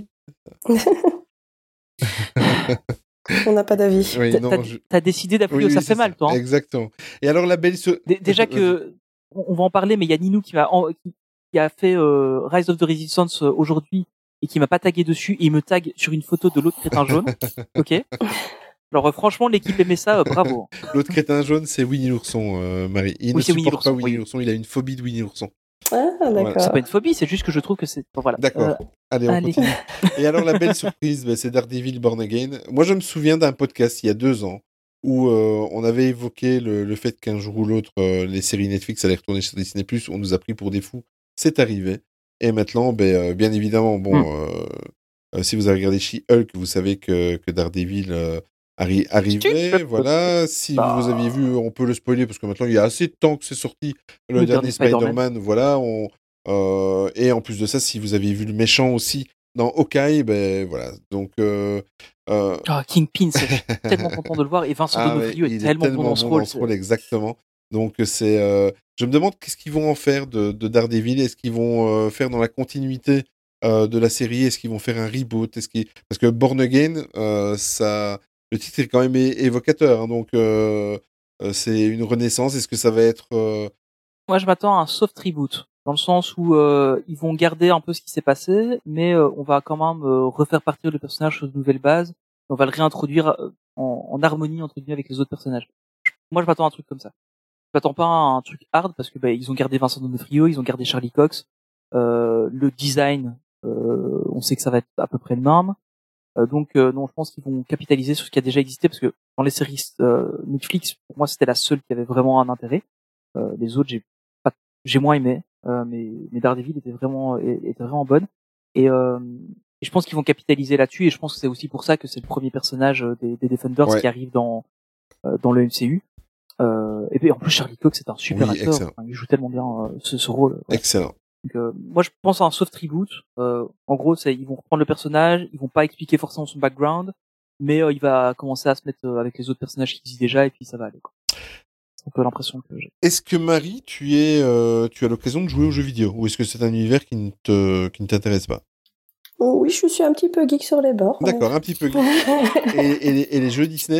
On n'a pas d'avis. Oui, T'as, non, t'as, je... t'as décidé d'appuyer oui, au ça oui, fait c'est mal, ça. toi. Hein. Exactement. Et alors la belle... Se... D- déjà que on on va en parler, mais il y a Ninou qui va en- qui, qui a fait euh, Rise of the Resistance euh, aujourd'hui et qui m'a pas tagué dessus et il me tague sur une photo de l'autre crétin jaune. Ok. Alors euh, franchement, l'équipe aimait ça, euh, bravo. L'autre crétin jaune, c'est Winnie l'ourson, euh, Marie. Il Oui, ne c'est Winnie supporte pas l'ourson, Winnie oui. l'ourson, il a une phobie de Winnie l'ourson. Ah, d'accord. Voilà. C'est pas une phobie, c'est juste que je trouve que c'est bon, voilà. D'accord. Euh, allez, on allez. continue. Et alors, la belle surprise, bah, c'est Daredevil Born Again. Moi, je me souviens d'un podcast il y a deux ans où euh, on avait évoqué le, le fait qu'un jour ou l'autre, euh, les séries Netflix allaient retourner sur Disney plus. On nous a pris pour des fous. C'est arrivé. Et maintenant, ben, euh, bien évidemment, bon, Mm. euh, euh, si vous avez regardé She-Hulk, vous savez que, que Daredevil euh, arri- arrivait. Voilà. Si Bah. vous aviez vu, on peut le spoiler parce que maintenant, il y a assez de temps que c'est sorti. Le Le dernier dernier Spider-Man. Spider-Man, voilà. On, euh, et en plus de ça, si vous aviez vu le méchant aussi dans Hawkeye, ben voilà. Donc, euh, euh, Ah, Kingpin, c'est je suis tellement content de le voir et Vincent ah, D'Onofrio ouais, est il tellement, est tellement bon dans ce rôle. dans ce rôle, exactement. Donc c'est, euh, je me demande qu'est-ce qu'ils vont en faire de, de Daredevil. Est-ce qu'ils vont euh, faire dans la continuité euh, de la série? Est-ce qu'ils vont faire un reboot? Est-ce qu'ils... Parce que Born Again, euh, ça, le titre est quand même é- évocateur. Hein, donc euh, euh, c'est une renaissance. Est-ce que ça va être euh, Moi, je m'attends à un soft reboot, dans le sens où euh, ils vont garder un peu ce qui s'est passé, mais euh, on va quand même euh, refaire partir le personnage sur de nouvelles bases. On va le réintroduire euh, en, en harmonie entre guillemets avec les autres personnages. Je- Moi, je m'attends à un truc comme ça. Je m'attends pas à un truc hard parce que bah, ils ont gardé Vincent D'Onofrio, ils ont gardé Charlie Cox. Euh, le design, euh, on sait que ça va être à peu près le même. Euh, donc euh, non, je pense qu'ils vont capitaliser sur ce qui a déjà existé parce que dans les séries euh, Netflix, pour moi, c'était la seule qui avait vraiment un intérêt. Euh, les autres, j'ai pas, j'ai moins aimé, euh, mais, mais Daredevil était vraiment était vraiment bonne. Et, euh, et je pense qu'ils vont capitaliser là-dessus. Et je pense que c'est aussi pour ça que c'est le premier personnage des, des Defenders Ouais. qui arrive dans euh, dans le M C U. Euh, et puis en plus Charlie Cox c'est un super Oui, acteur, excellent. enfin, il joue tellement bien euh, ce, ce rôle. Ouais. excellent? Donc, euh, moi je pense à un soft reboot. Euh, en gros, c'est ils vont reprendre le personnage, ils vont pas expliquer forcément son background, mais euh, il va commencer à se mettre euh, avec les autres personnages qui existent déjà et puis ça va aller. Quoi. C'est un peu l'impression que j'ai. Est-ce que Marie, tu es, euh, tu as l'occasion de jouer aux jeux vidéo, ou est-ce que c'est un univers qui ne te, qui ne t'intéresse pas? Oh, oui, je suis un petit peu geek sur les bords. D'accord, un petit peu. et, et, les, et les jeux Disney?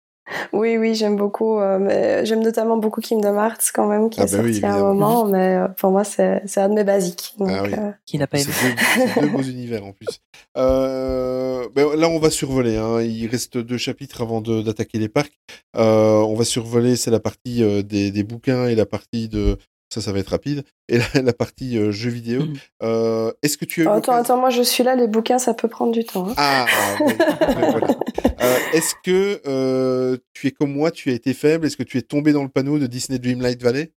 Oui, oui, j'aime beaucoup. Euh, mais j'aime notamment beaucoup Kingdom Hearts quand même, qui Ah est bah oui, sorti à un évidemment. moment. Mais euh, pour moi, c'est c'est un de mes basiques. Donc, Ah oui. euh, Qui n'a pas aimé. C'est deux, c'est deux beaux univers en plus. Euh, ben là, on va survoler. Hein. Il reste deux chapitres avant de, d'attaquer les parcs. Euh, on va survoler, c'est la partie euh, des, des bouquins et la partie de... Ça, ça va être rapide. Et la, la partie euh, jeux vidéo. Mhm. Euh, est-ce que tu as eu oh, attends, l'occasion- attends, moi je suis là. Les bouquins, ça peut prendre du temps. Hein. Ah, ben, ben voilà. Euh, est-ce que euh, tu es comme moi, tu as été faible? Est-ce que tu es tombé dans le panneau de Disney Dreamlight Valley?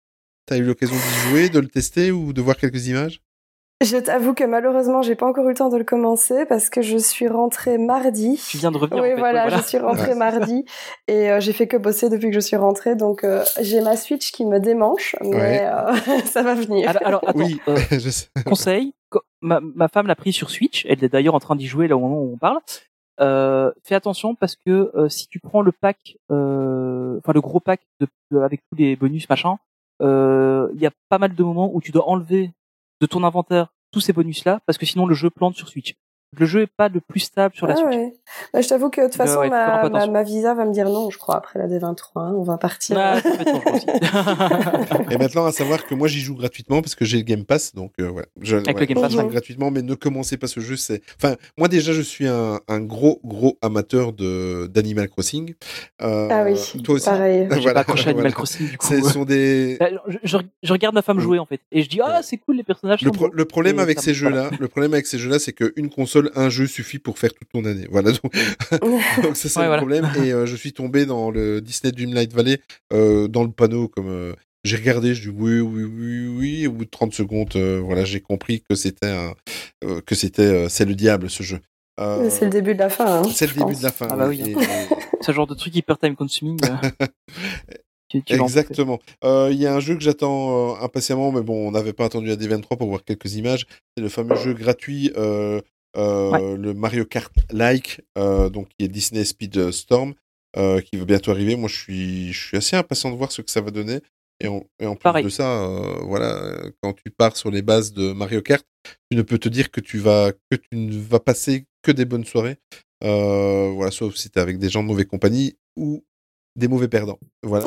T'as eu l'occasion d'y jouer, de le tester ou de voir quelques images? Je t'avoue que malheureusement, j'ai pas encore eu le temps de le commencer parce que je suis rentrée mardi. Tu viens de revenir. Oui, en fait. voilà, ouais, voilà, je suis rentrée mardi et euh, j'ai fait que bosser depuis que je suis rentrée. Donc, euh, j'ai ma Switch qui me démange, mais Ouais. euh, ça va venir. Alors, alors attends, Oui, euh, je sais. conseil, co- ma, ma femme l'a pris sur Switch, elle est d'ailleurs en train d'y jouer là au moment où on parle. Euh, fais attention parce que euh, si tu prends le pack, euh, enfin le gros pack de, de- avec tous les bonus machin, euh, il y a pas mal de moments où tu dois enlever de ton inventaire tous ces bonus là parce que sinon le jeu plante sur Switch. Le jeu est pas le plus stable sur la Ah Switch. ouais. Bah, je t'avoue que de toute Euh, façon, ouais, faut faire un ma, peu ma, attention. ma visa va me dire non, je crois, après la D vingt-trois. Hein, on va partir. Ah, complètement, je pense aussi. Et maintenant, à savoir que moi, j'y joue gratuitement parce que j'ai le Game Pass, donc euh, voilà. Je, Avec ouais, le Game Pass, j'y joue ouais. gratuitement, mais ne commencez pas ce jeu. C'est, enfin, moi déjà, je suis un, un gros, gros amateur de d'Animal Crossing. Euh, Ah oui, toi aussi. pareil. J'ai Voilà, pas accroché à Animal voilà. Crossing du coup. Ce sont des. Euh, Je, je, je regarde ma femme jouer en fait et je dis ah Ouais. c'est cool les personnages Le, sont pro- beaux. le problème Et avec ça ces me- jeux-là, voilà. le problème avec ces jeux-là, c'est qu'une console, un jeu suffit pour faire toute ton année. Voilà, donc, donc ça c'est Ouais, le voilà. problème. Et euh, je suis tombé dans le Disney Dreamlight Valley, euh, dans le panneau comme euh, j'ai regardé, je dis oui, oui, oui, oui. Et au bout de trente secondes, euh, voilà, j'ai compris que c'était un, euh, que c'était, euh, c'est le diable ce jeu. Euh, C'est le début de la fin. Hein, c'est le je début pense. de la fin. Ah bah oui. oui, Et- hein. Ce genre de truc hyper time consuming. euh, tu, tu vas en bouffer. Exactement. Euh, Il y a un jeu que j'attends euh, impatiemment, mais bon, on n'avait pas attendu la D vingt-trois pour voir quelques images. C'est le fameux jeu gratuit, euh, euh, Ouais. le Mario Kart-like, euh, donc qui est Disney Speed Storm, euh, qui va bientôt arriver. Moi, je suis, je suis assez impatient de voir ce que ça va donner. Et en, et en plus Pareil. de ça, euh, voilà, euh, quand tu pars sur les bases de Mario Kart, tu ne peux te dire que tu vas, que tu ne vas passer que des bonnes soirées. Euh, voilà, sauf si t'es avec des gens de mauvaise compagnie ou des mauvais perdants. Voilà.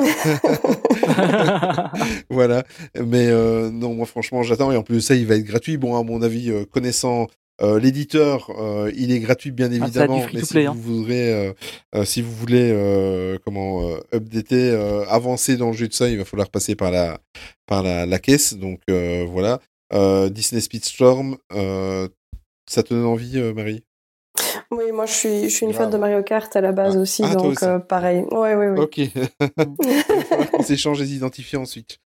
Voilà. Mais euh, non, moi franchement, j'attends. Et en plus de ça, il va être gratuit. Bon, à mon avis, euh, connaissant euh, l'éditeur, euh, il est gratuit bien Ah, ça a du évidemment. free Mais to si play, vous hein. voudrez, euh, euh, si vous voulez, euh, comment euh, updater, euh, avancer dans le jeu de ça, il va falloir passer par la par la, la caisse. Donc euh, voilà. Euh, Disney Speedstorm, euh, ça te donne envie, euh, Marie? Oui, moi je suis, je suis une Grave. fan de Mario Kart à la base Ah. aussi, Ah, toi donc aussi. euh, pareil. Ouais, ouais, ouais. Ok. Il va falloir qu'on s'échange les identifiants ensuite.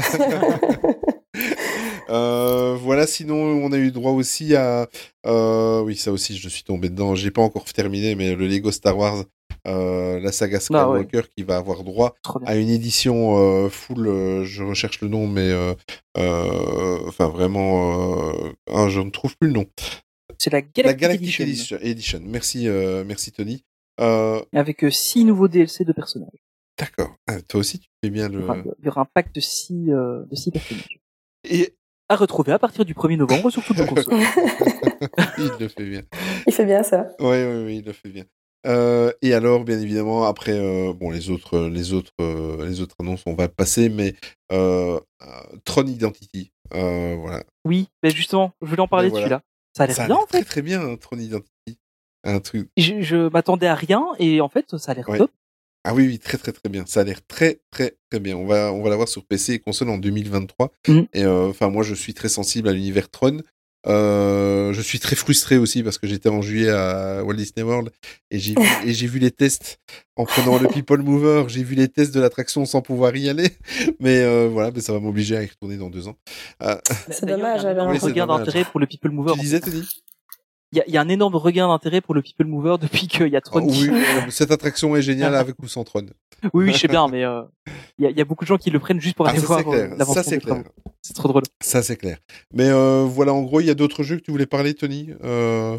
Euh, voilà, sinon on a eu droit aussi à... Euh, oui, ça aussi, je suis tombé dedans. J'ai pas encore terminé, mais le Lego Star Wars, euh, la saga Ah ouais. Skywalker, qui va avoir droit Trop bien. à une édition euh, full, euh, je recherche le nom, mais... euh, euh, Enfin, vraiment... Euh, ah, je ne trouve plus le nom. C'est la La Galactic, Galactic Edition, Edition. Edition. Merci, euh, merci Tony. Euh, avec euh, six nouveaux D L C de personnages. D'accord. Ah, toi aussi, tu fais bien Il y le... aura, il y aura un pack de six euh, de six personnages. Et À retrouver à partir du premier novembre sur toutes vos consoles. il le fait bien. Il fait bien ça. Oui, oui, oui, il le fait bien. Euh, et alors, bien évidemment, après, euh, bon, les autres, les autres, euh, les autres annonces, on va passer, mais euh, euh, Tron Identity, euh, voilà. Oui, mais justement, je voulais en parler Mais de voilà. celui-là. Ça a l'air Ça a bien l'air en fait. très très bien, hein, Tron Identity. Un truc. Je, je m'attendais à rien et en fait, ça a l'air Ouais. top. Ah oui, oui, très très très bien. Ça a l'air très très très bien. On va, on va l'avoir sur P C et console en deux mille vingt-trois. Mhm. Et euh, enfin, moi, je suis très sensible à l'univers Tron. Euh, je suis très frustré aussi parce que j'étais en juillet à Walt Disney World et j'ai vu, et j'ai vu les tests en prenant le People Mover. J'ai vu les tests de l'attraction sans pouvoir y aller. Mais euh, voilà, mais ça va m'obliger à y retourner dans deux ans. Euh, C'est D'ailleurs, dommage, il y a un énorme alors. Oui, c'est regain dommage. d'intérêt pour le People Mover. tu disais, Tony? Il y, a, il y a un énorme regain d'intérêt pour le People Mover depuis qu'il y a Ah, Tron. qui- oui, euh, cette attraction est géniale avec ou sans Tron. oui, oui, je sais bien, mais euh, il y, a, il y a beaucoup de gens qui le prennent juste pour Ah, aller ça, voir c'est clair. euh, l'avancement Ça, c'est des travaux. clair. C'est trop drôle. Ça, c'est clair. Mais euh, voilà, en gros, il y a d'autres jeux que tu voulais parler, Tony. Euh...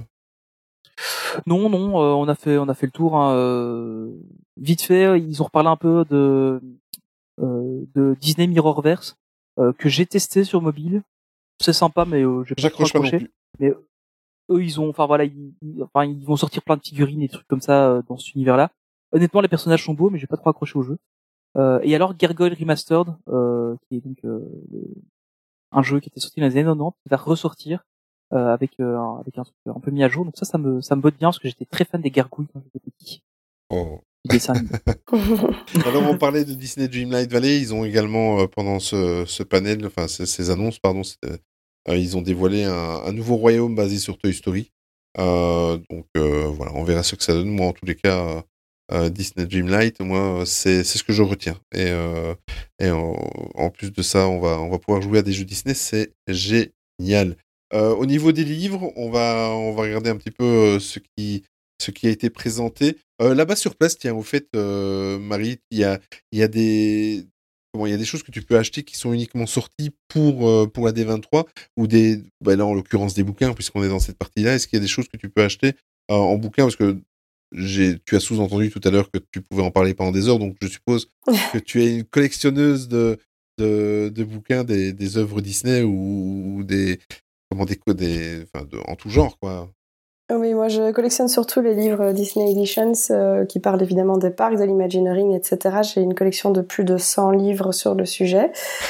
Non, non, euh, on a fait, on a fait le tour. Hein, euh, vite fait, ils ont reparlé un peu de euh, de Disney Mirrorverse euh, que j'ai testé sur mobile. C'est sympa, mais euh, j'ai pas trop J'accroche pas non accroché. plus. Mais eux, ils ont, enfin voilà, ils, ils- enfin ils vont sortir plein de figurines et des trucs comme ça euh, dans cet univers-là. Honnêtement, les personnages sont beaux, mais j'ai pas trop accroché au jeu. Euh, et alors Gargoyle Remastered, euh, qui est donc euh, le- un jeu qui était sorti dans les années quatre-vingt-dix, qui va ressortir euh, avec euh, un- avec un truc un peu mis à jour. Donc ça, ça me ça me botte bien parce que j'étais très fan des gargouilles quand j'étais petit. Oh. Du dessin animé. Alors, on parlait de Disney Dreamlight Valley. Ils ont également, euh, pendant ce, ce panel, enfin, ces, ces annonces, pardon, c'était- euh, ils ont dévoilé un, un nouveau royaume basé sur Toy Story. Euh, donc, euh, voilà, on verra ce que ça donne. Moi, en tous les cas, euh, euh, Disney Dreamlight, moi, c'est c'est ce que je retiens. Et, euh, et en, en plus de ça, on va on va pouvoir jouer à des jeux Disney, c'est génial. Euh, au niveau des livres, on va on va regarder un petit peu euh, ce qui ce qui a été présenté. Euh, là-bas sur place, tiens, au fait, euh, Marie, il y a il y a des comment il y a des choses que tu peux acheter qui sont uniquement sorties pour euh, pour la D vingt-trois ou des bah là en l'occurrence des bouquins puisqu'on est dans cette partie-là. Est-ce qu'il y a des choses que tu peux acheter euh, en bouquin parce que j'ai tu as sous-entendu tout à l'heure que tu pouvais en parler pendant des heures, donc je suppose que tu es une collectionneuse de de, de bouquins des, des œuvres Disney ou, ou des comment des des enfin de, en tout genre quoi. Oui, moi je collectionne surtout les livres Disney Editions euh, qui parlent évidemment des parcs, de l'Imagineering, et cetera. J'ai une collection de plus de cent livres sur le sujet.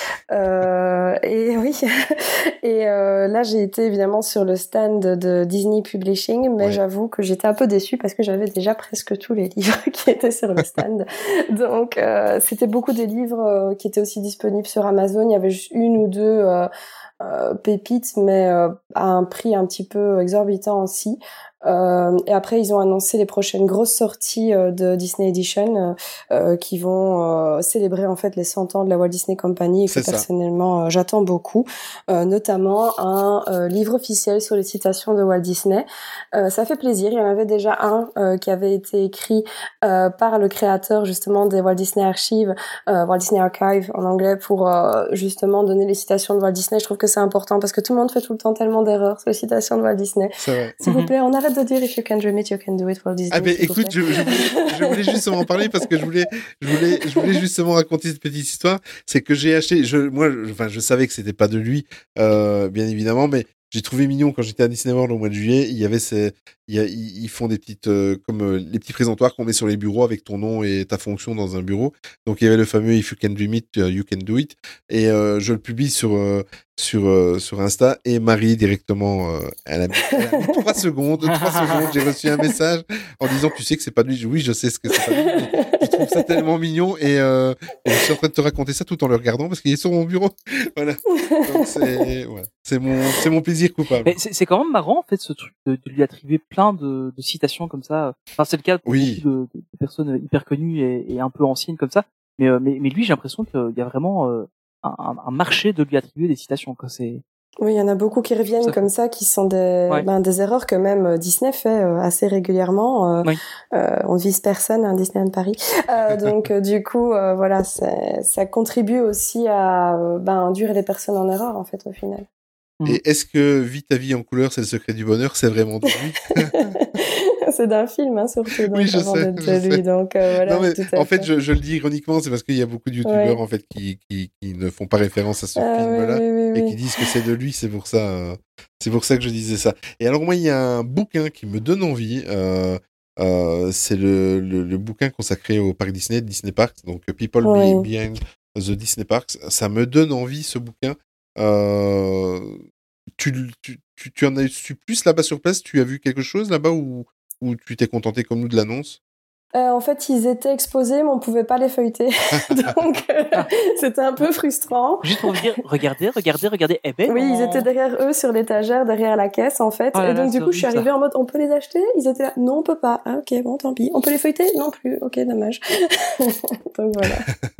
Euh, et oui, et euh, là j'ai été évidemment sur le stand de Disney Publishing, mais ouais. J'avoue que j'étais un peu déçue parce que j'avais déjà presque tous les livres qui étaient sur le stand. Donc euh, c'était beaucoup des livres euh, qui étaient aussi disponibles sur Amazon. Il y avait juste une ou deux... Euh, Euh, pépites, mais euh, à un prix un petit peu exorbitant aussi. Euh, et après, ils ont annoncé les prochaines grosses sorties euh, de Disney Edition euh, qui vont euh, célébrer en fait les cent ans de la Walt Disney Company et que C'est personnellement euh, j'attends beaucoup. Euh, notamment un euh, livre officiel sur les citations de Walt Disney. Euh, ça fait plaisir. Il y en avait déjà un euh, qui avait été écrit euh, par le créateur justement des Walt Disney Archives, euh, Walt Disney Archive en anglais, pour euh, justement donner les citations de Walt Disney. Je trouve que c'est important parce que tout le monde fait tout le temps tellement d'erreurs sur les citations de Walt Disney. S'il vous plaît, on arrête de dire if you can dream it, you can do it, Walt Disney. Ah ben écoute, je, je, voulais, je voulais justement en parler parce que je voulais, je voulais, je voulais justement raconter cette petite histoire. C'est que j'ai acheté, je, moi, je, enfin, je savais que c'était pas de lui, euh, bien évidemment, mais j'ai trouvé mignon quand j'étais à Disney World au mois de juillet. Il y avait ces, il y a, ils font des petites, euh, comme euh, les petits présentoirs qu'on met sur les bureaux avec ton nom et ta fonction dans un bureau. Donc il y avait le fameux If you can dream it, you can do it. Et euh, je le publie sur euh, sur euh, sur Insta et Marie directement, euh, elle a mis, elle a mis trois secondes, trois secondes. J'ai reçu un message en disant tu sais que c'est pas lui. Oui, je sais ce que c'est pas lui. Mais je trouve ça tellement mignon et, euh, et je suis en train de te raconter ça tout en le regardant parce qu'il est sur mon bureau. Voilà. Donc c'est voilà. C'est mon c'est mon plaisir coupable. Mais c'est, c'est quand même marrant en fait ce truc de, de lui attribuer plein de, de citations comme ça. Enfin c'est le cas pour oui. beaucoup de, de personnes hyper connues et, et un peu anciennes comme ça. Mais euh, mais, mais lui j'ai l'impression qu'il y a vraiment euh, un, un marché de lui attribuer des citations quoi. C'est oui, il y en a beaucoup qui reviennent ça comme ça, qui sont des, ouais. ben, des erreurs que même Disney fait euh, assez régulièrement. Euh, oui. euh, on ne vise personne à Disneyland Paris. Euh, donc, euh, du coup, euh, voilà, c'est, ça contribue aussi à euh, ben, induire les personnes en erreur, en fait, au final. Et est-ce que Vis ta vie en couleur, c'est le secret du bonheur? C'est vraiment de lui? C'est d'un film, hein, surtout. Donc, oui, je sais. De je lui, sais. Donc, euh, voilà, non, mais en fait, fait. Je, je le dis ironiquement, c'est parce qu'il y a beaucoup de youtubeurs ouais. en fait qui, qui, qui ne font pas référence à ce ah, film-là oui, oui, oui, et oui. qui disent que c'est de lui. C'est pour ça, euh, c'est pour ça que je disais ça. Et alors moi, il y a un bouquin qui me donne envie. Euh, euh, c'est le, le, le bouquin consacré au parc Disney, Disney Parks, donc People oui. Behind the Disney Parks. Ça me donne envie ce bouquin. Euh, tu, tu, tu, tu en as su plus là-bas sur place? Tu as vu quelque chose là-bas ou, ou tu t'es contenté comme nous de l'annonce? Euh, en fait, ils étaient exposés, mais on pouvait pas les feuilleter. Donc, euh, ah. c'était un peu frustrant. Juste pour vous dire, regardez, regardez, regardez. Eh ben, oui, on... ils étaient derrière eux, sur l'étagère, derrière la caisse, en fait. Oh là et donc, là, du coup, je suis arrivée ça. en mode, on peut les acheter? Ils étaient là, non, on peut pas. Ah, ok, bon, tant pis. On peut les feuilleter? Non plus. Ok, dommage. Donc, voilà.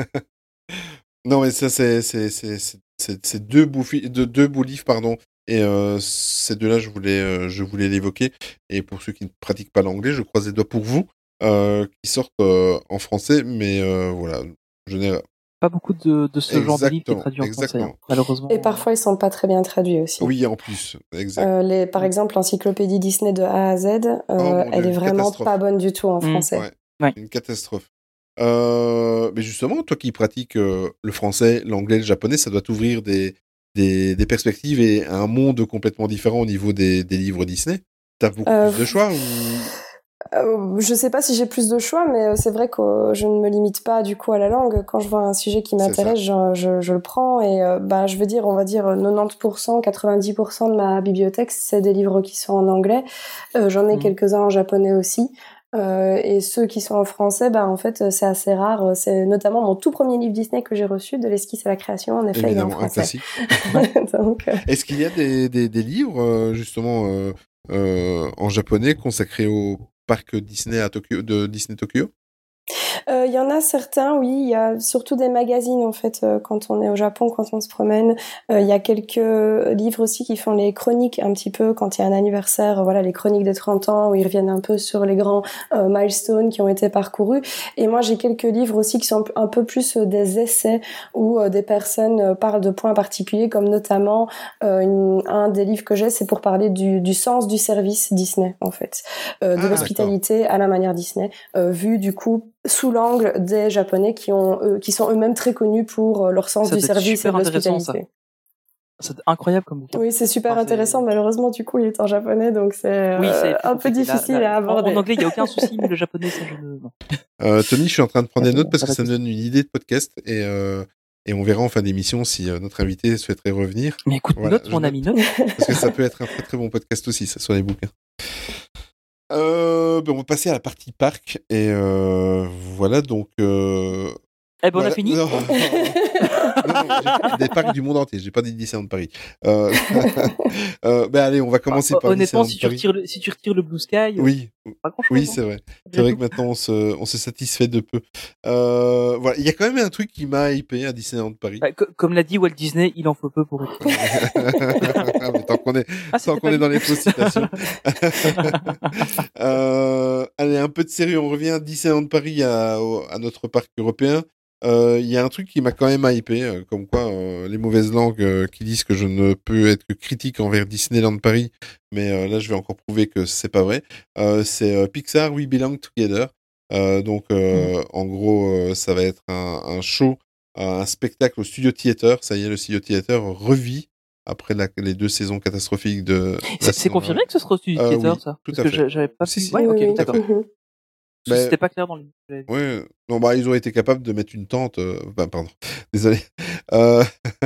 Non, mais ça, c'est, c'est, c'est, c'est, c'est, c'est deux beaux, fi- de, deux beaux livres, pardon. Et euh, ces deux-là, je voulais, euh, je voulais l'évoquer. Et pour ceux qui ne pratiquent pas l'anglais, je croise les doigts pour vous. Euh, qui sortent euh, en français, mais euh, voilà, je n'ai pas beaucoup de, de ce exactement, genre de livre qui est traduit en français, hein, malheureusement. Et parfois, ils sont pas très bien traduits aussi. Oui, en plus, exact. Euh, les, par exemple, l'encyclopédie Disney de A à Z, euh, oh, elle Dieu, est vraiment pas bonne du tout en mmh. français. Ouais, ouais. Une catastrophe. Euh, mais justement, toi qui pratiques euh, le français, l'anglais, le japonais, ça doit t'ouvrir des, des, des perspectives et un monde complètement différent au niveau des, des livres Disney. T'as beaucoup euh, plus de choix ou... Euh, je sais pas si j'ai plus de choix, mais c'est vrai que je ne me limite pas du coup à la langue. Quand je vois un sujet qui m'intéresse, je, je, je le prends et euh, bah je veux dire, on va dire quatre-vingt-dix pour cent, quatre-vingt-dix pour cent de ma bibliothèque, c'est des livres qui sont en anglais. Euh, j'en ai mmh. quelques-uns en japonais aussi. Euh, et ceux qui sont en français, bah en fait c'est assez rare. C'est notamment mon tout premier livre Disney que j'ai reçu, de l'esquisse à la création. En effet, évidemment, il est en français. Un classique. Donc, euh... Est-ce qu'il y a des, des, des livres justement euh, euh, en japonais consacrés au parc Disney à Tokyo, de Disney Tokyo? Il y en a certains, oui. Il y a surtout des magazines, en fait, euh, quand on est au Japon, quand on se promène. Il euh, y a quelques livres aussi qui font les chroniques un petit peu quand il y a un anniversaire, voilà, les chroniques des trente ans, où ils reviennent un peu sur les grands euh, milestones qui ont été parcourus. Et moi, j'ai quelques livres aussi qui sont un peu plus euh, des essais où euh, des personnes euh, parlent de points particuliers, comme notamment euh, une, un des livres que j'ai, c'est pour parler du, du sens du service Disney, en fait, euh, de Ah, l'hospitalité d'accord. à la manière Disney, euh, vu du coup sous l'angle des Japonais qui ont, eux, qui sont eux-mêmes très connus pour euh, leur sens Ça du doit être service et super de intéressant, l'hospitalité. ça. C'est incroyable comme bouquin. Oui, c'est super Enfin, intéressant. c'est- Malheureusement, du coup, il est en japonais, donc c'est Oui, c'est euh, plus un peu compliqué. Là- difficile là, à en, aborder. en anglais, il y a aucun souci, mais le japonais, ça, je ne. Non. Euh, Tony, je suis en train de prendre des Ah, notes parce ça que va ça me tous. donne une idée de podcast et, euh, et on verra en fin d'émission si euh, notre invité souhaiterait revenir. Mais écoute, Voilà, note, je mon note. ami, note. Parce que ça peut être un très très bon podcast aussi, ça, sur les bouquins. Euh, ben on va passer à la partie parc et euh, voilà donc. Euh... Eh ben, on voilà. a fini. Non, non, non, j'ai des parcs du monde entier. J'ai pas dit Disneyland Paris. Euh... euh, ben allez, on va commencer Ah, par honnêtement, Disneyland si tu, Paris. retires le, si tu retires le Blue Sky, Oui, pas grand chose. oui, c'est vrai. C'est vrai que maintenant on se, on se satisfait de peu. Euh, voilà, il y a quand même un truc qui m'a hypé à Disneyland Paris. Bah, co- comme l'a dit Walt Disney, il en faut peu pour être. Mais tant qu'on est, Ah, tant c'était qu'on pas est dit. dans les fausses citations. euh, allez, un peu de sérieux. On revient à Disneyland Paris, à, au- à notre parc européen. Euh, Il y a un truc qui m'a quand même hypé, euh, comme quoi euh, les mauvaises langues euh, qui disent que je ne peux être que critique envers Disneyland Paris, mais euh, là je vais encore prouver que c'est pas vrai. Euh, c'est euh, Pixar We Belong Together. Euh, donc euh, en gros euh, ça va être un, un show, un spectacle au Studio Theater. Ça y est, le Studio Theater revit après la, les deux saisons catastrophiques de. C'est c'est confirmé que ce sera au Studio Euh, Theater, oui, ça tout Parce à que fait. j'a- j'avais pas Si, pu. si, Ouais, oui, ok, oui, d'accord. tout à fait. Parce que Ben, C'était pas clair dans le. j'avais vu. Ouais, non, bah, ils auraient été capables de mettre une tente. Euh... Bah, pardon, désolé. Euh...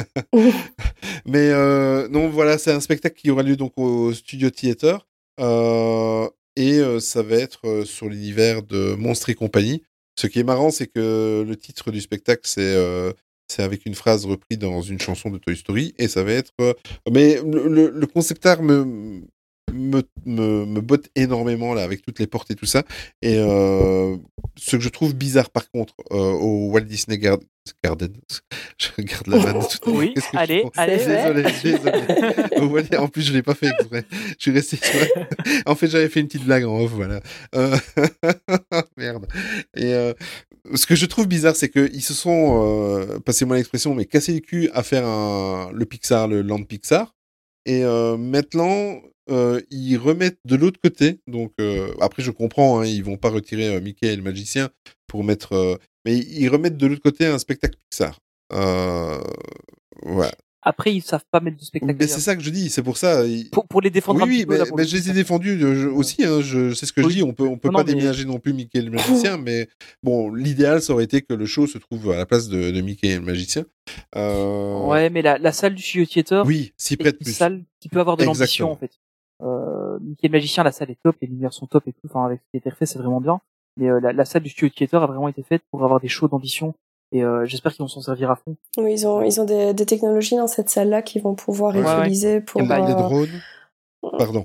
Mais euh, non, voilà, c'est un spectacle qui aura lieu donc au Studio Theater. Euh... Et euh, ça va être euh, sur l'univers de Monstres et compagnie. Ce qui est marrant, c'est que le titre du spectacle, c'est euh, c'est avec une phrase reprise dans une chanson de Toy Story. Et ça va être. Euh... Mais le, le, le concept art me. Me, me, me botte énormément là avec toutes les portes et tout ça et euh, ce que je trouve bizarre par contre euh, au Walt Disney Gar- Garden je garde la vanne tout Oui, Qu'est-ce que je allez, fais allez. désolé, désolé. Au Walt- en plus je l'ai pas fait exprès je suis resté sur en fait j'avais fait une petite blague en off voilà euh... merde et euh, ce que je trouve bizarre c'est que ils se sont euh, passez-moi l'expression mais cassé le cul à faire un... le Pixar le Land Pixar et euh, maintenant Euh, ils remettent de l'autre côté, donc euh, après je comprends, hein, ils vont pas retirer euh, Mickey et le magicien pour mettre, euh, mais ils remettent de l'autre côté un spectacle Pixar. Euh, voilà. Après, ils savent pas mettre du spectacle. Mais c'est ça que je dis, c'est pour ça. ils- Pour, pour les défendre oui, un oui, petit peu. mais, là, pour mais le je coup, les ai ça- défendus euh, je- aussi. Hein, je c'est ce que Oui. je dis. On peut, on peut Non, pas non, mais- déménager non plus Mickey et le magicien, mais bon, l'idéal ça aurait été que le show se trouve à la place de, de Mickey et le magicien. Euh, Ouais, mais la, la salle du Studio Theater, Oui, s'y c'est prête une plus. salle qui peut avoir de l'ambition Exactement. en fait. Euh, Mickey le magicien, la salle est top, les lumières sont top et tout. Enfin, avec ce qui a été refait, c'est vraiment bien. Mais euh, la, la salle du Studio Theater a vraiment été faite pour avoir des shows d'ambition. Et euh, j'espère qu'ils vont s'en servir à fond. Oui, ils ont, ils ont des, des technologies dans cette salle-là qu'ils vont pouvoir Ouais, ouais. utiliser pour. On parle des euh, drones. Pardon.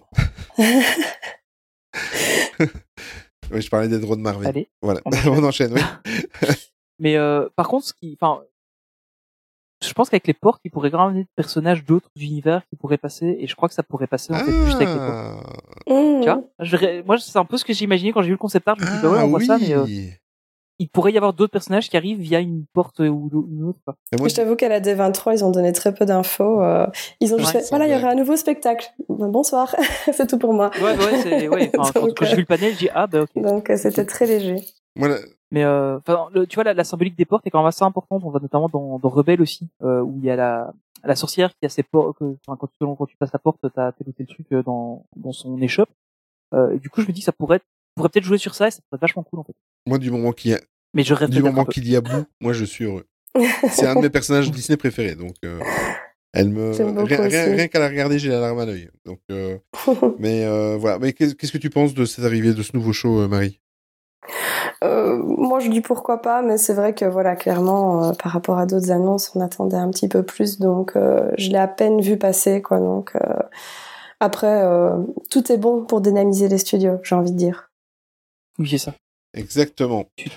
Oui, je parlais des drones Marvel. Allez, Voilà, on enchaîne. on enchaîne. Oui. Mais euh, par contre, ce qui, enfin, je pense qu'avec les portes, ils pourraient ramener des personnages d'autres univers qui pourraient passer, et je crois que ça pourrait passer en fait juste avec les portes. Ah, mmh. Tu vois, je, ré- moi, c'est un peu ce que j'ai imaginé quand j'ai vu le concept art. Je me dis, bah ouais, ah on voit oui. ça, mais euh, il pourrait y avoir d'autres personnages qui arrivent via une porte ou d'au- une autre. Quoi. Et moi, Je t'avoue qu'à la D vingt-trois, ils ont donné très peu d'infos. euh, Ils ont juste Ouais, fait, sans voilà, il y blague. aura un nouveau spectacle. Ben, bonsoir, c'est tout pour moi. Ouais, ouais, c'est, ouais. Enfin, quand, Donc, quand j'ai vu le panel, j'ai dit ah bah ok. Donc euh, c'était très léger. moi, la- Mais euh, enfin, le- tu vois, la, la symbolique des portes est quand même assez importante. On va notamment dans, dans Rebelle aussi, euh, où il y a la, la sorcière qui a ses portes. Enfin, quand tu quand tu passes la porte, t'as tel ou tel truc euh, dans dans son échoppe. Euh, et du coup, je me dis que ça pourrait être, pourrait peut-être jouer sur ça et ça pourrait être vachement cool en fait. moi, du moment qu'il y a, Mais je rêve du peut-être un moment peu. qu'il y a Boo, moi, je suis heureux. C'est un de mes personnages Disney préférés, donc euh, elle me J'aime beaucoup rien, rien, aussi. rien qu'à la regarder, j'ai la larme à l'œil. Donc, euh, mais euh, voilà. Mais qu'est-ce qu'est-ce que tu penses de cette arrivée de ce nouveau show, euh, Marie? Euh, moi, je dis pourquoi pas, mais c'est vrai que voilà, clairement, euh, par rapport à d'autres annonces, on attendait un petit peu plus, donc euh, je l'ai à peine vu passer, quoi. Donc euh, après, euh, tout est bon pour dynamiser les studios, j'ai envie de dire. Oui, c'est ça. Exactement.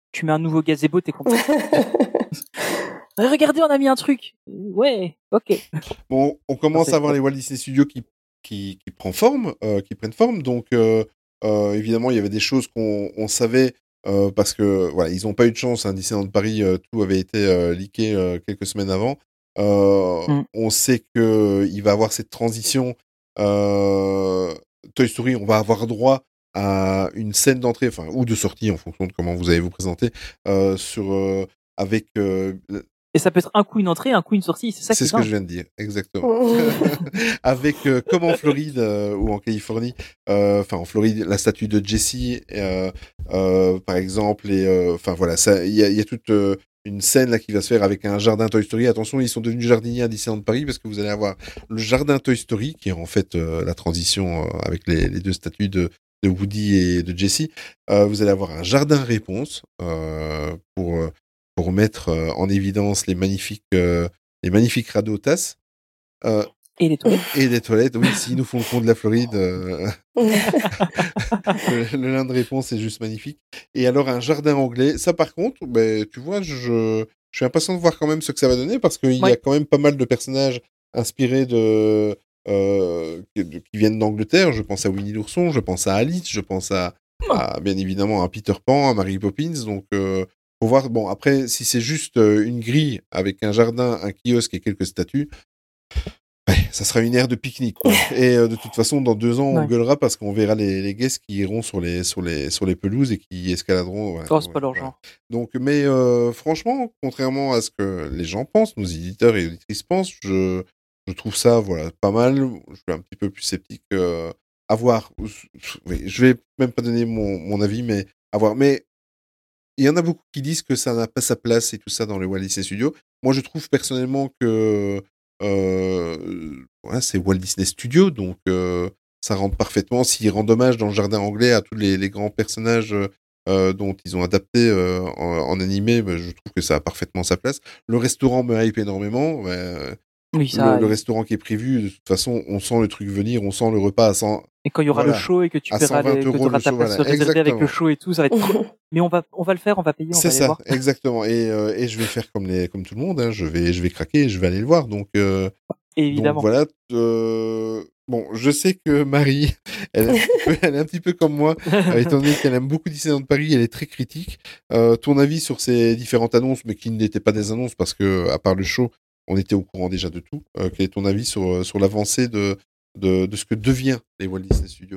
tu mets un nouveau gazebo, t'es content. Regardez, on a mis un truc. Ouais, ok. Bon, on commence C'est à voir cool. les Walt Disney Studios qui qui qui prend forme, euh, qui prennent forme. Donc euh, euh, évidemment, il y avait des choses qu'on on savait euh, parce que voilà, ils n'ont pas eu de chance. Hein, Disneyland Paris, euh, tout avait été euh, leaké euh, quelques semaines avant. Euh, Mm. On sait que il va avoir cette transition. Euh, Toy Story, on va avoir droit à une scène d'entrée, enfin ou de sortie en fonction de comment vous allez vous présenter euh, sur euh, avec euh, Et ça peut être un coup une entrée, un coup une sortie. C'est ça qui c'est est ce que dingue. je viens de dire, exactement. Avec, euh, comme en Floride euh, ou en Californie, euh, enfin en Floride, la statue de Jessie, euh, euh, par exemple, et euh, enfin voilà, ça, il y a, il y a toute euh, une scène là qui va se faire avec un jardin Toy Story. Attention, ils sont devenus jardiniers à Disneyland Paris parce que vous allez avoir le jardin Toy Story qui est en fait euh, la transition euh, avec les, les deux statues de, de Woody et de Jessie. Euh, vous allez avoir un jardin réponse euh, pour euh, pour mettre euh, en évidence les magnifiques euh, les magnifiques radeaux tasses. Euh, Et les toilettes. et des toilettes, oui, s'ils nous font le pont de la Floride, euh... le, le lin de réponse est juste magnifique. Et alors, un jardin anglais, ça par contre, ben, tu vois, je, je suis impatient de voir quand même ce que ça va donner, parce qu'il y Ouais. a quand même pas mal de personnages inspirés de, euh, qui, de- qui viennent d'Angleterre. Je pense à Winnie l'ourson, je pense à Alice, je pense à, à, bien évidemment, à Peter Pan, à Mary Poppins, donc... Euh, faut voir, bon, après, si c'est juste euh, une grille avec un jardin, un kiosque et quelques statues, ouais, ça sera une aire de pique-nique, quoi. Et euh, de toute façon, dans deux ans, on Ouais. gueulera parce qu'on verra les, les guests qui iront sur les, sur les, sur les pelouses et qui escaladeront. Ouais, Oh, c'est pas ouais, leur voilà. genre. Donc, mais euh, franchement, contrairement à ce que les gens pensent, nos éditeurs et auditrices pensent, je, je trouve ça, voilà, pas mal. Je suis un petit peu plus sceptique euh, à voir. Oui, je vais même pas donner mon, mon avis, mais à voir. Mais il y en a beaucoup qui disent que ça n'a pas sa place et tout ça dans les Walt Disney Studios. Moi, je trouve personnellement que euh, ouais, c'est Walt Disney Studios, donc euh, ça rentre parfaitement. S'il rend hommage dans le jardin anglais à tous les, les grands personnages euh, dont ils ont adapté euh, en, en animé, ben, je trouve que ça a parfaitement sa place. Le restaurant me hype énormément. Ben, Oui, ça. le, le et- restaurant qui est prévu, de toute façon, on sent le truc venir, on sent le repas à cent. Et quand il y aura Voilà. le show et que tu À paieras cent vingt les, que euros tu auras le ta show, place voilà. réservée avec le Exactement. show et tout, ça va être trop. Mais on va, on va le faire, on va payer, on C'est va aller ça, voir. exactement. Et, euh, et je vais faire comme les, comme tout le monde. Hein. Je vais, je vais craquer, et je vais aller le voir. Donc, euh, Et donc évidemment. voilà. Euh, bon, je sais que Marie, elle est un petit peu, elle est un petit peu comme moi, euh, étant donné qu'elle aime beaucoup Disneyland Paris, elle est très critique. Euh, ton avis sur ces différentes annonces, mais qui n'étaient pas des annonces parce que, à part le show, on était au courant déjà de tout. Euh, quel est ton avis sur, sur l'avancée de, de, de ce que devient les Walt Disney Studios?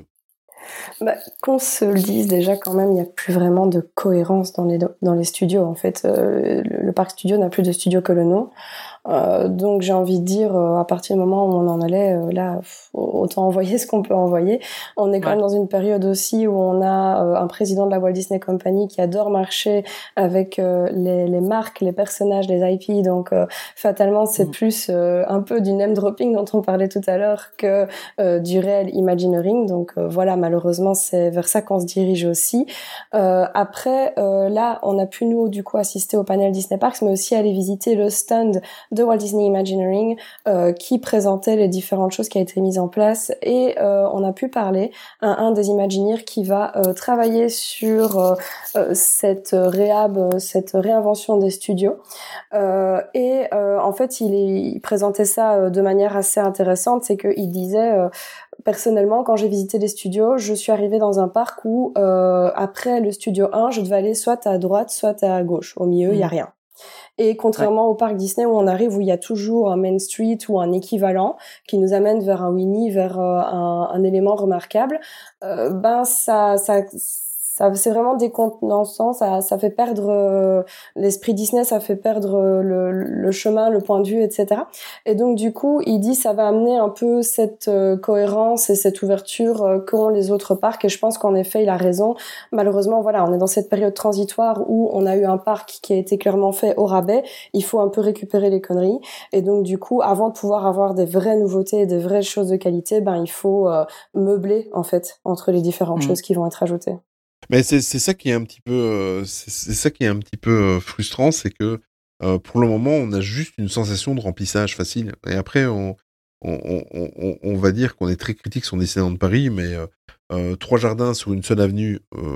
Bah, qu'on se le dise déjà quand même, il n'y a plus vraiment de cohérence dans les, dans les studios. En fait, euh, le, le parc studio n'a plus de studio que le nom. Euh, donc j'ai envie de dire, euh, à partir du moment où on en allait, euh, là, pff, autant envoyer ce qu'on peut envoyer. On est quand Ouais. même dans une période aussi où on a euh, un président de la Walt Disney Company qui adore marcher avec euh, les, les marques, les personnages, les I P. Donc euh, fatalement, c'est Mm. plus euh, un peu du name dropping dont on parlait tout à l'heure que euh, du réel Imagineering. Donc euh, voilà, malheureusement, c'est vers ça qu'on se dirige aussi. Euh, après, euh, là, on a pu nous du coup assister au panel Disney Parks, mais aussi aller visiter le stand de Walt Disney Imagineering euh, qui présentait les différentes choses qui a été mises en place, et euh, on a pu parler à un des Imagineers qui va euh, travailler sur euh, euh, cette réhab, euh, cette réinvention des studios, euh, et euh, en fait il, est, il présentait ça euh, de manière assez intéressante. C'est qu'il disait euh, personnellement, quand j'ai visité les studios, je suis arrivée dans un parc où euh, après le studio un, je devais aller soit à droite, soit à gauche. Au milieu, il y a Mhm. rien. Et contrairement au parc Disney où on arrive, où il y a toujours un Main Street ou un équivalent qui nous amène vers un Winnie, vers euh, un, un élément remarquable, euh, ben ça, ça, ça, c'est vraiment décontenançant. Ça, ça fait perdre euh, l'esprit Disney, ça fait perdre euh, le, le chemin, le point de vue, et cetera. Et donc du coup, il dit ça va amener un peu cette euh, cohérence et cette ouverture euh, qu'ont les autres parcs. Et je pense qu'en effet, il a raison. Malheureusement, voilà, on est dans cette période transitoire où on a eu un parc qui a été clairement fait au rabais. Il faut un peu récupérer les conneries. Et donc, du coup, avant de pouvoir avoir des vraies nouveautés et des vraies choses de qualité, ben, il faut euh, meubler, en fait, entre les différentes Mhm. choses qui vont être ajoutées. Mais c'est c'est ça qui est un petit peu euh, c'est c'est ça qui est un petit peu euh, frustrant, c'est que euh, pour le moment on a juste une sensation de remplissage facile. Et après on on, on, on, on va dire qu'on est très critique sur Disneyland Paris, mais euh, euh, trois jardins sur une seule avenue, euh,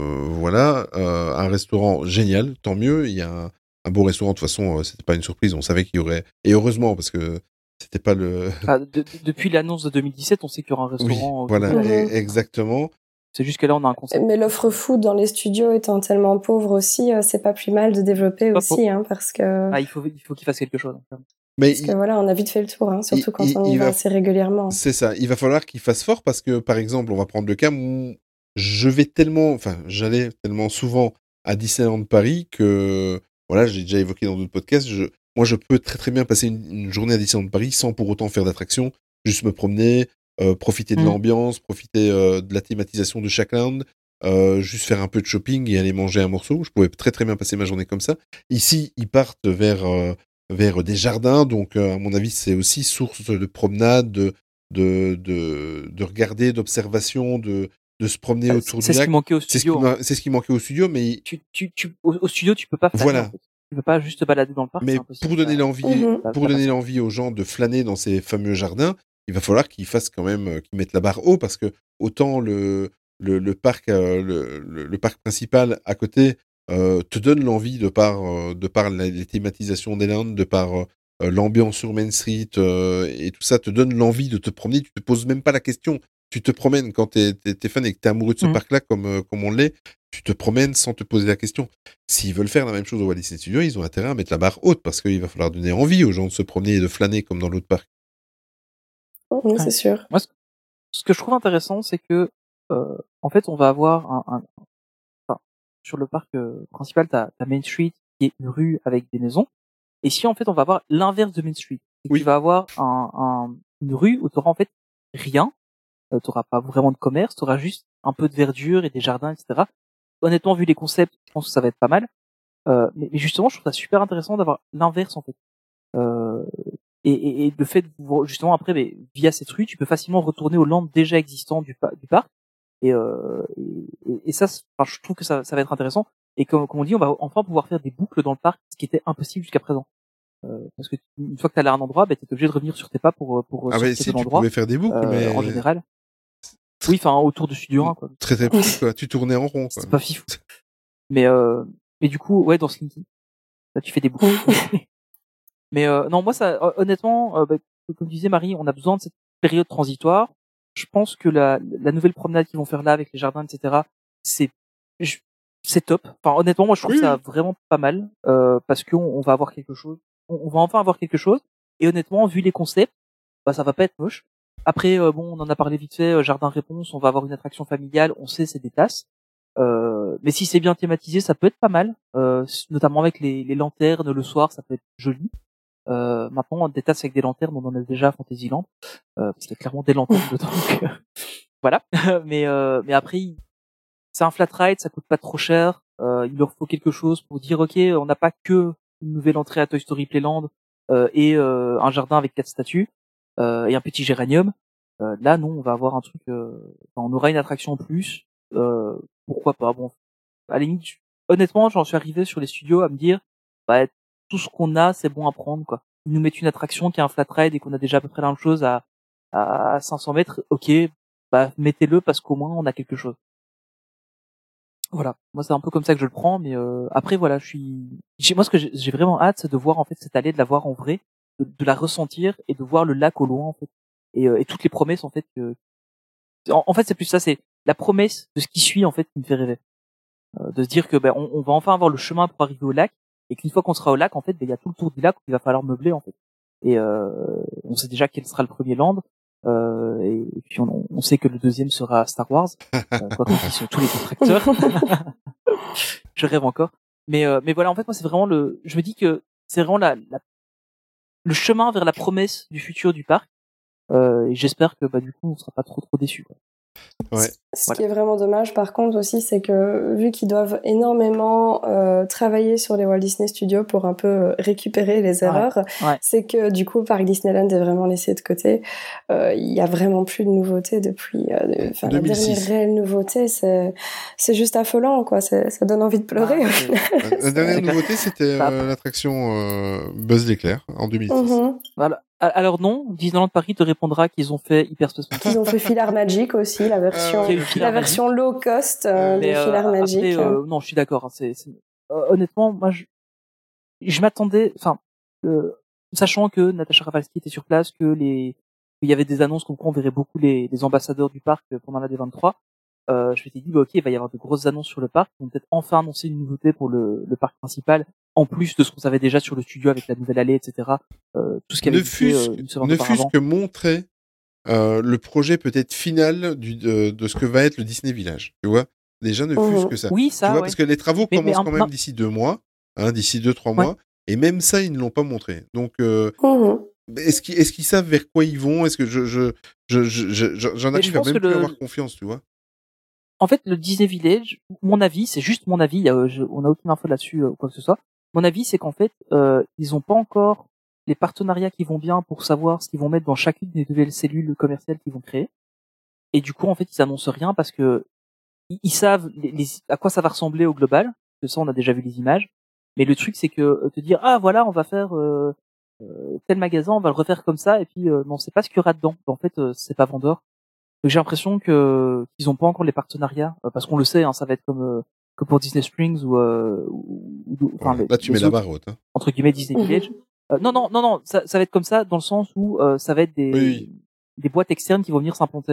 voilà, euh, un restaurant génial, tant mieux. Il y a un, un beau restaurant. De toute façon, euh, c'était pas une surprise. On savait qu'il y aurait, et heureusement parce que c'était pas le. Ah, de, de, depuis l'annonce de deux mille dix-sept, on sait qu'il y aura un restaurant. Oui, voilà, Mhm. e- exactement. C'est juste que là, on a un concept. Mais l'offre food dans les studios étant tellement pauvre aussi, euh, c'est pas plus mal de développer Pas aussi, hein, parce que Ah, il faut, il faut qu'il fasse quelque chose. hein. Mais parce que voilà, on a vite fait le tour, hein, surtout il- quand il- on y il va va- assez régulièrement. C'est ça. Il va falloir qu'il fasse fort parce que, par exemple, on va prendre le cas où je vais tellement, enfin, j'allais tellement souvent à Disneyland Paris que, voilà, j'ai déjà évoqué dans d'autres podcasts. Je, moi, je peux très très bien passer une, une journée à Disneyland Paris sans pour autant faire d'attraction, juste me promener, euh, profiter de Mm. l'ambiance, profiter euh, de la thématisation de chaque land, euh, juste faire un peu de shopping et aller manger un morceau. Je pouvais très très bien passer ma journée comme ça. Ici, ils partent vers euh, vers des jardins, donc euh, à mon avis, c'est aussi source de promenade, de de de, de regarder, d'observation, de de se promener Ah, autour c'est du ce lac. qui manquait au C'est ce qui, studio. hein. ma- c'est ce qui manquait au studio, mais Tu, tu, tu, au, au studio, tu peux pas flâner, Voilà. en fait. Tu peux pas juste te balader dans le parc, mais c'est impossible. pour donner Ça- l'envie, Mhm. ça- pour ça donner passe. l'envie aux gens de flâner dans ces fameux jardins, il va falloir qu'ils fassent quand même, euh, qu'ils mettent la barre haut parce que autant le le, le parc euh, le, le, le parc principal à côté euh, te donne l'envie de par euh, de par la- les thématisations des landes, de par euh, euh, l'ambiance sur Main Street euh, et tout ça te donne l'envie de te promener. Tu te poses même pas la question. Tu te promènes quand t'es t'es, t'es fan et que t'es amoureux de ce Mhm. parc-là comme euh, comme on l'est. Tu te promènes sans te poser la question. S'ils veulent faire la même chose au Walt Disney Studios, ils ont intérêt à mettre la barre haute parce qu'il va falloir donner envie aux gens de se promener et de flâner comme dans l'autre parc. Oui, Ouais. c'est sûr. Moi, ce, ce que je trouve intéressant, c'est que, euh, en fait, on va avoir un, un enfin, sur le parc euh, principal, t'as, t'as Main Street, qui est une rue avec des maisons. Et si, en fait, on va avoir l'inverse de Main Street, c'est Oui. qu'il va avoir un, un, une rue où t'auras, en fait, rien. Euh, t'auras pas vraiment de commerce, t'auras juste un peu de verdure et des jardins, et cetera. Honnêtement, vu les concepts, je pense que ça va être pas mal. Euh, mais, mais justement, je trouve ça super intéressant d'avoir l'inverse, en fait. Euh, et, et, et le fait de pouvoir- justement après, mais, via cette rue, tu peux facilement retourner aux landes déjà existantes du, pa- du parc. Et, euh, et, et ça, c'est- enfin, je trouve que ça, ça va être intéressant. Et comme, comme on dit, on va enfin pouvoir faire des boucles dans le parc, ce qui était impossible jusqu'à présent. Euh, parce que une fois que t'as à un endroit, bah, t'es obligé de revenir sur tes pas pour pour Ah sortir mais si de tu l'endroit. pouvais faire des boucles, Euh, mais en général. Oui, enfin autour de Studio un, quoi. très très petit, quoi. Tu tournais en rond, quoi. C'est pas fifou. Mais euh, mais du coup, ouais, dans Slinky, là tu fais des boucles. mais euh, non, moi ça, honnêtement, euh, bah, comme disait Marie, on a besoin de cette période transitoire. Je pense que la la nouvelle promenade qu'ils vont faire là avec les jardins, et cetera, c'est je- c'est top. Enfin, honnêtement, moi je trouve Oui, ça oui. vraiment pas mal euh, parce qu'on on va avoir quelque chose. On, on va enfin avoir quelque chose. Et honnêtement, vu les concepts, bah ça va pas être moche. Après, euh, bon, on en a parlé vite fait, euh, Jardin Réponse, on va avoir une attraction familiale, on sait c'est des tasses. Euh, mais si c'est bien thématisé, ça peut être pas mal, euh, notamment avec les, les lanternes le soir, ça peut être joli. Euh, maintenant, des tasses avec des lanternes, on en a déjà à Fantasyland, euh, parce qu'il y a clairement des lanternes dedans. Donc, euh, voilà. mais euh, mais après, il- c'est un flat ride, ça coûte pas trop cher. Euh, il leur faut quelque chose pour dire ok, on n'a pas que une nouvelle entrée à Toy Story Playland euh, et euh, un jardin avec quatre statues euh, et un petit géranium. Euh, là, non, on va avoir un truc. Euh, enfin, on aura une attraction en plus. Euh, pourquoi pas? Bon, à la limite, je- honnêtement, j'en suis arrivé sur les studios à me dire, bah, tout ce qu'on a, c'est bon à prendre, quoi. Ils nous mettent une attraction qui est un flat ride et qu'on a déjà à peu près la même chose à, à cinq cents mètres. Ok, bah, mettez-le parce qu'au moins on a quelque chose. Voilà. Moi, c'est un peu comme ça que je le prends, mais euh, après, voilà, je suis. J'ai, moi, ce que j'ai j'ai vraiment hâte, c'est de voir en fait cette allée, de la voir en vrai, de, de la ressentir et de voir le lac au loin, en fait, et, euh, et toutes les promesses, en fait. Que... En, en fait, c'est plus ça, c'est la promesse de ce qui suit, en fait, qui me fait rêver. Euh, de se dire que ben, on, on va enfin avoir le chemin pour arriver au lac, et qu'une fois qu'on sera au lac, en fait, ben, il y a tout le tour du lac qu'il va falloir meubler, en fait. Et euh, on sait déjà quel sera le premier land. Euh, et puis on, on sait que le deuxième sera Star Wars, euh, quoi qu'on dise sur tous les contracteurs. Je rêve encore. Mais euh, mais voilà, en fait moi c'est vraiment le, je me dis que c'est vraiment la, la le chemin vers la promesse du futur du parc. Euh, et j'espère que bah du coup on sera pas trop trop déçus. Ouais. Ce Voilà. qui est vraiment dommage, par contre, aussi, c'est que vu qu'ils doivent énormément euh, travailler sur les Walt Disney Studios pour un peu euh, récupérer les erreurs, Ouais. c'est que du coup, Parc Disneyland est vraiment laissé de côté. Euh, Il y a vraiment plus de nouveautés depuis. Euh, de- Enfin, la deux mille six. dernière réelle nouveauté, c'est c'est juste affolant, quoi. C'est- Ça donne envie de pleurer. Ah, au c'est- final. La dernière C'est clair. nouveauté, c'était Ça- euh, l'attraction euh, Buzz l'éclair en deux mille six. Mhm. Voilà. Alors non, Disneyland Paris te répondra qu'ils ont fait Hyperspace Mountain. Ils ont fait Filar Magic aussi, la version, Il y a eu Filar la Magic. version low cost euh, Mais, de euh, Filar Magic. après, euh, non, je suis d'accord. Hein, c'est, c'est... Euh, honnêtement, moi, je, je m'attendais, enfin, euh, sachant que Natasha Rafalski était sur place, que les, qu'il y avait des annonces comme quoi on verrait beaucoup les, les ambassadeurs du parc pendant la D vingt-trois. Euh, je m'étais dit, bah, ok, il va y avoir de grosses annonces sur le parc. Ils vont peut-être enfin annoncer une nouveauté pour le, le parc principal, en plus de ce qu'on savait déjà sur le studio avec la nouvelle allée, et cetera. Euh, tout ce qui avait Ne été fût-ce euh, une semaine ne fût-ce auparavant. que montrer euh, le projet peut-être final du, de, de ce que va être le Disney Village. Tu vois, déjà ne fût-ce Mhm. que ça. Oui, ça, tu vois, ouais. parce que les travaux Mais- mais commencent en- quand non. même d'ici deux mois, hein, d'ici deux trois Ouais. mois, et même ça ils ne l'ont pas montré. Donc euh, Mhm. est-ce qu'ils est-ce qu'ils savent vers quoi ils vont? Est-ce que je je je je- je- je- j'en Mais je arrive à pense même que plus le- à avoir confiance, tu vois? En fait, le Disney Village, mon avis, c'est juste mon avis, euh, je, on n'a aucune info là-dessus euh, ou quoi que ce soit. Mon avis, c'est qu'en fait, euh, ils ont pas encore les partenariats qui vont bien pour savoir ce qu'ils vont mettre dans chacune des nouvelles cellules commerciales qu'ils vont créer. Et du coup, en fait, ils annoncent rien parce que ils, ils savent les, les- à quoi ça va ressembler au global. Que ça, on a déjà vu les images. Mais le truc, c'est que euh, te dire ah voilà, on va faire euh, euh, tel magasin, on va le refaire comme ça, et puis euh, non, on sait pas ce qu'il y aura dedans. En fait, euh, c'est pas vendeur. Donc j'ai l'impression que qu'ils ont pas encore les partenariats, euh, parce qu'on le sait, hein, ça va être comme euh, que pour Disney Springs ou, euh, ou, ou- enfin Ouais, les, là tu les mets la autres, barre haute. Hein. entre guillemets Disney Mhm. Village. Euh, non non non non, ça, ça va être comme ça dans le sens où euh, ça va être des Oui, oui. des boîtes externes qui vont venir s'implanter.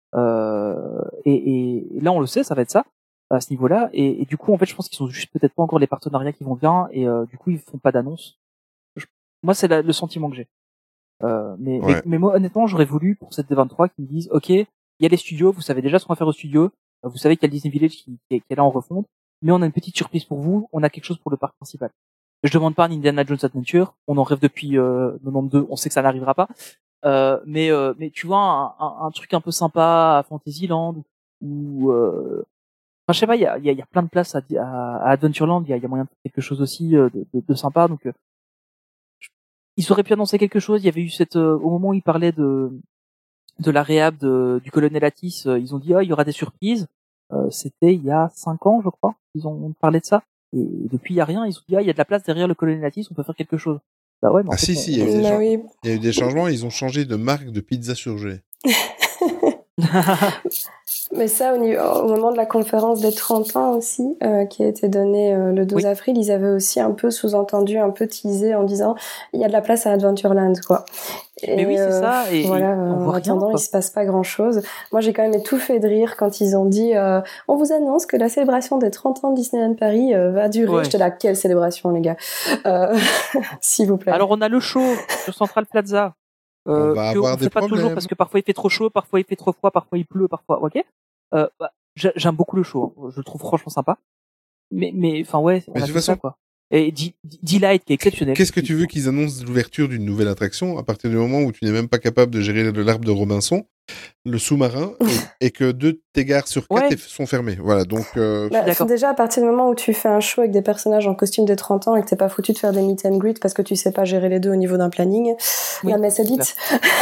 Euh, et, et là on le sait, ça va être ça à ce niveau-là. Et, et du coup en fait je pense qu'ils ont juste peut-être pas encore les partenariats qui vont bien, et euh, du coup ils font pas d'annonce. Je- Moi c'est la- le sentiment que j'ai. Euh, mais, Ouais. mais, mais moi, honnêtement, j'aurais voulu pour cette D vingt-trois qu'ils me disent, OK, il y a les studios, vous savez déjà ce qu'on va faire au studio, euh, vous savez qu'il y a le Disney Village qui, qui, est, qui est là en refonte, mais on a une petite surprise pour vous, on a quelque chose pour le parc principal. Je demande pas un Indiana Jones Adventure, on en rêve depuis euh, quatre-vingt-douze, on sait que ça n'arrivera pas, euh, mais euh, mais tu vois, un, un, un truc un peu sympa à Fantasyland, ou... Euh, enfin, je sais pas, il y a, il y, a, il y a plein de places à, à, à Adventureland, il y a, il y a moyen de faire quelque chose aussi euh, de, de, de sympa, donc... Euh, ils auraient pu annoncer quelque chose. Il y avait eu cette euh, au moment où ils parlaient de de la réhab de, du colonel Atis, euh, ils ont dit ah il y aura des surprises. Euh, C'était il y a cinq ans je crois. Ils ont parlé de ça. Et depuis il y a rien. Ils ont dit ah il y a de la place derrière le colonel Atis, on peut faire quelque chose. Bah ouais. Mais en Ah fait, si on- si, il y a eu des Bah changements. oui. Il y a eu des changements. Ils ont changé de marque de pizza surgelée. Mais ça, au, niveau, au moment de la conférence des trente ans aussi, euh, qui a été donnée euh, le douze Oui. avril, ils avaient aussi un peu sous-entendu, un peu teasé en disant il y a de la place à Adventureland, quoi. Et, Mais oui, c'est euh, ça. Et, voilà, et on en voit rien. attendant, Quoi. il se passe pas grand-chose. Moi, j'ai quand même étouffé de rire quand ils ont dit euh, on vous annonce que la célébration des trente ans de Disneyland Paris euh, va durer. Ouais. J'étais là, quelle célébration, les gars euh, s'il vous plaît. Alors on a le show sur Central Plaza. Euh, On va que avoir on des fait pas problèmes. toujours parce que parfois il fait trop chaud, parfois il fait trop froid, parfois il pleut, parfois ok. Euh, bah, j'ai- j'aime beaucoup le show, hein. Je le trouve franchement sympa. Mais mais enfin ouais, on Mais a de fait toute ça façon- quoi. Et D- D- Delight qui est exceptionnel. Qu'est-ce que tu veux qu'ils annoncent l'ouverture d'une nouvelle attraction à partir du moment où tu n'es même pas capable de gérer le- l'arbre de Robinson, le sous-marin, et, et que deux de tes gares sur quatre Ouais. est- sont fermées. Voilà, donc euh, Bah, d'accord. déjà, à partir du moment où tu fais un show avec des personnages en costume des trente ans et que t'es pas foutu de faire des meet and greet parce que tu sais pas gérer les deux au niveau d'un planning, Oui, la messe est c'est dite.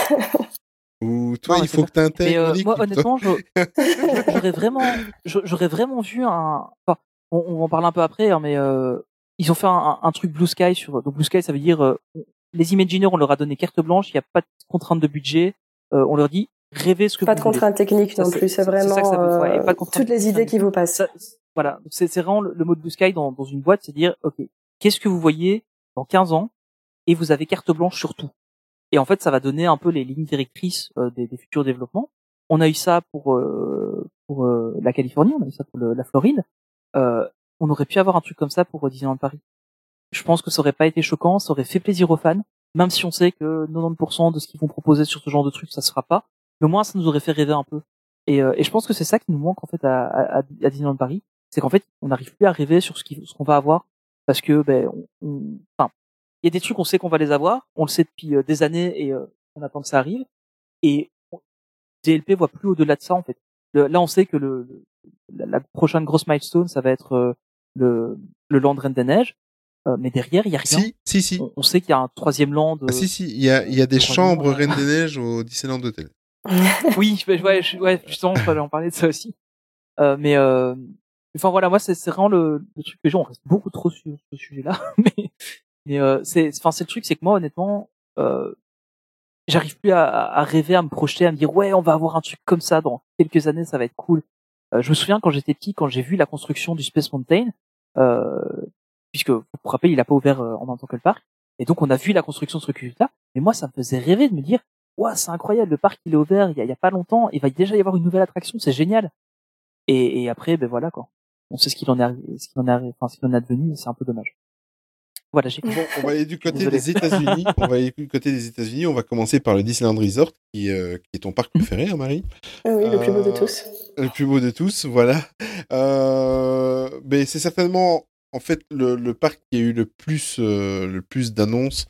ou toi, Non, mais il c'est faut que t'intègres. Mais euh, Monique, moi, il faut- honnêtement, je- j'aurais vraiment, j'aurais vraiment vu un. Enfin, on, on va en parler un peu après, hein, mais euh, ils ont fait un, un truc Blue Sky sur. Donc Blue Sky, ça veut dire euh, les Imagineers, on leur a donné carte blanche, il n'y a pas de contrainte de budget. Euh, on leur dit rêvez ce que Pas vous de voulez. contraintes techniques Ça, non c'est- plus, c'est c'est ça vraiment que ça veut- ouais, euh, pas de contraintes toutes les idées qui vous passent. Ça, c'est- voilà, c'est c'est vraiment le, le mode Blue Sky dans, dans une boîte, c'est dire ok, qu'est-ce que vous voyez dans quinze ans et vous avez carte blanche sur tout. Et en fait, ça va donner un peu les lignes directrices euh, des, des futurs développements. On a eu ça pour euh, pour euh, la Californie, on a eu ça pour le, la Floride. Euh, on aurait pu avoir un truc comme ça pour Disneyland Paris. Je pense que ça aurait pas été choquant, ça aurait fait plaisir aux fans, même si on sait que quatre-vingt-dix pour cent de ce qu'ils vont proposer sur ce genre de truc, ça se fera pas. Mais au moins, ça nous aurait fait rêver un peu. Et, euh, et je pense que c'est ça qui nous manque en fait à, à, à Disneyland Paris, c'est qu'en fait, on n'arrive plus à rêver sur ce qui- ce qu'on va avoir, parce que ben, on, on- enfin, il y a des trucs, on sait qu'on va les avoir, on le sait depuis euh, des années et euh, on attend que ça arrive. Et D L P voit plus au-delà de ça en fait. Le- là, on sait que le, le- la, la prochaine grosse milestone, ça va être euh, le, le Land Reine des Neiges, euh, mais derrière, il y a rien. Si, si, si. On, on sait qu'il y a un troisième land. Ah, si, si, il y a, il y a des de chambres Roi Lion, Reine des Neiges au Disneyland Hotel. Oui, ouais, ouais, je- ouais, justement, il fallait en parler de ça aussi. Euh, mais euh, enfin voilà, moi c'est c'est vraiment le, le truc que j'ai. On reste beaucoup trop sur ce sujet-là, mais mais euh, c'est enfin c'est le truc, c'est que moi honnêtement, euh, j'arrive plus à, à rêver, à me projeter, à me dire ouais, on va avoir un truc comme ça dans quelques années, ça va être cool. Euh, je me souviens quand j'étais petit, quand j'ai vu la construction du Space Mountain, euh, puisque vous vous rappelez, il a pas ouvert euh, en même temps que le parc, et donc on a vu la construction de ce truc-là. Mais moi, ça me faisait rêver de me dire ouais, c'est incroyable, le parc il est ouvert il y a, il y a pas longtemps, il va déjà y avoir une nouvelle attraction, c'est génial. Et, et après, ben voilà quoi. On sait ce qu'il en est, arrivé, ce qu'il en est, arrivé, enfin ce qu'il en est devenu, et c'est un peu dommage. Voilà, j'ai. Bon, on va aller du côté Désolé. des États-Unis. On va aller du côté des États-Unis. On va commencer par le Disneyland Resort, qui, euh, qui est ton parc préféré, hein, Marie. Ah oui, le plus beau de Euh, tous. Le plus beau de tous, voilà. Euh, mais c'est certainement, en fait, le, le parc qui a eu le plus, euh, le plus d'annonces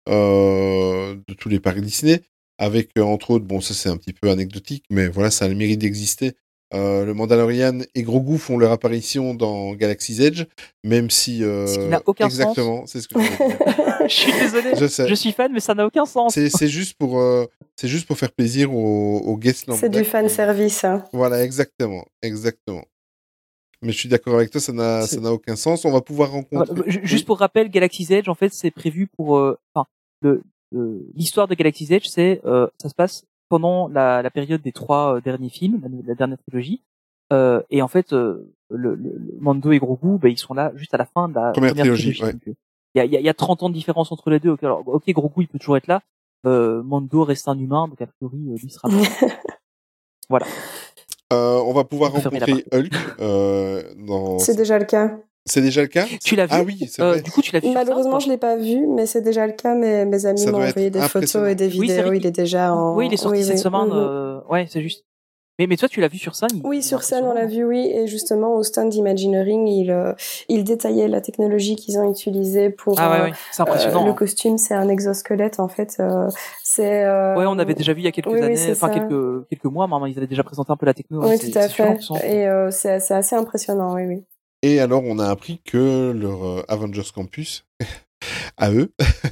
euh, de tous les parcs Disney, avec euh, entre autres, bon, ça c'est un petit peu anecdotique, mais voilà, ça a le mérite d'exister. Euh, le Mandalorian et Grogu font leur apparition dans Galaxy's Edge, même si euh, Ce qui n'a aucun exactement, sens. c'est ce que je voulais dire. Je suis désolé. Je sais. Je suis fan, mais ça n'a aucun sens. C'est c'est juste pour euh, c'est juste pour faire plaisir aux, aux guests lambda. C'est du fan qui- service. Hein. Voilà, exactement, exactement. Mais je suis d'accord avec toi, ça n'a C'est- ça n'a aucun sens. On va pouvoir rencontrer. Voilà, ju- Juste pour rappel, Galaxy's Edge, en fait, c'est prévu pour. euh, Enfin, le le- l'histoire de Galaxy's Edge, c'est euh, ça se passe pendant la, la période des trois euh, derniers films, la, la dernière trilogie. Euh, et en fait, euh, le, le, le Mando et Grogu, ben ils sont là juste à la fin de la Première première, trilogie, trilogie. ouais. Donc, euh, Il y a, il y, a, il y a trente ans de différence entre les deux. Ok, alors, ok, Grogu, il peut toujours être là. Euh, Mando reste un humain, donc a priori, euh, lui sera pas. Voilà. Euh, on va pouvoir On peut fermer la rencontrer Hulk. Euh, dans... C'est déjà le cas. C'est déjà le cas. Tu l'as vu Ah oui, c'est Euh, vrai. Du coup, tu l'as vu sur Malheureusement, ça, je l'ai pas vu, mais c'est déjà le cas. Mes, mes amis Ça m'ont doit envoyé être des impressionnant. photos et des Oui, c'est vidéos. vrai Il est déjà en. Oui, il est sorti oui, cette oui. semaine. Mhm. Euh... Ouais, c'est juste. Mais, mais toi, tu l'as vu sur scène. il- Oui, il est sur scène, on l'a impressionnant. vu, oui. Et justement, au stand d'Imagineering, il, euh, il détaillait la technologie qu'ils ont utilisée pour Ah ouais, euh, ouais, c'est impressionnant. euh, le hein. costume. C'est un exosquelette, en fait. Euh, c'est. Euh... Ouais, on avait déjà vu il y a quelques oui, oui, années, c'est enfin ça. quelques quelques mois, maman, ils avaient déjà présenté un peu la techno. hein, Oui, c'est tout à c'est super fait. impressionnant. Et euh, c'est c'est assez impressionnant, oui, oui. Et alors, on a appris que leur euh, Avengers Campus, à eux,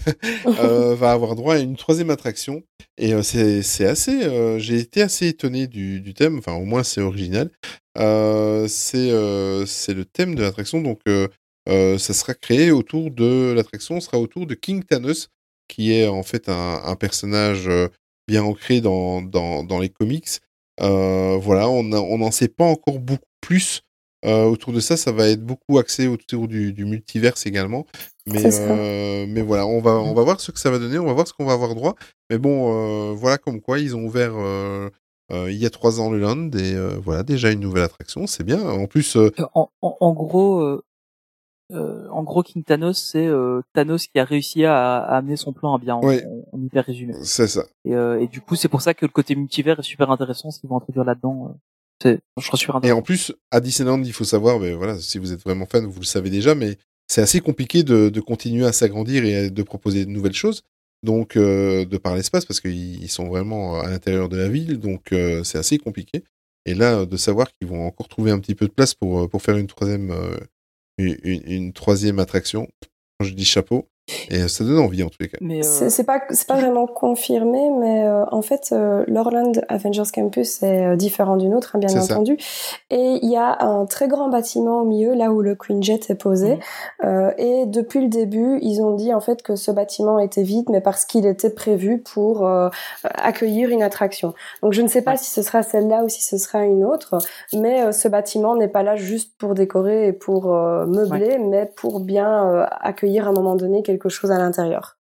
euh, va avoir droit à une troisième attraction. Et euh, c'est c'est assez. Euh, J'ai été assez étonné du, du thème. Enfin, au moins, c'est original. Euh, c'est euh, c'est le thème de l'attraction. Donc, euh, euh, ça sera créé autour de l'attraction. Sera autour de King Thanos, qui est en fait un, un personnage euh, bien ancré dans dans, dans les comics. Euh, voilà, on a, on n'en sait pas encore beaucoup plus. Euh, autour de ça, ça va être beaucoup axé autour du, du multiverse également. Mais, C'est ça. euh, mais voilà, on va, on va voir ce que ça va donner, on va voir ce qu'on va avoir droit. Mais bon, euh, voilà comme quoi ils ont ouvert euh, euh, il y a trois ans le Land et euh, voilà déjà une nouvelle attraction, c'est bien. En plus, euh, Euh, En, en, en gros, euh, euh, en gros, King Thanos, c'est euh, Thanos qui a réussi à, à amener son plan à bien, en, Ouais. en, en hyper résumé. c'est ça. Et, euh, et du coup, c'est pour ça que le côté multivers est super intéressant, ce qu'ils vont introduire là-dedans. euh, C'est, je trouve super Et intéressant. en plus, à Disneyland, il faut savoir, mais voilà, si vous êtes vraiment fan, vous le savez déjà, mais c'est assez compliqué de, de continuer à s'agrandir et de proposer de nouvelles choses. Donc, euh, de par l'espace, parce qu'ils sont vraiment à l'intérieur de la ville, donc euh, c'est assez compliqué. Et là, de savoir qu'ils vont encore trouver un petit peu de place pour, pour faire une troisième, euh, une, une, une troisième attraction, je dis chapeau. Et ça donne envie en tous les cas. Mais euh, C'est c'est pas c'est pas vraiment confirmé, mais euh, en fait, euh, l'Orland Avengers Campus est euh, différent d'une autre, hein, bien C'est ça. entendu. Et il y a un très grand bâtiment au milieu, là où le Queen Jet est posé. Mhm. Euh, et depuis le début, ils ont dit en fait que ce bâtiment était vide, mais parce qu'il était prévu pour euh, accueillir une attraction. Donc je ne sais pas Ouais. si ce sera celle-là ou si ce sera une autre, mais euh, ce bâtiment n'est pas là juste pour décorer et pour euh, meubler, mais pour bien euh, accueillir à un moment donné quelque chose à l'intérieur.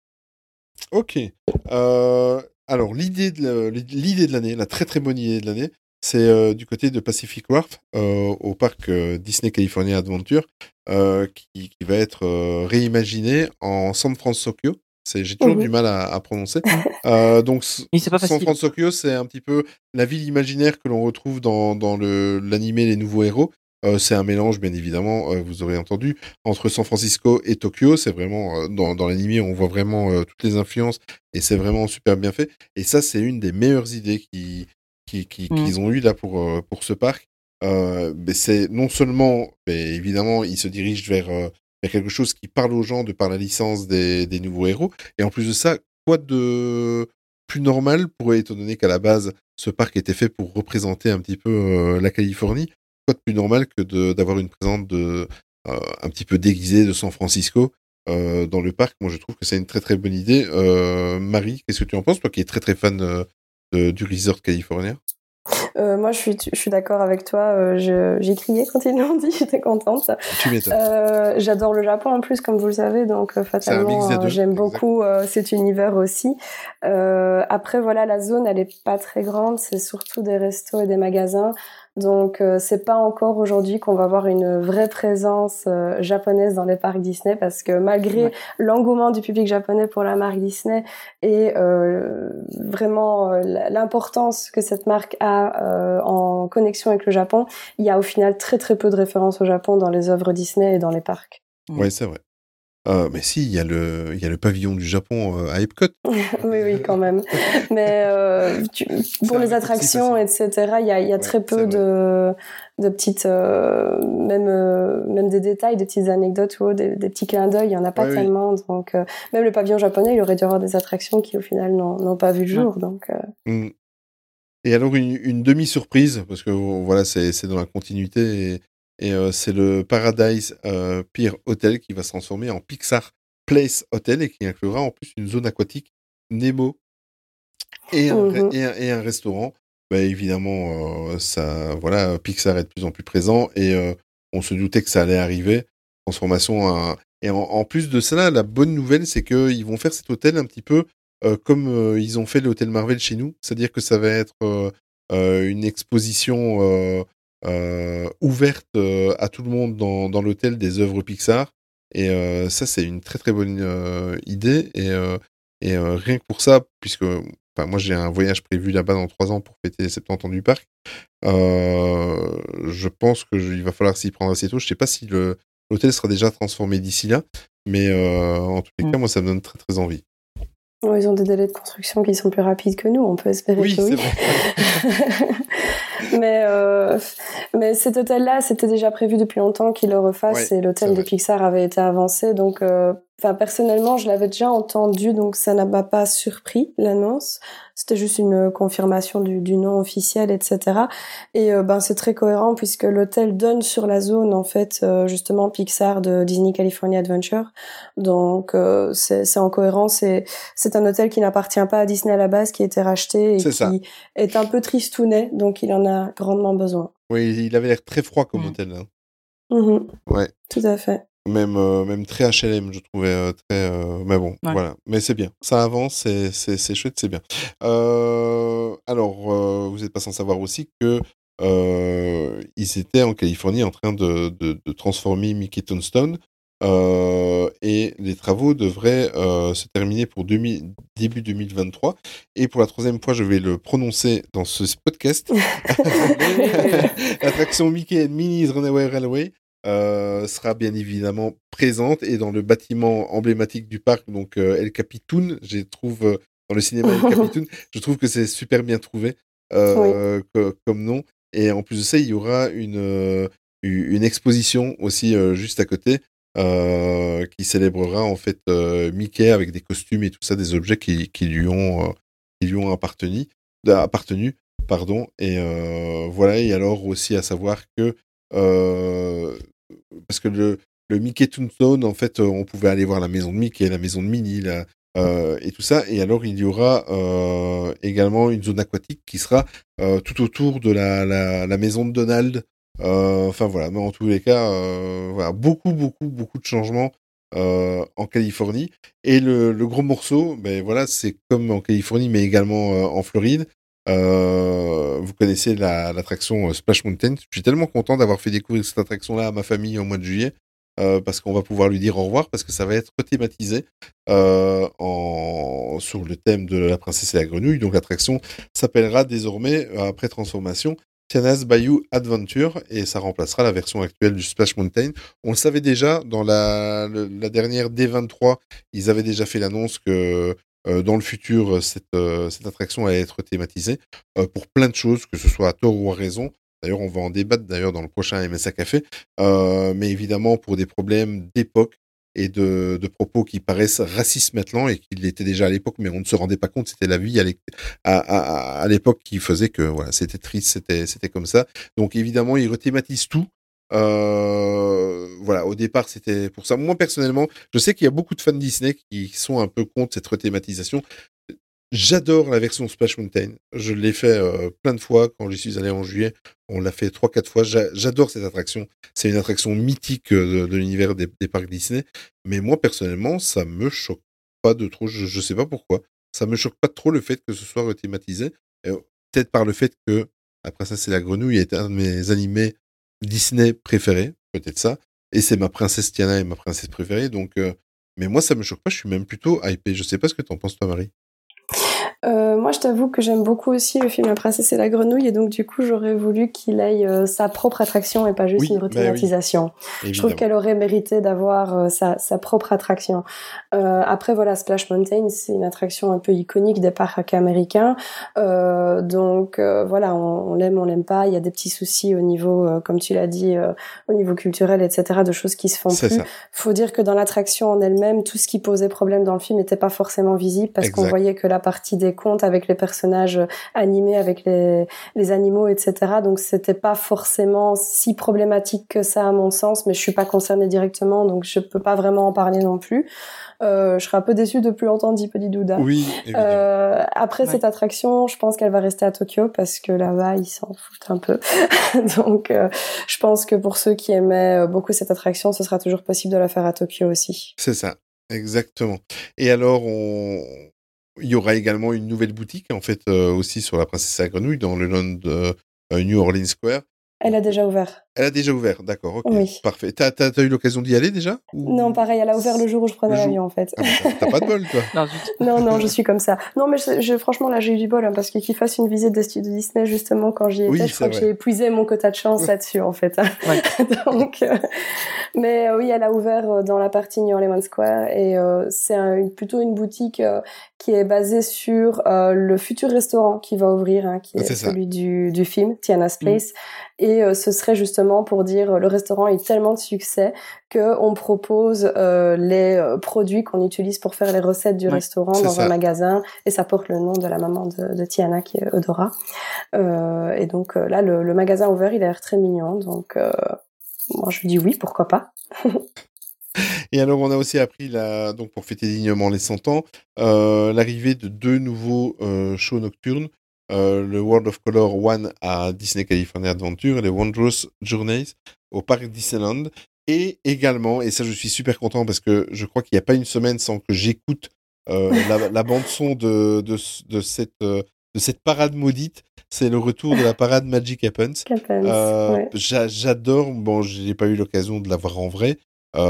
Ok. Euh, alors, l'idée de la- l'idée de l'année, la très très bonne idée de l'année, c'est euh, du côté de Pacific Wharf, euh, au parc euh, Disney California Adventure, euh, qui, qui va être euh, réimaginé en San Francisco. C'est, j'ai toujours Mhm. du mal à, à prononcer. Euh, donc, s- Oui, c'est pas San facile. Francisco, c'est un petit peu la ville imaginaire que l'on retrouve dans, dans le, l'animé Les Nouveaux Héros. Euh, c'est un mélange, bien évidemment, euh, vous aurez entendu, entre San Francisco et Tokyo. C'est vraiment, euh, dans, dans l'animé, on voit vraiment euh, toutes les influences et c'est vraiment super bien fait. Et ça, c'est une des meilleures idées qui, qui, qui- Mm. qu'ils ont eues là pour, euh, pour ce parc. Euh, mais c'est non seulement, mais évidemment, ils se dirigent vers, euh, vers quelque chose qui parle aux gens de par la licence des, des nouveaux héros. Et en plus de ça, quoi de plus normal pour, étant donné qu'à la base, ce parc était fait pour représenter un petit peu euh, la Californie, quoi de plus normal que de, d'avoir une présence de, euh, un petit peu déguisée de San Francisco. euh, dans le parc. Moi, je trouve que c'est une très très bonne idée. Euh, Marie, qu'est-ce que tu en penses, toi qui es très très fan euh, de, du resort californien? Euh, moi, je suis, je suis d'accord avec toi. Euh, je, j'ai crié quand ils l'ont dit. J'étais contente. Tu m'étonnes. Euh, j'adore le Japon en plus, comme vous le savez. Donc, euh, fatalement, euh, j'aime exact. beaucoup euh, cet univers aussi. Euh, après, voilà, la zone, elle est pas très grande. C'est surtout des restos et des magasins. Donc, euh, c'est pas encore aujourd'hui qu'on va avoir une vraie présence euh, japonaise dans les parcs Disney, parce que malgré ouais. l'engouement du public japonais pour la marque Disney et euh, vraiment euh, l'importance que cette marque a euh, en connexion avec le Japon, il y a au final très très peu de références au Japon dans les œuvres Disney et dans les parcs. Ouais, c'est vrai. Euh, mais si, il y a le, il y a le pavillon du Japon euh, à Epcot. oui, oui, quand même. Mais euh, tu, pour les attractions, et cetera, il y a, il y a ouais, très peu de, de petites, euh, même, euh, même des détails, des petites anecdotes ou des, des petits clins d'œil. Il y en a pas ouais, tellement. Oui. Donc, euh, même le pavillon japonais, il aurait dû avoir des attractions qui, au final, n'ont, n'ont pas vu le jour. Ouais. Donc. Euh... Mm. Et alors une, une demi-surprise, parce que voilà, c'est, c'est dans la continuité. Et... Et euh, c'est le Paradise euh, Pier Hotel qui va se transformer en Pixar Place Hotel et qui inclura en plus une zone aquatique Nemo et un, mm-hmm. et un, et un restaurant. Bah, évidemment, euh, ça, voilà, Pixar est de plus en plus présent et euh, on se doutait que ça allait arriver. Transformation. À... Et en, en plus de cela, la bonne nouvelle, c'est qu'ils vont faire cet hôtel un petit peu euh, comme euh, ils ont fait l'hôtel Marvel chez nous. C'est-à-dire que ça va être euh, euh, une exposition... Euh, Euh, ouverte euh, à tout le monde dans, dans l'hôtel des œuvres Pixar et euh, ça c'est une très très bonne euh, idée et, euh, et euh, rien que pour ça puisque moi j'ai un voyage prévu là-bas dans trois ans pour fêter les septante ans du parc euh, je pense qu'il va falloir s'y prendre assez tôt. Je sais pas si le, l'hôtel sera déjà transformé d'ici là mais euh, en tous les mmh. cas moi ça me donne très très envie. Oh, ils ont des délais de construction qui sont plus rapides que nous, on peut espérer oui, que oui. C'est vrai. mais, euh, mais cet hôtel-là, c'était déjà prévu depuis longtemps qu'ils le refassent ouais, et l'hôtel de Pixar avait été avancé. Donc, euh, enfin, personnellement, je l'avais déjà entendu, donc ça n'a m'a pas surpris, l'annonce. C'était juste une confirmation du, du nom officiel, et cetera. Et euh, ben c'est très cohérent puisque l'hôtel donne sur la zone, en fait, euh, justement, Pixar de Disney California Adventure. Donc, euh, c'est, c'est en cohérence. C'est, c'est un hôtel qui n'appartient pas à Disney à la base, qui a été racheté et c'est qui ça. Est un peu tristounet, donc il en a grandement besoin. Oui, il avait l'air très froid comme mmh. hôtel. Hein. Mmh. Ouais. Tout à fait. Même, euh, même très H L M, je trouvais euh, très. Euh... Mais bon, ouais. Voilà. Mais c'est bien. Ça avance, c'est, c'est, c'est chouette, c'est bien. Euh... Alors, euh, vous n'êtes pas sans savoir aussi que euh, ils étaient en Californie en train de, de, de transformer Mickey Toonstone euh, et les travaux devraient euh, se terminer pour deux mille... début deux mille vingt-trois. Et pour la troisième fois, je vais le prononcer dans ce podcast. L'attraction Mickey and Minnie's Runaway Railway. Euh, sera bien évidemment présente et dans le bâtiment emblématique du parc, donc euh, El Capitoon, je trouve euh, dans le cinéma El Capitoon, je trouve que c'est super bien trouvé euh, oui. que, comme nom. Et en plus de ça, il y aura une euh, une exposition aussi euh, juste à côté euh, qui célébrera en fait euh, Mickey avec des costumes et tout ça, des objets qui, qui lui ont euh, qui lui ont appartenu, appartenu, pardon. Et euh, voilà. Et alors aussi à savoir que Euh, parce que le, le Mickey Toonstone, en fait, on pouvait aller voir la maison de Mickey, la maison de Minnie, la, euh, et tout ça. Et alors, il y aura euh, également une zone aquatique qui sera euh, tout autour de la, la, la maison de Donald. Euh, enfin voilà, mais en tous les cas, euh, voilà, beaucoup, beaucoup, beaucoup de changements euh, en Californie. Et le, le gros morceau, ben voilà, c'est comme en Californie, mais également euh, en Floride. Euh, vous connaissez la, l'attraction Splash Mountain. Je suis tellement content d'avoir fait découvrir cette attraction-là à ma famille au mois de juillet, euh, parce qu'on va pouvoir lui dire au revoir, parce que ça va être thématisé euh, en... sur le thème de la princesse et la grenouille. Donc l'attraction s'appellera désormais, après transformation, Tiana's Bayou Adventure, et ça remplacera la version actuelle du Splash Mountain. On le savait déjà, dans la, le, la dernière D vingt-trois, ils avaient déjà fait l'annonce que Euh, dans le futur, cette, euh, cette attraction allait être thématisée euh, pour plein de choses, que ce soit à tort ou à raison. D'ailleurs, on va en débattre d'ailleurs dans le prochain M S A Café. Euh, mais évidemment, pour des problèmes d'époque et de, de propos qui paraissent racistes maintenant et qui l'étaient déjà à l'époque, mais on ne se rendait pas compte, c'était la vie à, à, à, à l'époque qui faisait que voilà, c'était triste, c'était, c'était comme ça. Donc évidemment, ils rethématisent tout. Euh, voilà, départ, c'était pour ça. Moi, personnellement, je sais qu'il y a beaucoup de fans Disney qui sont un peu contre cette rethématisation. J'adore la version Splash Mountain. Je l'ai fait euh, plein de fois quand j'y suis allé en juillet. On l'a fait trois, quatre fois. J'a- j'adore cette attraction. C'est une attraction mythique euh, de, de l'univers des, des parcs Disney. Mais moi, personnellement, ça me choque pas de trop. Je, je sais pas pourquoi. Ça me choque pas trop le fait que ce soit rethématisé. Euh, peut-être par le fait que La Princesse et la Grenouille est un de mes animés Disney préférés. Peut-être ça. Et c'est ma princesse Tiana et ma princesse préférée. Donc, euh, mais moi, ça me choque pas. Je suis même plutôt hypé. Je sais pas ce que t'en penses, toi, Marie. Euh, moi, je t'avoue que j'aime beaucoup aussi le film La Princesse et la Grenouille, et donc du coup, j'aurais voulu qu'il ait euh, sa propre attraction et pas juste Oui, une bah oui. rethématisation. Je trouve Évidemment. qu'elle aurait mérité d'avoir euh, sa, sa propre attraction. Euh, après, voilà, Splash Mountain, c'est une attraction un peu iconique des parcs américains. Euh, donc euh, voilà, on, on l'aime, on l'aime pas. Il y a des petits soucis au niveau, euh, comme tu l'as dit, euh, au niveau culturel, et cetera, de choses qui se font C'est plus. ça. Faut dire que dans l'attraction en elle-même, tout ce qui posait problème dans le film n'était pas forcément visible parce qu'on Exact. voyait que la partie des contes avec les personnages animés, avec les, les animaux, et cetera. Donc c'était pas forcément si problématique que ça à mon sens, mais je suis pas concernée directement, donc je peux pas vraiment en parler non plus. Euh, je serais un peu déçue de plus entendre Dipodidouda. Oui, évidemment. Euh, après Ouais. cette attraction, je pense qu'elle va rester à Tokyo parce que là-bas, ils s'en foutent un peu. Donc, euh, je pense que pour ceux qui aimaient euh, beaucoup cette attraction, ce sera toujours possible de la faire à Tokyo aussi. C'est ça, exactement. Et alors, on... il y aura également une nouvelle boutique, en fait, euh, aussi sur La Princesse et la Grenouille, dans le Londres euh, euh, New Orleans Square. Elle a déjà ouvert. Elle a déjà ouvert, d'accord, ok, Oui. parfait. T'as, t'as, t'as eu l'occasion d'y aller déjà ou... Non, pareil, elle a ouvert le jour où je prenais Le jour- l'avion, en fait. Ah, bah, t'as, t'as pas de bol, toi. Non, zut. Non, non, je suis comme ça. Non, mais je, je- franchement, là, j'ai eu du bol, hein, parce que qu'il fasse une visite des studios Disney, justement, quand j'y étais, Oui, je c'est crois que vrai. j'ai épuisé mon quota de chance là-dessus, en fait. Ouais. Donc, euh, mais euh, oui, elle a ouvert euh, dans la partie New Orleans Square, et euh, c'est un- une- plutôt une boutique euh, qui est basée sur euh, le futur restaurant qui va ouvrir, hein, qui est, C'est ça. celui du, du film, Tiana's Place. Et euh, ce serait justement pour dire euh, le restaurant a eu tellement de succès que on propose euh, les euh, produits qu'on utilise pour faire les recettes du Ouais, restaurant c'est dans ça. un magasin, et ça porte le nom de la maman de, de Tiana qui est Eudora. Euh, et donc euh, là le, le magasin ouvert, il a l'air très mignon, donc euh, moi je dis oui, pourquoi pas. Et alors, on a aussi appris, la... donc pour fêter dignement les cent ans, euh, l'arrivée de deux nouveaux euh, shows nocturnes. Euh, le World of Color One à Disney California Adventure et le Wondrous Journeys au parc Disneyland. Et également, et ça je suis super content parce que je crois qu'il n'y a pas une semaine sans que j'écoute euh, la, la bande son de, de, de, cette, euh, de cette parade maudite, c'est le retour de la parade Magic Happens. Happens, Euh, ouais. j'a- J'adore, bon j'ai pas eu l'occasion de la voir en vrai.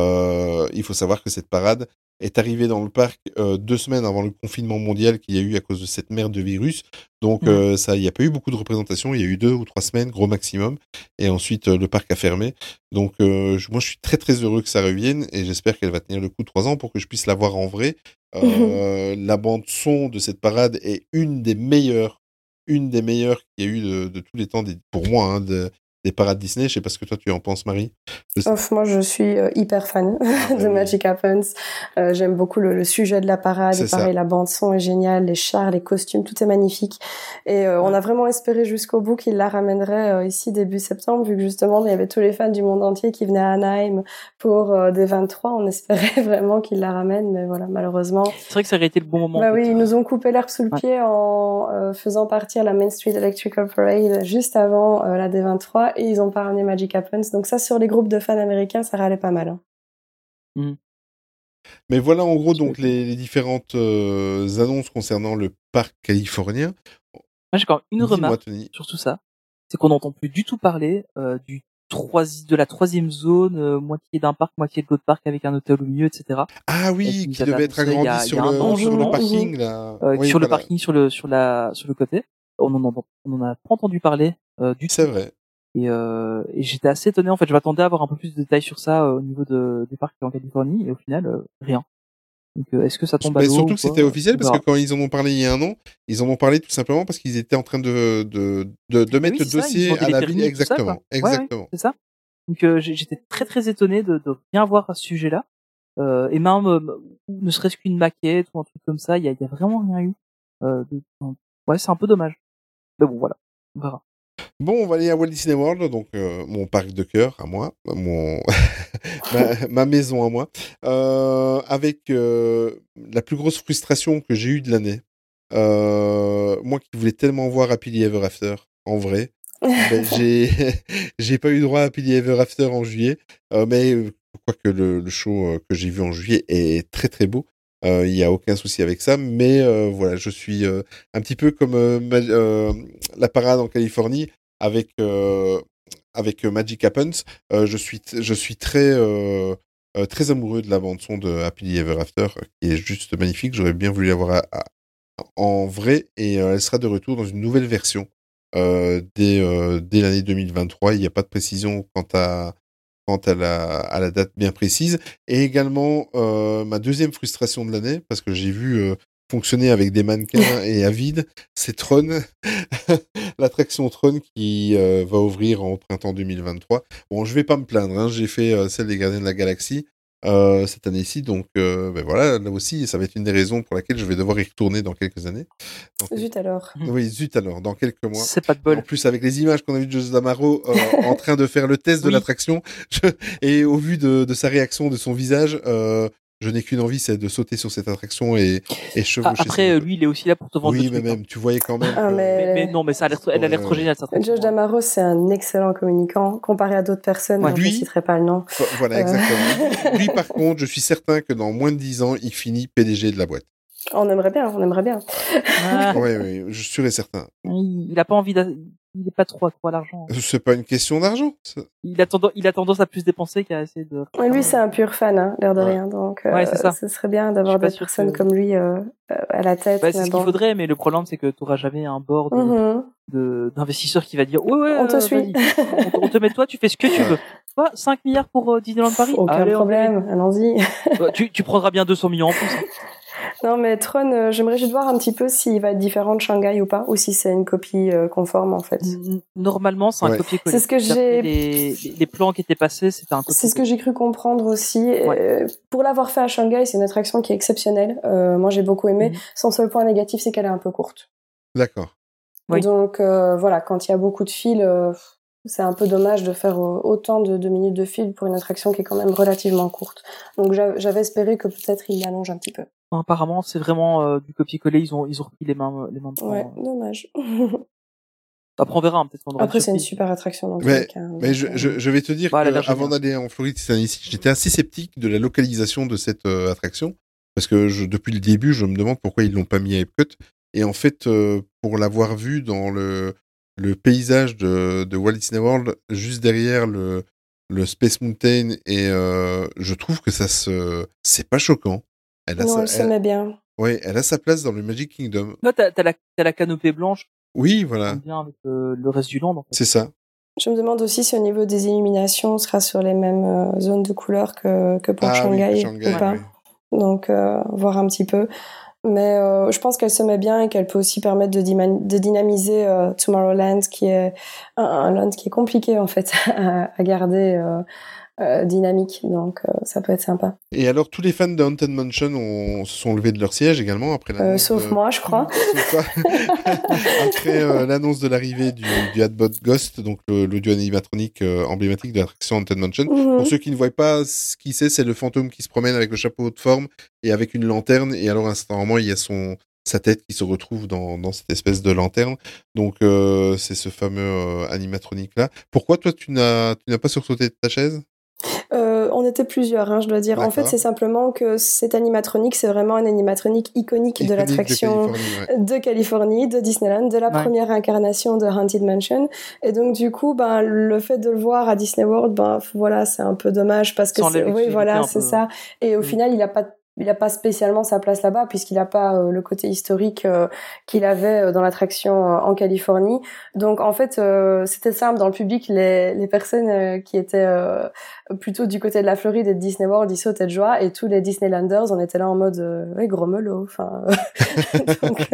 Euh, il faut savoir que cette parade est arrivée dans le parc euh, deux semaines avant le confinement mondial qu'il y a eu à cause de cette merde de virus. Donc Mmh. euh, ça, il n'y a pas eu beaucoup de représentations. Il y a eu deux ou trois semaines, gros maximum. Et ensuite, euh, le parc a fermé. Donc euh, je- moi, je suis très très heureux que ça revienne et j'espère qu'elle va tenir le coup de trois ans pour que je puisse la voir en vrai. Euh, la bande son de cette parade est une des meilleures, une des meilleures qu'il y a eu de, de tous les temps, des, pour moi, hein, de, des parades Disney. Je sais pas ce que toi tu en penses, Marie. Je sais- Ouf, moi, je suis euh, hyper fan de oui. Magic Happens. Euh, j'aime beaucoup le, le sujet de la parade. C'est Et pareil, ça. la bande son est géniale, les chars, les costumes, tout est magnifique. Et euh, on a vraiment espéré jusqu'au bout qu'il la ramènerait euh, ici début septembre, vu que justement il y avait tous les fans du monde entier qui venaient à Anaheim pour euh, des vingt-trois. On espérait vraiment qu'il la ramène, mais voilà, malheureusement. C'est vrai que ça aurait été le bon moment. Bah en oui, fait. ils nous ont coupé l'herbe sous le Ouais. pied en euh, faisant partir la Main Street Electrical Parade juste avant euh, la D vingt-trois, et ils ont pas ramené Magic Happens. Donc ça, sur les groupes de fans américains, ça râlait pas mal. Hein. Mais voilà en gros donc les, les différentes euh, annonces concernant le parc californien. Moi, j'ai quand même une Dis-moi, remarque Tony. sur tout ça. C'est qu'on n'entend plus du tout parler euh, du troisi- de la troisième zone, euh, moitié d'un parc, moitié de l'autre parc avec un hôtel au milieu, et cetera. Ah Et oui, qui nous qui avait devait être annoncé il y agrandi a- il y sur a un le, an, sur le justement. parking là. Euh, Oui, sur le voilà. parking, sur le sur la sur le côté. On en entend, on en a pas entendu parler euh, du tout. C'est vrai. Et, euh, et j'étais assez étonné. En fait, je m'attendais à avoir un peu plus de détails sur ça euh, au niveau de, du parc en Californie, et au final, euh, rien. Donc, euh, est-ce que ça tombe à Mais l'eau surtout ou que quoi c'était officiel On parce que verra. quand ils en ont parlé il y a un an, ils en ont parlé tout simplement parce qu'ils étaient en train de de de, de mettre Oui, le c'est ça, ils dossier demandaient à les la permis ville. et tout ça, quoi. Exactement, Ouais, ouais, exactement. c'est ça. Donc euh, j'ai- j'étais très très étonné de, de rien voir à ce sujet-là. Euh, et même, euh, ne serait-ce qu'une maquette ou un truc comme ça, il y a, il y a vraiment rien eu. Euh, de... Ouais, c'est un peu dommage. Mais bon, voilà, on verra. Bon, on va aller à Walt Disney World, donc euh, mon parc de cœur à moi, mon ma, ma maison à moi, euh, avec euh, la plus grosse frustration que j'ai eue de l'année. Euh, moi qui voulais tellement voir Happily Ever After, en vrai, ben, j'ai j'ai pas eu droit à Happily Ever After en juillet, euh, mais euh, quoique le, le show euh, que j'ai vu en juillet est très très beau. Il euh, y a aucun souci avec ça, mais euh, voilà, je suis euh, un petit peu comme euh, ma, euh, la parade en Californie avec euh, avec Magic Happens. Euh, je suis t- je suis très euh, euh, très amoureux de la bande son de Happily Ever After, qui est juste magnifique. J'aurais bien voulu l'avoir à, à, en vrai, et euh, elle sera de retour dans une nouvelle version euh, dès euh, dès l'année deux mille vingt-trois. Il n'y a pas de précision quant à quant à la, à la date bien précise. Et également, euh, ma deuxième frustration de l'année, parce que j'ai vu euh, fonctionner avec des mannequins et à vide, c'est Tron, l'attraction Tron qui euh, va ouvrir en printemps deux mille vingt-trois. Bon, je vais pas me plaindre, hein, j'ai fait euh, celle des Gardiens de la Galaxie euh, cette année-ci, donc euh, ben voilà, là aussi, ça va être une des raisons pour laquelle je vais devoir y retourner dans quelques années. Donc, zut alors. Oui, zut alors, dans quelques mois. C'est pas de bol. En plus, avec les images qu'on a vues de José D'Amaro euh, en train de faire le test de Oui. l'attraction, je... et au vu de, de sa réaction, de son visage, euh, je n'ai qu'une envie, c'est de sauter sur cette attraction et, et chevaucher. Ah, après, euh, lui, il est aussi là pour te vendre oui, le mais truc, même, hein. tu voyais quand même. Ah, que... mais... Mais, mais non, mais ça a l'air, elle a l'air trop géniale, ça. Josh D'Amaro, c'est un excellent communicant comparé à d'autres personnes. Ouais, dont lui... je ne citerai pas le nom. Voilà, exactement. Euh... lui, par contre, je suis certain que dans moins de dix ans, il finit P D G de la boîte. On aimerait bien, on aimerait bien. Ah. Oui, oui, je suis sûr et certain. Il, il a pas envie d'a... il est pas trop accro à l'argent. C'est pas une question d'argent. Ça. Il a tendance, il a tendance à plus dépenser qu'à essayer de. Et lui, c'est un pur fan, hein, l'air de ouais. rien. Donc, euh, ouais, c'est ça. Ce serait bien d'avoir des personnes que... comme lui euh, à la tête. Bah, c'est ce bon. qu'il faudrait, mais le problème, c'est que tu auras jamais un board mm-hmm. de, d'investisseurs qui va dire, ouais, ouais, on te euh, suit. on, on te met toi, tu fais ce que tu veux. Quoi, cinq milliards pour euh, Disneyland Paris? Aucun Allez, problème, allons-y. tu, tu prendras bien deux cents millions en plus. Non, mais Tron, euh, j'aimerais juste voir un petit peu s'il va être différent de Shanghai ou pas, ou si c'est une copie euh, conforme, en fait. Normalement, c'est un ouais. copier-coller. C'est ce que j'ai... Les, les plans qui étaient passés, c'était un copier-coller. C'est ce que j'ai cru comprendre aussi. Ouais. Euh, pour l'avoir fait à Shanghai, c'est une attraction qui est exceptionnelle. Euh, moi, j'ai beaucoup aimé. Mm-hmm. Son seul point négatif, c'est qu'elle est un peu courte. D'accord. Oui. Donc, euh, voilà, quand il y a beaucoup de fils... Euh, c'est un peu dommage de faire autant de, de minutes de fil pour une attraction qui est quand même relativement courte. Donc j'avais espéré que peut-être il l'allonge un petit peu. Apparemment, c'est vraiment euh, du copier-coller. Ils ont ils ont repris les mains les mains de Ouais, temps. dommage. Après on verra, hein, peut-être qu'on aura. Après c'est une super attraction dans tous mais, les cas. Mais je, je, je vais te dire bah, que avant d'aller en Floride cette année-ci, j'étais assez sceptique de la localisation de cette euh, attraction parce que je, depuis le début, je me demande pourquoi ils l'ont pas mis à Epcot. Et en fait, euh, pour l'avoir vu dans le le paysage de, de Walt Disney World, juste derrière le, le Space Mountain, et euh, je trouve que ça se, c'est pas choquant. Elle a non, sa, elle se elle... met bien. Oui, elle a sa place dans le Magic Kingdom. Là, t'as, t'as la, t'as la canopée blanche. Oui, voilà. Bien avec le, le reste du land. En fait. C'est ça. Je me demande aussi si au niveau des illuminations, on sera sur les mêmes euh, zones de couleurs que, que pour ah, Shanghai, oui, Shanghai ou pas. Oui. Donc, euh, voir un petit peu. Mais euh, je pense qu'elle se met bien et qu'elle peut aussi permettre de, dyma- de dynamiser euh, Tomorrowland, qui est un, un land qui est compliqué en fait à, à garder euh, euh, dynamique. Donc euh, ça peut être sympa. Et alors tous les fans de Haunted Mansion ont, se sont levés de leur siège également après l'annonce. Euh, sauf de... moi, je crois. Après euh, l'annonce de l'arrivée du, du Hatbot Ghost, donc le, l'audio animatronique euh, emblématique de l'attraction Haunted Mansion. Mm-hmm. Pour ceux qui ne voient pas ce qui c'est, c'est le fantôme qui se promène avec le chapeau de forme et avec une lanterne. Et alors instantanément, il y a son sa tête qui se retrouve dans, dans cette espèce de lanterne. Donc euh, c'est ce fameux euh, animatronique là. Pourquoi toi tu n'as tu n'as pas sursauté de ta chaise? Euh, on était plusieurs, hein, je dois dire. D'accord. En fait, c'est simplement que cet animatronique, c'est vraiment un animatronique iconique, iconique de l'attraction de Californie, ouais. de Californie, de Disneyland, de la ouais. première incarnation de Haunted Mansion. Et donc, du coup, ben, le fait de le voir à Disney World, ben, voilà, c'est un peu dommage parce que c'est, oui, voilà, c'est peu... ça. Et au mmh. final, il a pas il n'a pas spécialement sa place là-bas puisqu'il n'a pas euh, le côté historique euh, qu'il avait euh, dans l'attraction euh, en Californie. Donc en fait, euh, c'était simple dans le public, les, les personnes euh, qui étaient euh, plutôt du côté de la Floride et de Disney World, ils sautaient de joie et tous les Disneylanders, on était là en mode euh, oui, gros melot. Enfin. Donc...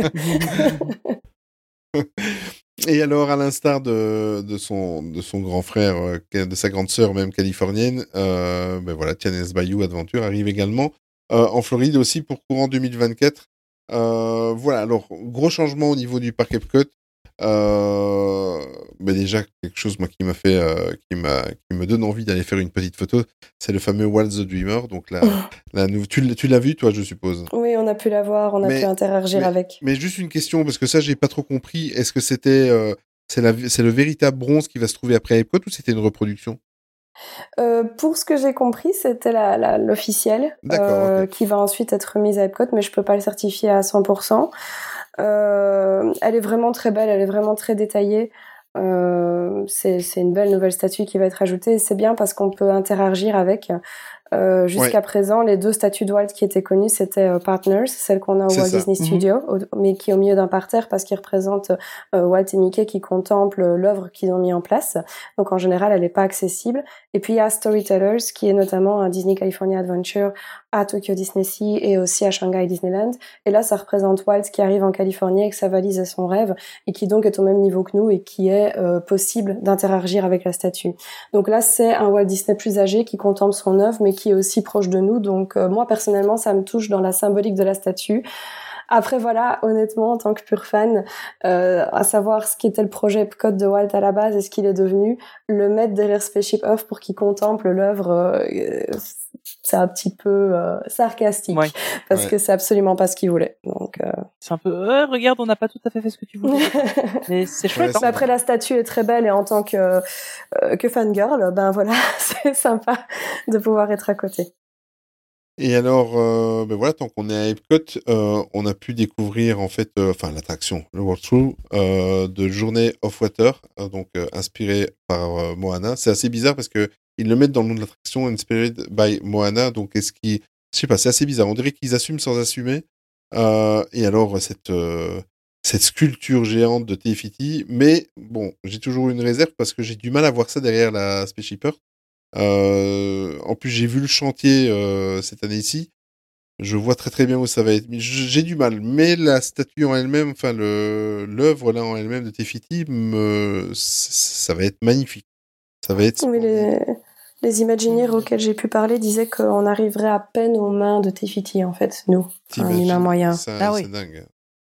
Et alors, à l'instar de, de son de son grand frère, euh, de sa grande sœur même californienne, euh, ben voilà, Tiana's Bayou Adventure arrive également. Euh, en Floride aussi pour courant deux mille vingt-quatre. Euh, voilà, alors gros changement au niveau du parc Epcot. Euh, bah déjà quelque chose moi qui m'a fait, euh, qui m'a, qui me donne envie d'aller faire une petite photo, c'est le fameux Waltz the Dreamer. Donc la, la nou- tu, l'as- tu l'as vu toi, je suppose. Oui, on a pu la voir, on a Mais- pu interagir mais- avec. Mais juste une question parce que ça j'ai pas trop compris. Est-ce que c'était, euh, c'est la, c'est le véritable bronze qui va se trouver après Epcot ou c'était une reproduction? Euh, pour ce que j'ai compris, c'était la, la, l'officielle D'accord, euh, ok. qui va ensuite être remise à Epcot, mais je peux pas le certifier à cent pour cent. Euh, elle est vraiment très belle, elle est vraiment très détaillée. Euh, c'est, c'est une belle nouvelle statue qui va être ajoutée. Et c'est bien parce qu'on peut interagir avec. Euh, jusqu'à Ouais. présent, les deux statues de Walt qui étaient connues, c'était euh, Partners, celle qu'on a au C'est Walt ça. Disney Mhm. Studio, au- mais qui est au milieu d'un parterre parce qu'ils représentent euh, Walt et Mickey qui contemplent l'œuvre qu'ils ont mis en place. Donc en général, elle n'est pas accessible. Et puis il y a Storytellers, qui est notamment un Disney California Adventure à Tokyo Disney Sea et aussi à Shanghai Disneyland. Et là, ça représente Walt qui arrive en Californie avec sa valise et son rêve, et qui donc est au même niveau que nous et qui est euh, possible d'interagir avec la statue. Donc là, c'est un Walt Disney plus âgé qui contemple son œuvre, mais qui est aussi proche de nous. Donc euh, moi, personnellement, ça me touche dans la symbolique de la statue. Après, voilà, honnêtement, en tant que pur fan, euh, à savoir ce qu'était le projet Epcot de Walt à la base et ce qu'il est devenu, le mettre derrière Spaceship Earth pour qu'il contemple l'œuvre, euh, c'est un petit peu euh, sarcastique, Ouais. parce Ouais. que c'est absolument pas ce qu'il voulait. Donc, euh... C'est un peu, euh, regarde, on n'a pas tout à fait fait ce que tu voulais. Mais c'est chouette, Ouais, hein. Mais après, la statue est très belle et en tant que euh, que fangirl, ben voilà, c'est sympa de pouvoir être à côté. Et alors, euh, ben voilà, tant qu'on est à Epcot, euh, on a pu découvrir en fait, euh, enfin l'attraction, le walkthrough euh, de Journey of Water, euh, donc euh, inspiré par euh, Moana. C'est assez bizarre parce que ils le mettent dans le nom de l'attraction, Inspired by Moana. Donc est-ce qui, je sais pas, c'est assez bizarre. On dirait qu'ils assument sans assumer. Euh, et alors cette euh, cette sculpture géante de Te Fiti, mais bon, j'ai toujours une réserve parce que j'ai du mal à voir ça derrière la Spaceship Earth. Euh, en plus, j'ai vu le chantier euh, cette année-ci. Je vois très très bien où ça va être. Mais j- J'ai du mal, mais la statue en elle-même, enfin le l'œuvre là en elle-même de Te Fiti, me c- ça va être magnifique. Ça va être. Oui, splendide. les, les Imagineers auxquels j'ai pu parler disaient qu'on arriverait à peine aux mains de Te Fiti, en fait, nous, un T'imagines, humain moyen. ça, Ah oui. c'est dingue.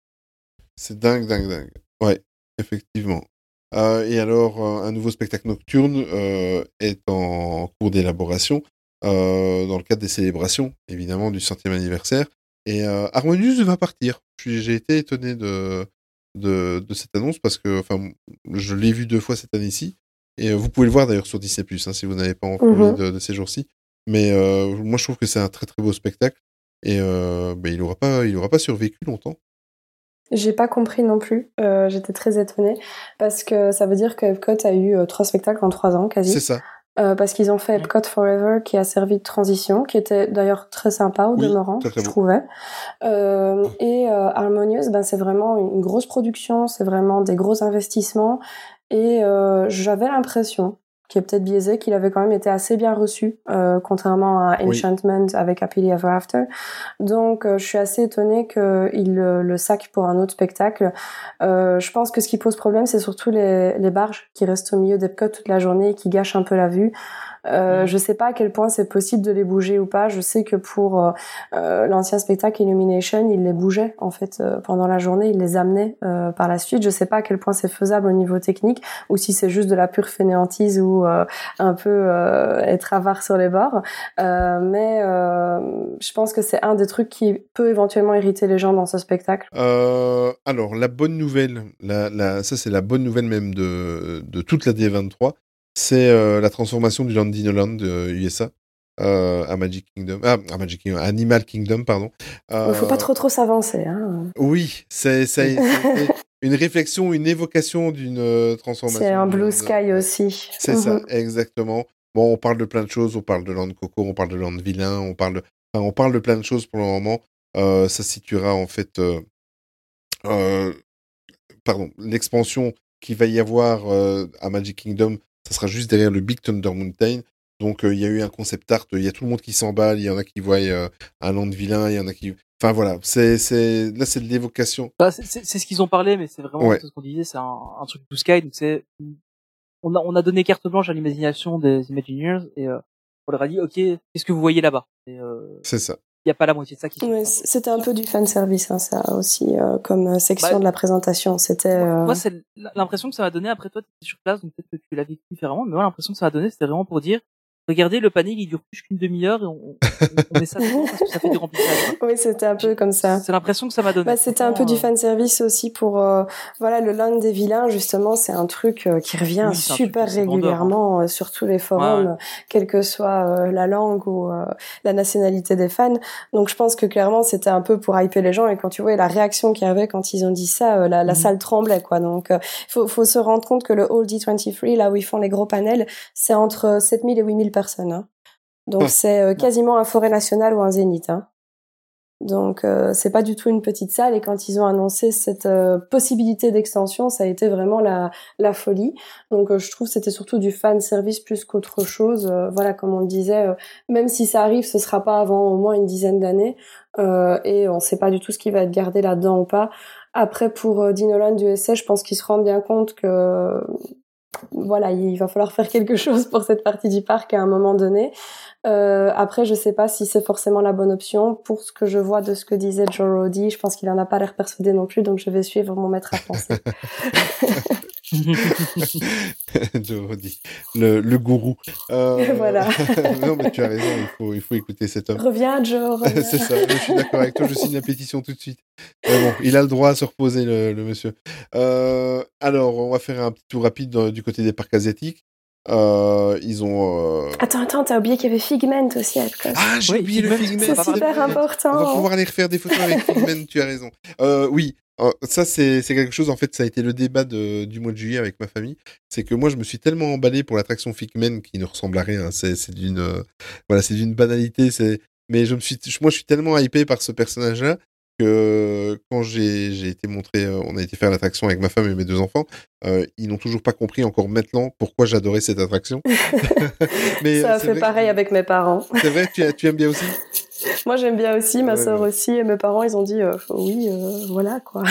C'est dingue, dingue, dingue. Ouais, effectivement. Euh, et alors, euh, un nouveau spectacle nocturne euh, est en cours d'élaboration euh, dans le cadre des célébrations, évidemment, du centième anniversaire. Et euh, Harmonious va partir. Je suis- J'ai été étonné de, de, de cette annonce parce que enfin, je l'ai vu deux fois cette année-ci. Et euh, vous pouvez le voir d'ailleurs sur Disney plus, hein, si vous n'avez pas envie Mhm. de, de ces jours-ci. Mais euh, moi, je trouve que c'est un très très beau spectacle. Et euh, ben, il n'aura pas, il aura pas survécu longtemps. J'ai pas compris non plus. Euh, j'étais très étonnée parce que ça veut dire que Epcot a eu euh, trois spectacles en trois ans quasi. C'est ça. Euh, parce qu'ils ont fait Epcot Forever qui a servi de transition, qui était d'ailleurs très sympa au Oui, demeurant, très, très je beau. trouvais. Euh, et euh, Harmonious, ben c'est vraiment une grosse production, c'est vraiment des gros investissements. Et euh, j'avais l'impression, qui est peut-être biaisé, qu'il avait quand même été assez bien reçu, euh, contrairement à Oui. Enchantment avec Happily Ever After. Donc, euh, je suis assez étonnée qu'il le, le sac pour un autre spectacle. Euh, je pense que ce qui pose problème, c'est surtout les, les barges qui restent au milieu d'Epcot toute la journée et qui gâchent un peu la vue. Euh, Mhm. Je sais pas à quel point c'est possible de les bouger ou pas. Je sais que pour euh, euh, l'ancien spectacle Illumination, il les bougeait en fait euh, pendant la journée, il les amenait euh, par la suite. Je sais pas à quel point c'est faisable au niveau technique ou si c'est juste de la pure fainéantise ou euh, un peu euh, être avare sur les bords. Euh, mais euh, je pense que c'est un des trucs qui peut éventuellement irriter les gens dans ce spectacle. Euh, alors, la bonne nouvelle, la, la, ça c'est la bonne nouvelle même de, de toute la D vingt-trois, c'est euh, la transformation du Land Dinoland de U S A euh, à Magic Kingdom, ah, à Magic Kingdom, à Animal Kingdom, pardon. Euh, Il faut pas trop trop s'avancer. Hein. Oui, c'est c'est- c'est une réflexion, une évocation d'une euh, transformation. C'est un du blue Land. sky Ouais. aussi. C'est ça, Mhm. exactement. Bon, on parle de plein de choses, on parle de Land Coco, on parle de Land Vilain, on parle de, enfin, on parle de plein de choses pour le moment. Euh, ça se situera en fait, euh, euh, pardon, l'expansion qu'il va y avoir euh, à Magic Kingdom, ça sera juste derrière le Big Thunder Mountain. Donc euh, il y a eu un concept art, il y a tout le monde qui s'emballe, il y en a qui voient euh, un land vilain, il y en a qui, enfin voilà, c'est c'est là c'est de l'évocation. Bah, c'est, c'est, c'est ce qu'ils ont parlé, mais c'est vraiment Ouais. c'est ce qu'on disait, c'est un, un truc Blue Sky. Donc c'est, on a, on a donné carte blanche à l'imagination des Imagineers et euh, on leur a dit, ok, qu'est-ce que vous voyez là-bas et, euh, C'est ça. il y a pas la moitié de ça qui. Ouais, c'était un peu du fan service, hein, ça aussi, euh, comme euh, section Bah, de la présentation. C'était. Euh... Moi, c'est l'impression que ça m'a donné. Après toi, t'étais sur place, donc peut-être que tu l'as vécu différemment. Mais moi, l'impression que ça m'a donné, c'était vraiment pour dire, regardez, le panel, il dure plus qu'une demi-heure et on, on met ça dedans parce que ça fait du remplissage. Oui, c'était un peu comme ça. C'est l'impression que ça m'a donné. Bah, c'était un peu euh... du fan service aussi pour, euh, voilà, le land des vilains, justement, c'est un truc euh, qui revient oui, super truc régulièrement vendeur, hein. euh, sur tous les forums, ouais, ouais. quelle que soit euh, la langue ou euh, la nationalité des fans. Donc, je pense que clairement, c'était un peu pour hyper les gens. Et quand tu vois la réaction qu'il y avait quand ils ont dit ça, euh, la, la mm-hmm. salle tremblait, quoi. Donc, il euh, faut, faut se rendre compte que le Hall D vingt-trois, là où ils font les gros panels, c'est entre sept mille et huit mille personnes, hein. Donc, c'est euh, quasiment un forêt nationale ou un zénith, hein. Donc, euh, c'est pas du tout une petite salle. Et quand ils ont annoncé cette euh, possibilité d'extension, ça a été vraiment la, la folie. Donc, euh, je trouve que c'était surtout du fan service plus qu'autre chose. Euh, voilà, comme on le disait, euh, même si ça arrive, ce sera pas avant au moins une dizaine d'années. Euh, et on sait pas du tout ce qui va être gardé là-dedans ou pas. Après, pour euh, Dinoland U S A, je pense qu'ils se rendent bien compte que... voilà, il va falloir faire quelque chose pour cette partie du parc à un moment donné. Euh, après, je sais pas si c'est forcément la bonne option. Pour ce que je vois de ce que disait Joe Roddy, je pense qu'il en a pas l'air persuadé non plus, donc je vais suivre mon maître à penser. Joe Roddy, le, le gourou. Euh... Voilà. Non, mais tu as raison, il faut, il faut écouter cet homme. Reviens, Joe. Reviens. C'est ça, je suis d'accord avec toi, je signe la pétition tout de suite. Mais bon, il a le droit à se reposer, le, le monsieur. Euh, alors, on va faire un petit tour rapide dans, du côté des parcs asiatiques. Euh, ils ont. Euh... Attends, attends, t'as oublié qu'il y avait Figment aussi à Epcot. Ah, j'ai oui, oublié le Figment. C'est super important. On va pouvoir aller refaire des photos avec Figment, tu as raison. Euh, oui, euh, ça c'est c'est quelque chose. En fait, ça a été le débat de, du mois de juillet avec ma famille. C'est que moi, je me suis tellement emballé pour l'attraction Figment qui ne ressemble à rien. C'est c'est d'une euh, voilà, c'est d'une banalité. C'est mais je me suis, moi, je suis tellement hypé par ce personnage-là. Que quand j'ai, j'ai été montré, euh, on a été faire l'attraction avec ma femme et mes deux enfants, euh, ils n'ont toujours pas compris encore maintenant pourquoi j'adorais cette attraction. Mais, ça a fait pareil que... avec mes parents. C'est vrai, tu, tu aimes bien aussi? Moi j'aime bien aussi, ma ouais, sœur ouais. aussi, et mes parents ils ont dit euh, oui, euh, voilà quoi.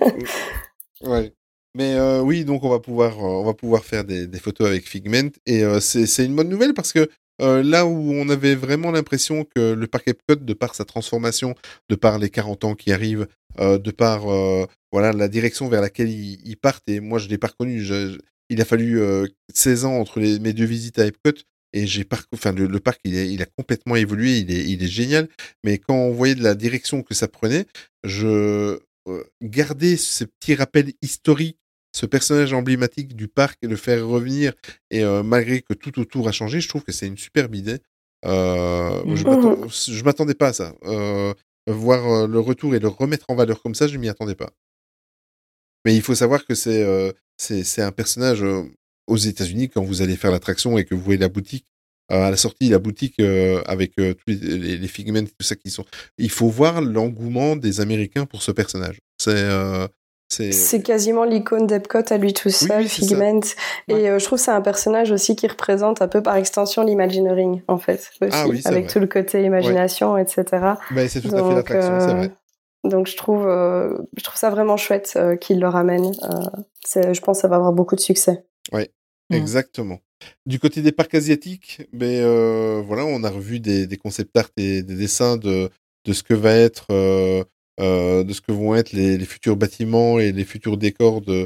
Ouais. Mais euh, oui, donc on va pouvoir, euh, on va pouvoir faire des, des photos avec Figment et euh, c'est, c'est une bonne nouvelle parce que Euh, là où on avait vraiment l'impression que le parc Epcot, de par sa transformation, de par les quarante ans qui arrivent, euh, de par euh, voilà la direction vers laquelle ils, ils partent, et moi je l'ai pas reconnu, je, je, il a fallu euh, seize ans entre les, mes deux visites à Epcot, et j'ai par... enfin le, le parc il, est, il a complètement évolué, il est, il est génial, mais quand on voyait de la direction que ça prenait, je euh, gardais ces petits rappels historiques, ce personnage emblématique du parc et le faire revenir, et euh, malgré que tout autour a changé, je trouve que c'est une superbe idée. Euh, mmh. Je m'attend... je m'attendais pas à ça. Euh, voir euh, le retour et le remettre en valeur comme ça, je m'y attendais pas. Mais il faut savoir que c'est, euh, c'est, c'est un personnage euh, aux États-Unis, quand vous allez faire l'attraction et que vous voyez la boutique, euh, à la sortie, la boutique euh, avec euh, tous les, les, les Figments et tout ça qui sont... Il faut voir l'engouement des Américains pour ce personnage. C'est... Euh, C'est... c'est quasiment l'icône d'Epcot à lui tout seul, oui, oui, Figment. Et ouais. euh, je trouve que c'est un personnage aussi qui représente un peu par extension l'Imagineering, en fait, aussi, ah, oui, avec vrai. Tout le côté imagination, ouais. et cetera. Ben, c'est tout donc, à fait l'attraction, euh, c'est vrai. Donc je trouve, euh, je trouve ça vraiment chouette euh, qu'il le ramène. Euh, c'est, je pense que ça va avoir beaucoup de succès. Oui, mmh. exactement. Du côté des parcs asiatiques, ben, euh, voilà, on a revu des, des concept art et des dessins de, de ce que va être... Euh, Euh, de ce que vont être les, les futurs bâtiments et les futurs décors de,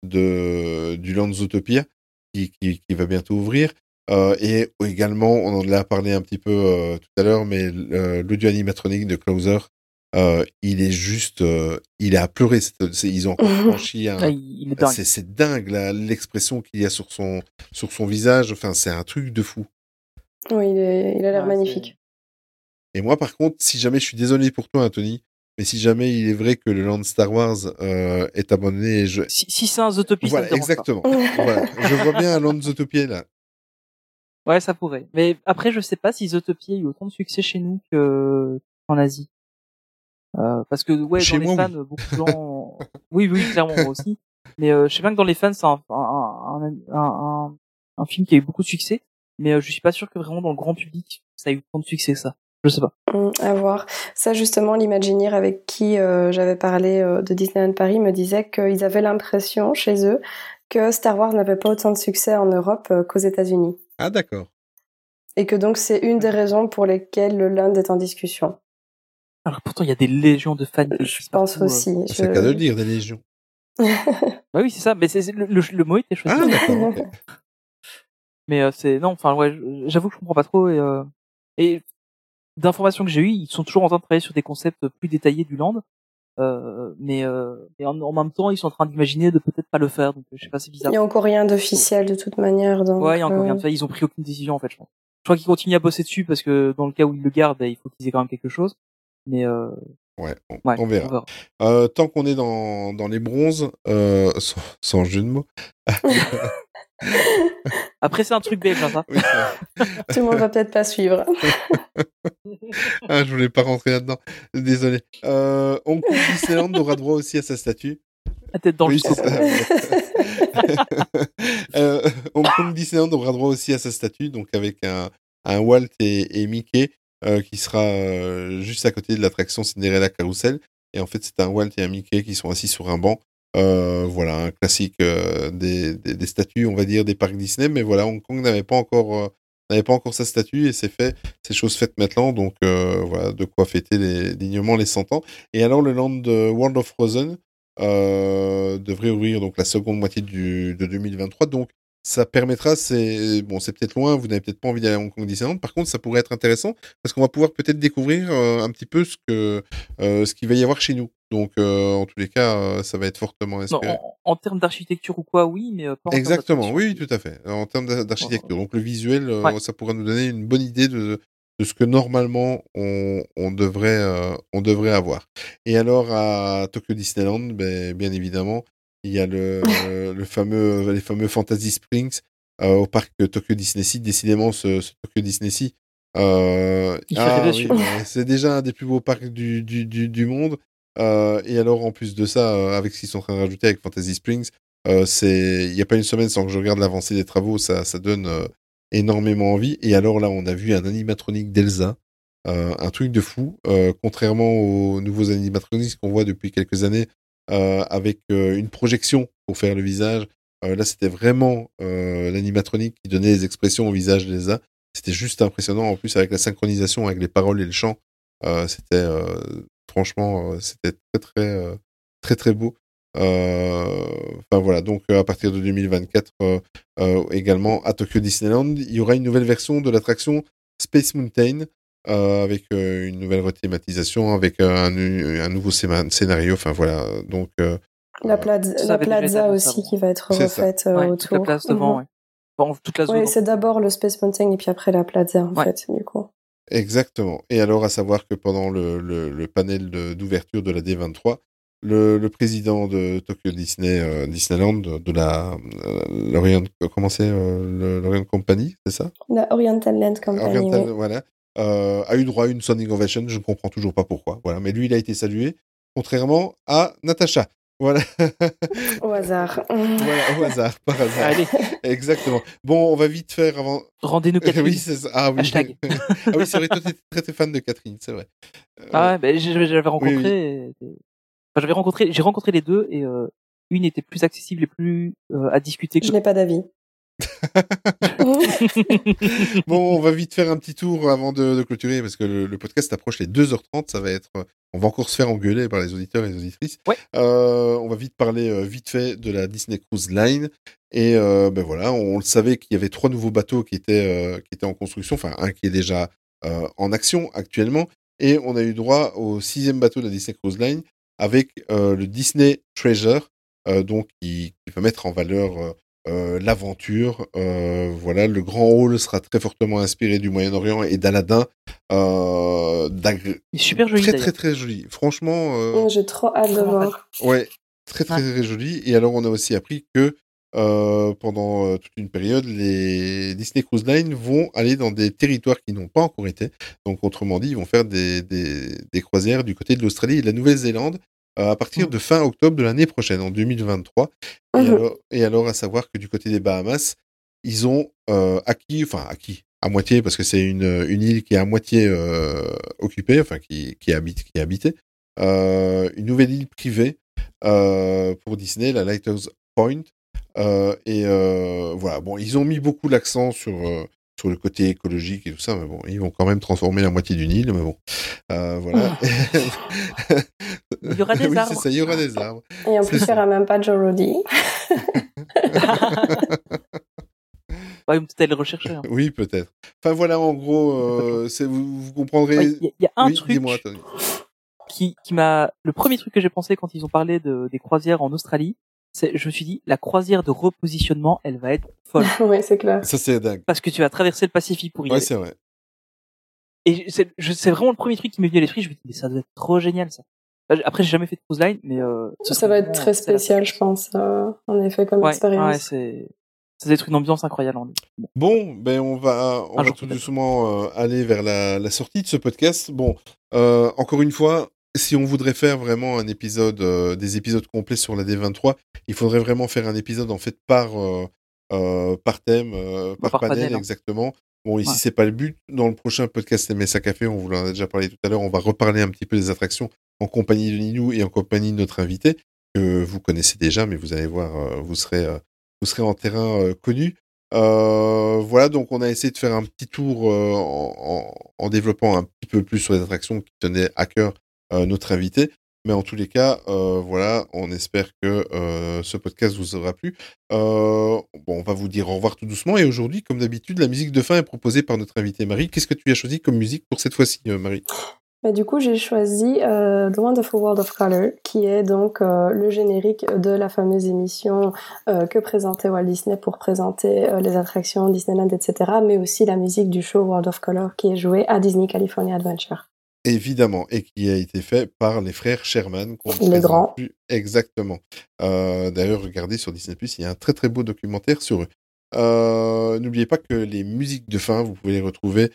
de, du Land Zootopia qui, qui, qui va bientôt ouvrir. Euh, et également, on en a parlé un petit peu euh, tout à l'heure, mais euh, l'audio animatronique de Closer, euh, il est juste... Euh, il est à pleurer. C'est, c'est, ils ont encore franchi un... Ah, il est dingue. C'est, c'est dingue, là, l'expression qu'il y a sur son, sur son visage. Enfin, c'est un truc de fou. Oui, il, est, il a l'air ah, magnifique. C'est... Et moi, par contre, si jamais, je suis désolé pour toi, Anthony, mais si jamais il est vrai que le Land Star Wars euh, est abandonné... Je... Si, si c'est un Zootopie, voilà, ça me exactement. Voilà. Je vois bien un Land Zootopie, là. Ouais, ça pourrait. Mais après, je sais pas si Zootopie a eu autant de succès chez nous qu'en Asie. Euh, parce que, ouais, chez dans moi, les fans, oui. beaucoup de gens... oui, oui, clairement, moi aussi. Mais euh, je sais bien que dans les fans, c'est un, un, un, un, un film qui a eu beaucoup de succès. Mais euh, je suis pas sûr que vraiment dans le grand public, ça a eu autant de succès que ça. Je sais pas. Mmh, à voir. Ça, justement, l'Imagineer avec qui euh, j'avais parlé euh, de Disneyland Paris me disait qu'ils avaient l'impression, chez eux, que Star Wars n'avait pas autant de succès en Europe euh, qu'aux États-Unis. Ah, d'accord. Et que donc, c'est une des raisons pour lesquelles le Land est en discussion. Alors pourtant, il y a des légions de fans. De Je pense partout, aussi. euh. Je... C'est le cas de le dire, des légions. Bah oui, c'est ça. Mais c'est, c'est le, le, le mot était choisi. Ah, d'accord. ok. Mais euh, c'est non. Enfin, ouais. J'avoue que je comprends pas trop. Et, euh... et d'informations que j'ai eues, ils sont toujours en train de travailler sur des concepts plus détaillés du land. Euh, mais euh, et en, en même temps, ils sont en train d'imaginer de peut-être pas le faire. Donc, je sais pas, c'est bizarre. Il y a encore rien d'officiel de toute manière. Donc, Ouais, il y a encore euh... rien de ça. Ils ont pris aucune décision en fait, je pense. Je crois qu'ils continuent à bosser dessus parce que dans le cas où ils le gardent, il faut qu'ils aient quand même quelque chose. Mais euh... Ouais, on, ouais, on verra. on verra. Euh, tant qu'on est dans, dans les bronzes, euh, sans, sans jeu de mots. Après, c'est un truc belge, hein, ça. Oui, c'est vrai. Tout le monde va peut-être pas suivre. Ah, je voulais pas rentrer là-dedans. Désolé. Euh, Hong Kong Disneyland aura droit aussi à sa statue. La tête dans Oui, le c'est sang. ça. euh, Hong Kong Disneyland aura droit aussi à sa statue, donc avec un, un Walt et, et Mickey euh, qui sera euh, juste à côté de l'attraction Cinderella Carousel. Et en fait, c'est un Walt et un Mickey qui sont assis sur un banc. Euh, voilà, un classique euh, des, des, des statues, on va dire, des parcs Disney. Mais voilà, Hong Kong n'avait pas encore, euh, n'avait pas encore sa statue et c'est fait, c'est chose faite maintenant. Donc euh, voilà, de quoi fêter les, dignement les cent ans. Et alors, le land de World of Frozen euh, devrait ouvrir donc la seconde moitié du, de deux mille vingt-trois. Donc ça permettra, c'est bon, c'est peut-être loin, vous n'avez peut-être pas envie d'aller à Hong Kong Disneyland. Par contre, ça pourrait être intéressant parce qu'on va pouvoir peut-être découvrir euh, un petit peu ce que euh, ce qu'il va y avoir chez nous. Donc, euh, en tous les cas, euh, ça va être fortement inspiré. Non, en, en termes d'architecture ou quoi, oui, mais euh, pas en Exactement, termes oui, tout à fait. En termes d'a- d'architecture. Ouais. Donc, le visuel, euh, Ouais. ça pourra nous donner une bonne idée de, de ce que normalement on, on devrait euh, on devrait avoir. Et alors à Tokyo Disneyland, ben, bien évidemment, il y a le, le fameux les fameux Fantasy Springs euh, au parc Tokyo Disney Sea. Décidément, ce, ce Tokyo Disney Sea. Euh, Il fait ah, rêver, oui, celui-là. mais c'est déjà un des plus beaux parcs du, du, du, du monde. Euh, et alors, en plus de ça, euh, avec ce qu'ils sont en train de rajouter avec Fantasy Springs, euh, c'est, il n'y a pas une semaine sans que je regarde l'avancée des travaux, ça, ça donne euh, énormément envie. Et alors là, on a vu un animatronique d'Elsa, euh, un truc de fou, euh, contrairement aux nouveaux animatroniques qu'on voit depuis quelques années, euh, avec euh, une projection pour faire le visage. Euh, là, c'était vraiment euh, l'animatronique qui donnait les expressions au visage d'Elsa. C'était juste impressionnant, en plus avec la synchronisation, avec les paroles et le chant. Euh, c'était euh, franchement, euh, c'était très très euh, très très beau. Euh, Enfin voilà, donc euh, à partir de deux mille vingt-quatre, euh, euh, également à Tokyo Disneyland, il y aura une nouvelle version de l'attraction Space Mountain euh, avec euh, une nouvelle rethématisation, avec euh, un, un nouveau scéma- scénario. Enfin voilà, donc euh, La, plaza, Ça la avait déjà été plaza annoncé aussi avant. qui va être C'est ça. refaite euh, Ouais, autour. toute la place devant, Mhm. ouais. Bon, toute la zone. Ouais, c'est d'abord le Space Mountain et puis après la plaza en Ouais. fait, du coup. exactement. Et alors, à savoir que pendant le, le, le panel de- d'ouverture de la D vingt-trois, le, le président de Tokyo Disney, euh, Disneyland, de, de la euh, l'Orient, comment c'est, euh, le- l'Orient Company, c'est ça? La Oriental Land Company, Oriental, oui. voilà, euh, a eu droit à une standing ovation. Je ne comprends toujours pas pourquoi. Voilà, mais lui, il a été salué, contrairement à Natacha. Voilà. Au hasard. Voilà, au hasard, par hasard. Allez, Exactement. Bon, on va vite faire avant. rendez-nous Catherine. Oui, c'est ça. Ah oui. Hashtag. Ah oui, c'est vrai, toi, t'es très, très fan de Catherine, c'est vrai. Euh, Ah ouais, ben, j'ai- j'avais rencontré. oui. et- Enfin, j'avais rencontré, j'ai rencontré les deux et euh, une était plus accessible et plus euh, à discuter que Je n'ai pas d'avis. Bon, on va vite faire un petit tour avant de, de clôturer parce que le, le podcast approche les deux heures trente. Ça va être, on va encore se faire engueuler par les auditeurs et les auditrices. Ouais. Euh, on va vite parler euh, vite fait de la Disney Cruise Line. Et euh, ben voilà, on, on le savait qu'il y avait trois nouveaux bateaux qui étaient euh, qui étaient en construction. Enfin, un qui est déjà euh, en action actuellement. Et on a eu droit au sixième bateau de la Disney Cruise Line avec euh, le Disney Treasure, euh, donc qui, qui va mettre en valeur euh, Euh, l'aventure. Euh, voilà, le grand hall sera très fortement inspiré du Moyen-Orient et d'Aladin. Euh, d'agr- Il est super joli très d'ailleurs. très très joli. Franchement, euh, Oh, j'ai trop hâte de voir. ouais, très très très joli. Et alors on a aussi appris que euh, pendant euh, toute une période, les Disney Cruise Line vont aller dans des territoires qui n'ont pas encore été. Donc autrement dit, ils vont faire des, des, des croisières du côté de l'Australie et de la Nouvelle-Zélande euh, à partir de fin octobre de l'année prochaine, en deux mille vingt-trois. Et, Mhm. alors, et alors, à savoir que du côté des Bahamas, ils ont euh, acquis, enfin acquis, à moitié, parce que c'est une, une île qui est à moitié euh, occupée, enfin qui, qui, habite, qui est habitée, euh, une nouvelle île privée euh, pour Disney, la Lighthouse Point. Euh, et euh, voilà, bon, ils ont mis beaucoup l'accent sur, euh, sur le côté écologique et tout ça, mais bon, ils vont quand même transformer la moitié du Nil, mais bon, euh, voilà. Il y aura des oui, arbres. c'est ça, il y aura des arbres. Et en plus, il n'y aura même pas de Joe Roddy. Ouais, peut-être aller le rechercher. Hein. Oui, peut-être. Enfin voilà, en gros, euh, c'est, vous, vous comprendrez. Il ouais, y, y a un oui, truc dis-moi, Tony. qui, qui m'a, le premier truc que j'ai pensé quand ils ont parlé de, des croisières en Australie, c'est, je me suis dit, la croisière de repositionnement, elle va être folle. Oui, c'est clair. Ça, c'est dingue. Parce que tu vas traverser le Pacifique pour y ouais, aller. Ouais, c'est vrai. Et c'est, je, c'est vraiment le premier truc qui m'est venu à l'esprit. Je me dis, mais ça doit être trop génial, ça. Après, j'ai jamais fait de cruise line, mais euh, ça va être très spécial, je pense, euh, en effet, comme ouais, expérience. Ouais, c'est, ça doit être une ambiance incroyable. En bon. bon, ben on va, on Un va tout doucement euh, aller vers la, la sortie de ce podcast. Bon, euh, encore une fois, si on voudrait faire vraiment un épisode, euh, des épisodes complets sur la D vingt-trois, il faudrait vraiment faire un épisode en fait par euh, euh, par thème, euh, par, par panel, panel hein. exactement. Bon, ici, ouais. c'est pas le but. Dans le prochain podcast M S A Café, on vous en a déjà parlé tout à l'heure, on va reparler un petit peu des attractions en compagnie de Ninou et en compagnie de notre invité, que vous connaissez déjà, mais vous allez voir, euh, vous serez, euh, vous serez en terrain euh, connu. Euh, voilà, donc on a essayé de faire un petit tour euh, en, en, en développant un petit peu plus sur les attractions qui tenaient à cœur euh, notre invité. Mais en tous les cas, euh, voilà, on espère que euh, ce podcast vous aura plu. Euh, bon, on va vous dire au revoir tout doucement. Et aujourd'hui, comme d'habitude, la musique de fin est proposée par notre invitée Marie. Qu'est-ce que tu as choisi comme musique pour cette fois-ci, euh, Marie ? Bah, du coup, j'ai choisi euh, The Wonderful World of Color, qui est donc euh, le générique de la fameuse émission euh, que présentait Walt Disney pour présenter euh, les attractions Disneyland, et cetera, mais aussi la musique du show World of Color qui est jouée à Disney California Adventure. Évidemment, et qui a été fait par les frères Sherman. Les grands. Plus. Exactement. Euh, d'ailleurs, regardez sur Disney plus, il y a un très très beau documentaire sur eux. Euh, n'oubliez pas que les musiques de fin, vous pouvez les retrouver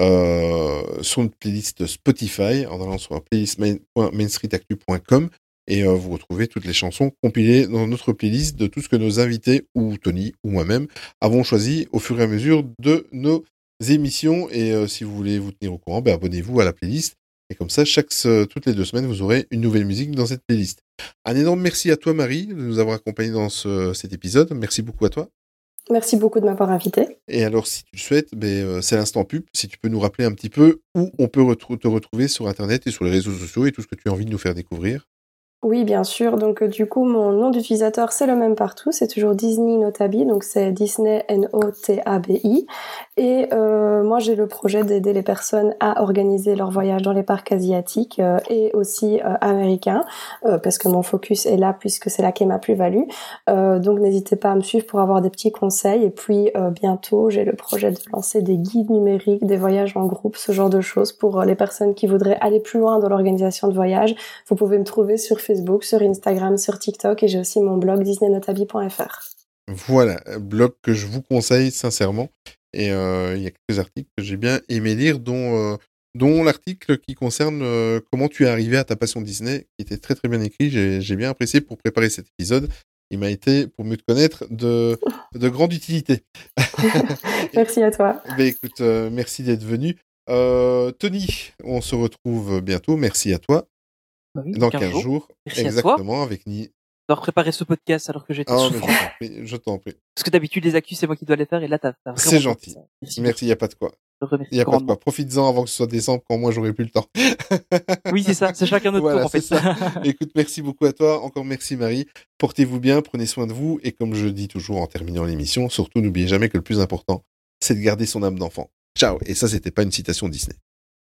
euh, sur une playlist Spotify en allant sur playlist point main street actu point com et euh, vous retrouvez toutes les chansons compilées dans notre playlist de tout ce que nos invités, ou Tony, ou moi-même, avons choisi au fur et à mesure de nos émissions. Et euh, si vous voulez vous tenir au courant, ben, abonnez-vous à la playlist. Et comme ça, chaque, toutes les deux semaines, vous aurez une nouvelle musique dans cette playlist. Un énorme merci à toi, Marie, de nous avoir accompagnés dans ce, cet épisode. Merci beaucoup à toi. Merci beaucoup de m'avoir invité. Et alors, si tu le souhaites, ben, euh, c'est l'instant pub. Si tu peux nous rappeler un petit peu où on peut retrou- te retrouver sur Internet et sur les réseaux sociaux et tout ce que tu as envie de nous faire découvrir. Oui, bien sûr. Donc, euh, du coup, mon nom d'utilisateur, c'est le même partout. C'est toujours Disney Notabi. Donc, c'est Disney N O T A B I. Et euh, moi, j'ai le projet d'aider les personnes à organiser leur voyage dans les parcs asiatiques euh, et aussi euh, américains, euh, parce que mon focus est là, puisque c'est là qu'est ma plus-value. Euh, donc, n'hésitez pas à me suivre pour avoir des petits conseils. Et puis, euh, bientôt, j'ai le projet de lancer des guides numériques, des voyages en groupe, ce genre de choses pour euh, les personnes qui voudraient aller plus loin dans l'organisation de voyage. Vous pouvez me trouver sur Facebook, sur Instagram, sur TikTok, et j'ai aussi mon blog disney notabi point f r. Voilà, blog que je vous conseille sincèrement. Et euh, il y a quelques articles que j'ai bien aimé lire, dont, euh, dont l'article qui concerne euh, comment tu es arrivé à ta passion Disney, qui était très très bien écrit. J'ai, j'ai bien apprécié pour préparer cet épisode. Il m'a été, pour mieux te connaître, de, de grande utilité. Merci à toi. Ben, écoute, euh, merci d'être venu. Euh, Tony, on se retrouve bientôt. Merci à toi. Bah oui, dans quinze, quinze jours. jours. Merci Exactement, à toi. avec Ni. D'avoir préparé ce podcast alors que j'étais oh, souffrant. Je t'en prie, je t'en prie. Parce que d'habitude, les actus, c'est moi qui dois les faire, et là, t'as, t'as vraiment... C'est gentil. Merci, Merci, il n'y a pas de quoi. Il n'y a pas de quoi. Profites-en avant que ce soit décembre, quand moi, j'aurai plus le temps. Oui, c'est ça. C'est chacun notre voilà, tour, en fait. C'est ça. Écoute, merci beaucoup à toi. Encore merci, Marie. Portez-vous bien, prenez soin de vous. Et comme je dis toujours en terminant l'émission, surtout, n'oubliez jamais que le plus important, c'est de garder son âme d'enfant. Ciao. Et ça, c'était pas une citation Disney.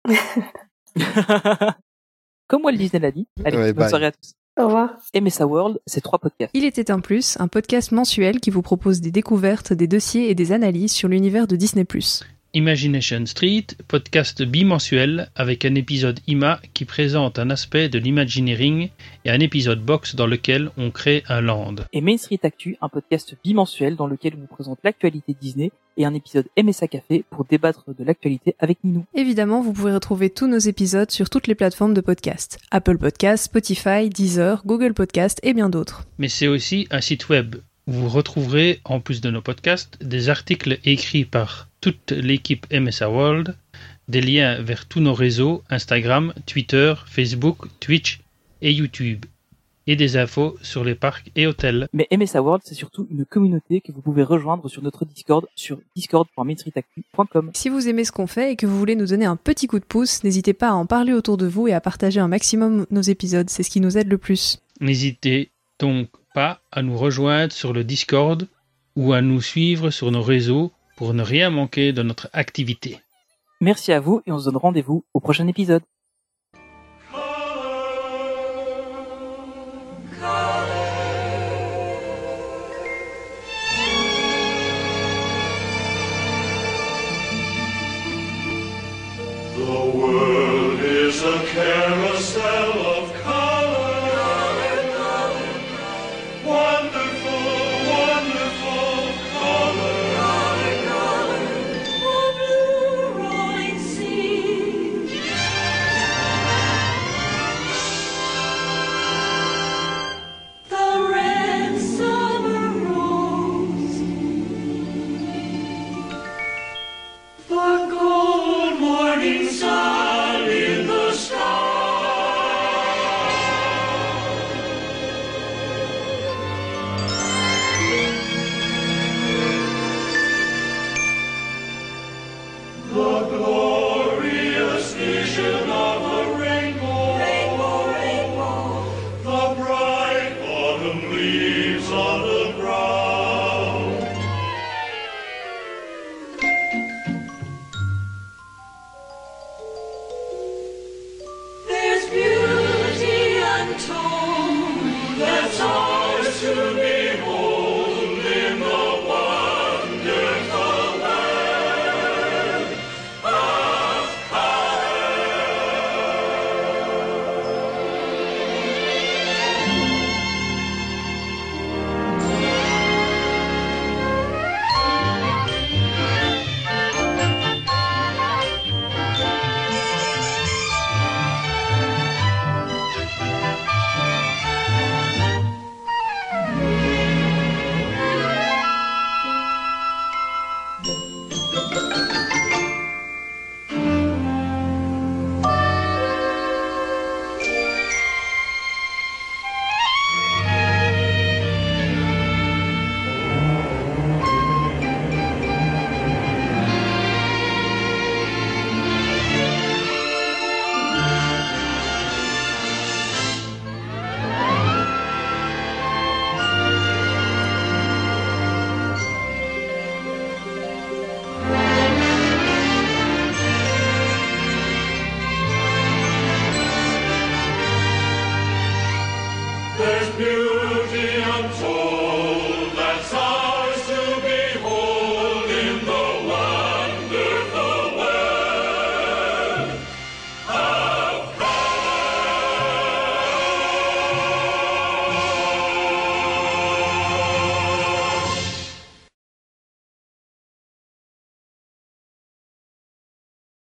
Comme Walt Disney l'a dit. Allez, ouais, bonne bye. soirée à tous. Au revoir. M S A World, c'est trois podcasts. Il était un plus, un podcast mensuel qui vous propose des découvertes, des dossiers et des analyses sur l'univers de Disney plus. Imagination Street, podcast bimensuel avec un épisode I M A qui présente un aspect de l'Imagineering et un épisode box dans lequel on crée un land. Et Main Street Actu, un podcast bimensuel dans lequel on vous présente l'actualité Disney et un épisode M S A Café pour débattre de l'actualité avec Ninou. Évidemment, vous pouvez retrouver tous nos épisodes sur toutes les plateformes de podcast. Apple Podcasts, Spotify, Deezer, Google Podcasts et bien d'autres. Mais c'est aussi un site web où vous retrouverez, en plus de nos podcasts, des articles écrits par toute l'équipe M S A World, des liens vers tous nos réseaux, Instagram, Twitter, Facebook, Twitch et YouTube. et des infos sur les parcs et hôtels. Mais M S A World, c'est surtout une communauté que vous pouvez rejoindre sur notre Discord sur discord point main street actu point com. Si vous aimez ce qu'on fait et que vous voulez nous donner un petit coup de pouce, n'hésitez pas à en parler autour de vous et à partager un maximum nos épisodes, c'est ce qui nous aide le plus. N'hésitez donc pas à nous rejoindre sur le Discord ou à nous suivre sur nos réseaux pour ne rien manquer de notre activité. Merci à vous et on se donne rendez-vous au prochain épisode.